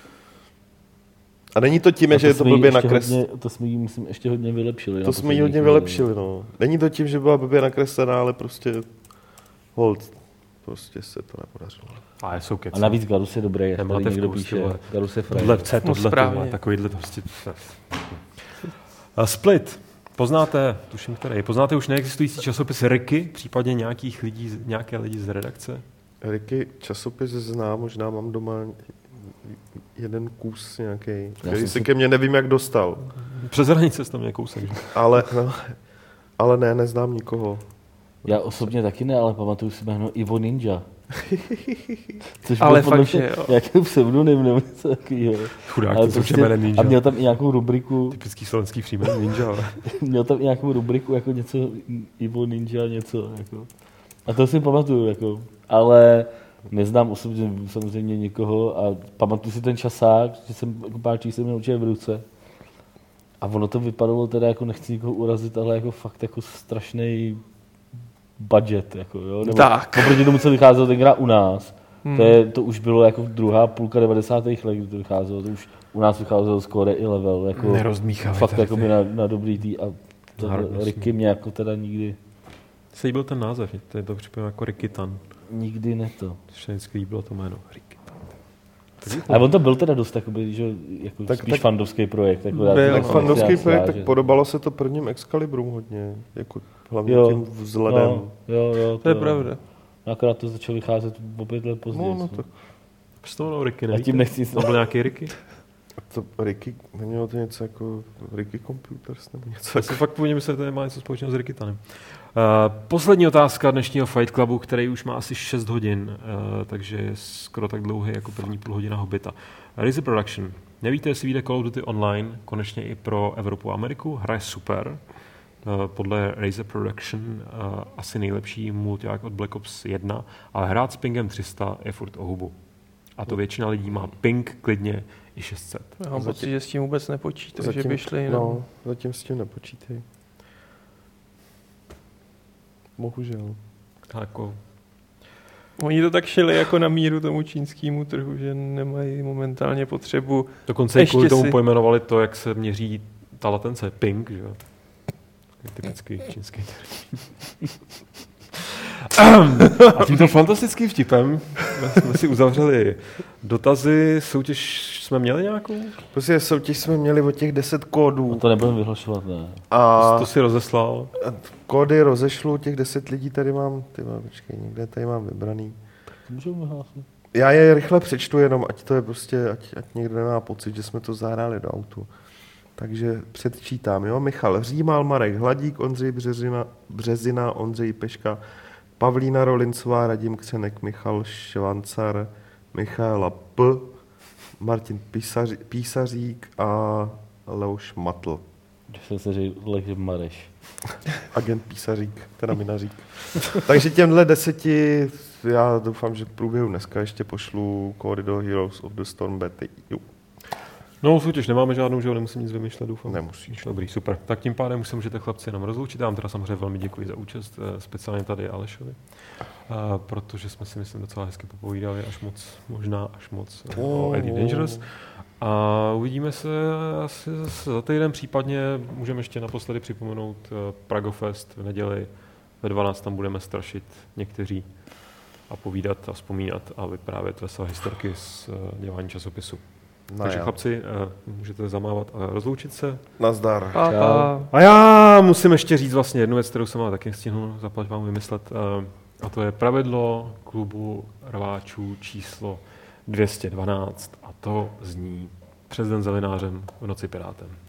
A není to tím, že je to blbě nakreslené. To jsme jí, myslím, ještě hodně vylepšili. To jsme ji hodně vylepšili, no. Není to tím, že byla blbě nakreslená, ale prostě hold, prostě se to nepodařilo. A jsou keci. A navíc Garus je dobrý, jak Nemáte tady někdo vkus, píše. ty vole. Garus je frajer. Tohle, správně. takovýhle prostě... Split. Poznáte, tuším, který. Poznáte už neexistující časopis Ricky, případně nějaké lidi z redakce? Ricky, časopis znám, možná mám doma jeden kus nějaký, který jsem si si- ke mně nevím, jak dostal. Přes hranice jsi tam nějakou kousek, že? Ale ne, neznám nikoho. Já osobně taky ne, ale pamatuju si jméno Ivo Ninja. Což Ale byl podle fakt, mě že jo. nějaký pseudonym nebo něco takového. Chudák, Ale to jsou jménem Ninja. a měl tam i nějakou rubriku, Typický slovenský příjmen Ninja, ale... měl tam i nějakou rubriku jako něco Ivo Ninja, něco jako. A to si pamatuju, jako. Ale neznám osobně samozřejmě nikoho a pamatuju si ten časák, že jsem jako pár čísel měl určitě v ruce. A ono to vypadalo teda jako, nechci nikoho urazit, ale jako fakt jako strašný budget, jako jo. Nebo Tak. oproti tomu, co vycházelo tenkrát u nás. To už bylo jako druhá půlka 90. let, kdy to vycházelo. To už u nás vycházelo skoro i level. Jako, Nerozdmíchávej fakt tady jako ty. na dobrý tý. A to Národnostní. Ricky mě jako teda nikdy Líbil ten název, to je to připomíná jako Rikitan. nikdy ne to. Což vždycky líbilo to jméno. Rikitan. Ale on to byl teda dost jakoby, že, jako Tak- spíš tak- fandovský projekt. Jako Byl. Tak No, fandovský projekt, tak že- podobalo se to prvním Excalibrům hodně, jako hlavně Jo. tím vzhledem. No, jo, To je pravda. Akorát to začalo vycházet o 5 let později. No, tak Proč to jmenovalo Ricky, Já nevíte? tím nechci To byl nějaký Ricky? to Ricky, nemělo to něco jako Ricky Computers nebo něco Tak si fakt původně myslel, že to má něco společného s Rikitanem. Poslední otázka dnešního Fight Clubu, který už má asi 6 hodin, takže je skoro tak dlouhý jako první půl hodina Hobbita. Razer Production. Nevíte, jestli vyjde Call of Duty Online, konečně i pro Evropu a Ameriku. Hra je super. Podle Razer Production asi nejlepší multiák od Black Ops 1, ale hrát s pingem 300 je furt o hubu. A to většina lidí má ping klidně i 600. Já mám pocit, že s tím vůbec nepočítají, že zatím, by šli. no, zatím s tím nepočítej. Bohužel. A jako Oni to tak šili jako na míru tomu čínskému trhu, že nemají momentálně potřebu. dokonce i kvůli Ještě tomu si- pojmenovali to, jak se měří ta latence. Ping, že jo? Typický čínský termín. A tímto fantastickým vtipem jsme si uzavřeli dotazy. Soutěž jsme měli nějakou? Prostě soutěž jsme měli o těch 10 kódů To nebudeme vyhlašovat, ne. a To si rozeslal. kódy rozešlu, těch 10 lidí tady mám, počkej, někde tady mám vybraný. To můžeme vyhlásit. Já je rychle přečtu jenom, ať to je prostě, ať někdo nemá pocit, že jsme to zahráli do autu. Takže předčítám, jo. Michal Římal, Marek Hladík, Ondřej Březina, Ondřej Peška, Pavlína Rolincová, Radim Křenek, Michal Švancar, Michaela P, Martin Písařík a Leoš Matl. Že jsem se řekl, že Mareš. Agent Písařík, teda Minařík. Takže těmhle 10, já doufám, že v průběhu dneska ještě pošlu kódy do Heroes of the Storm Betty. No, soutěž nemáme žádnou, že jo, nemusím nic vymýšlet, doufám. Nemusíš. Dobrý, super. Tak tím pádem už se můžete chlapci jenom rozloučit. Já vám teda samozřejmě velmi děkuji za účast, speciálně tady Alešovi, protože jsme si, myslím, docela hezky popovídali, až moc o Elite Dangerous. A uvidíme se asi zase za týden, případně můžeme ještě naposledy připomenout Pragofest v neděli. Ve 12 tam budeme strašit někteří a povídat a vzpomínat a vyprávět veselé historky z dělání časopisu. Takže chlapci, můžete zamávat a rozloučit se. Nazdar. A já musím ještě říct vlastně jednu věc, kterou jsem ale taky stihnul zaplať vám vymyslet. A to je pravidlo klubu rváčů číslo 212. A to zní: přes den zelinářem, v noci pirátem.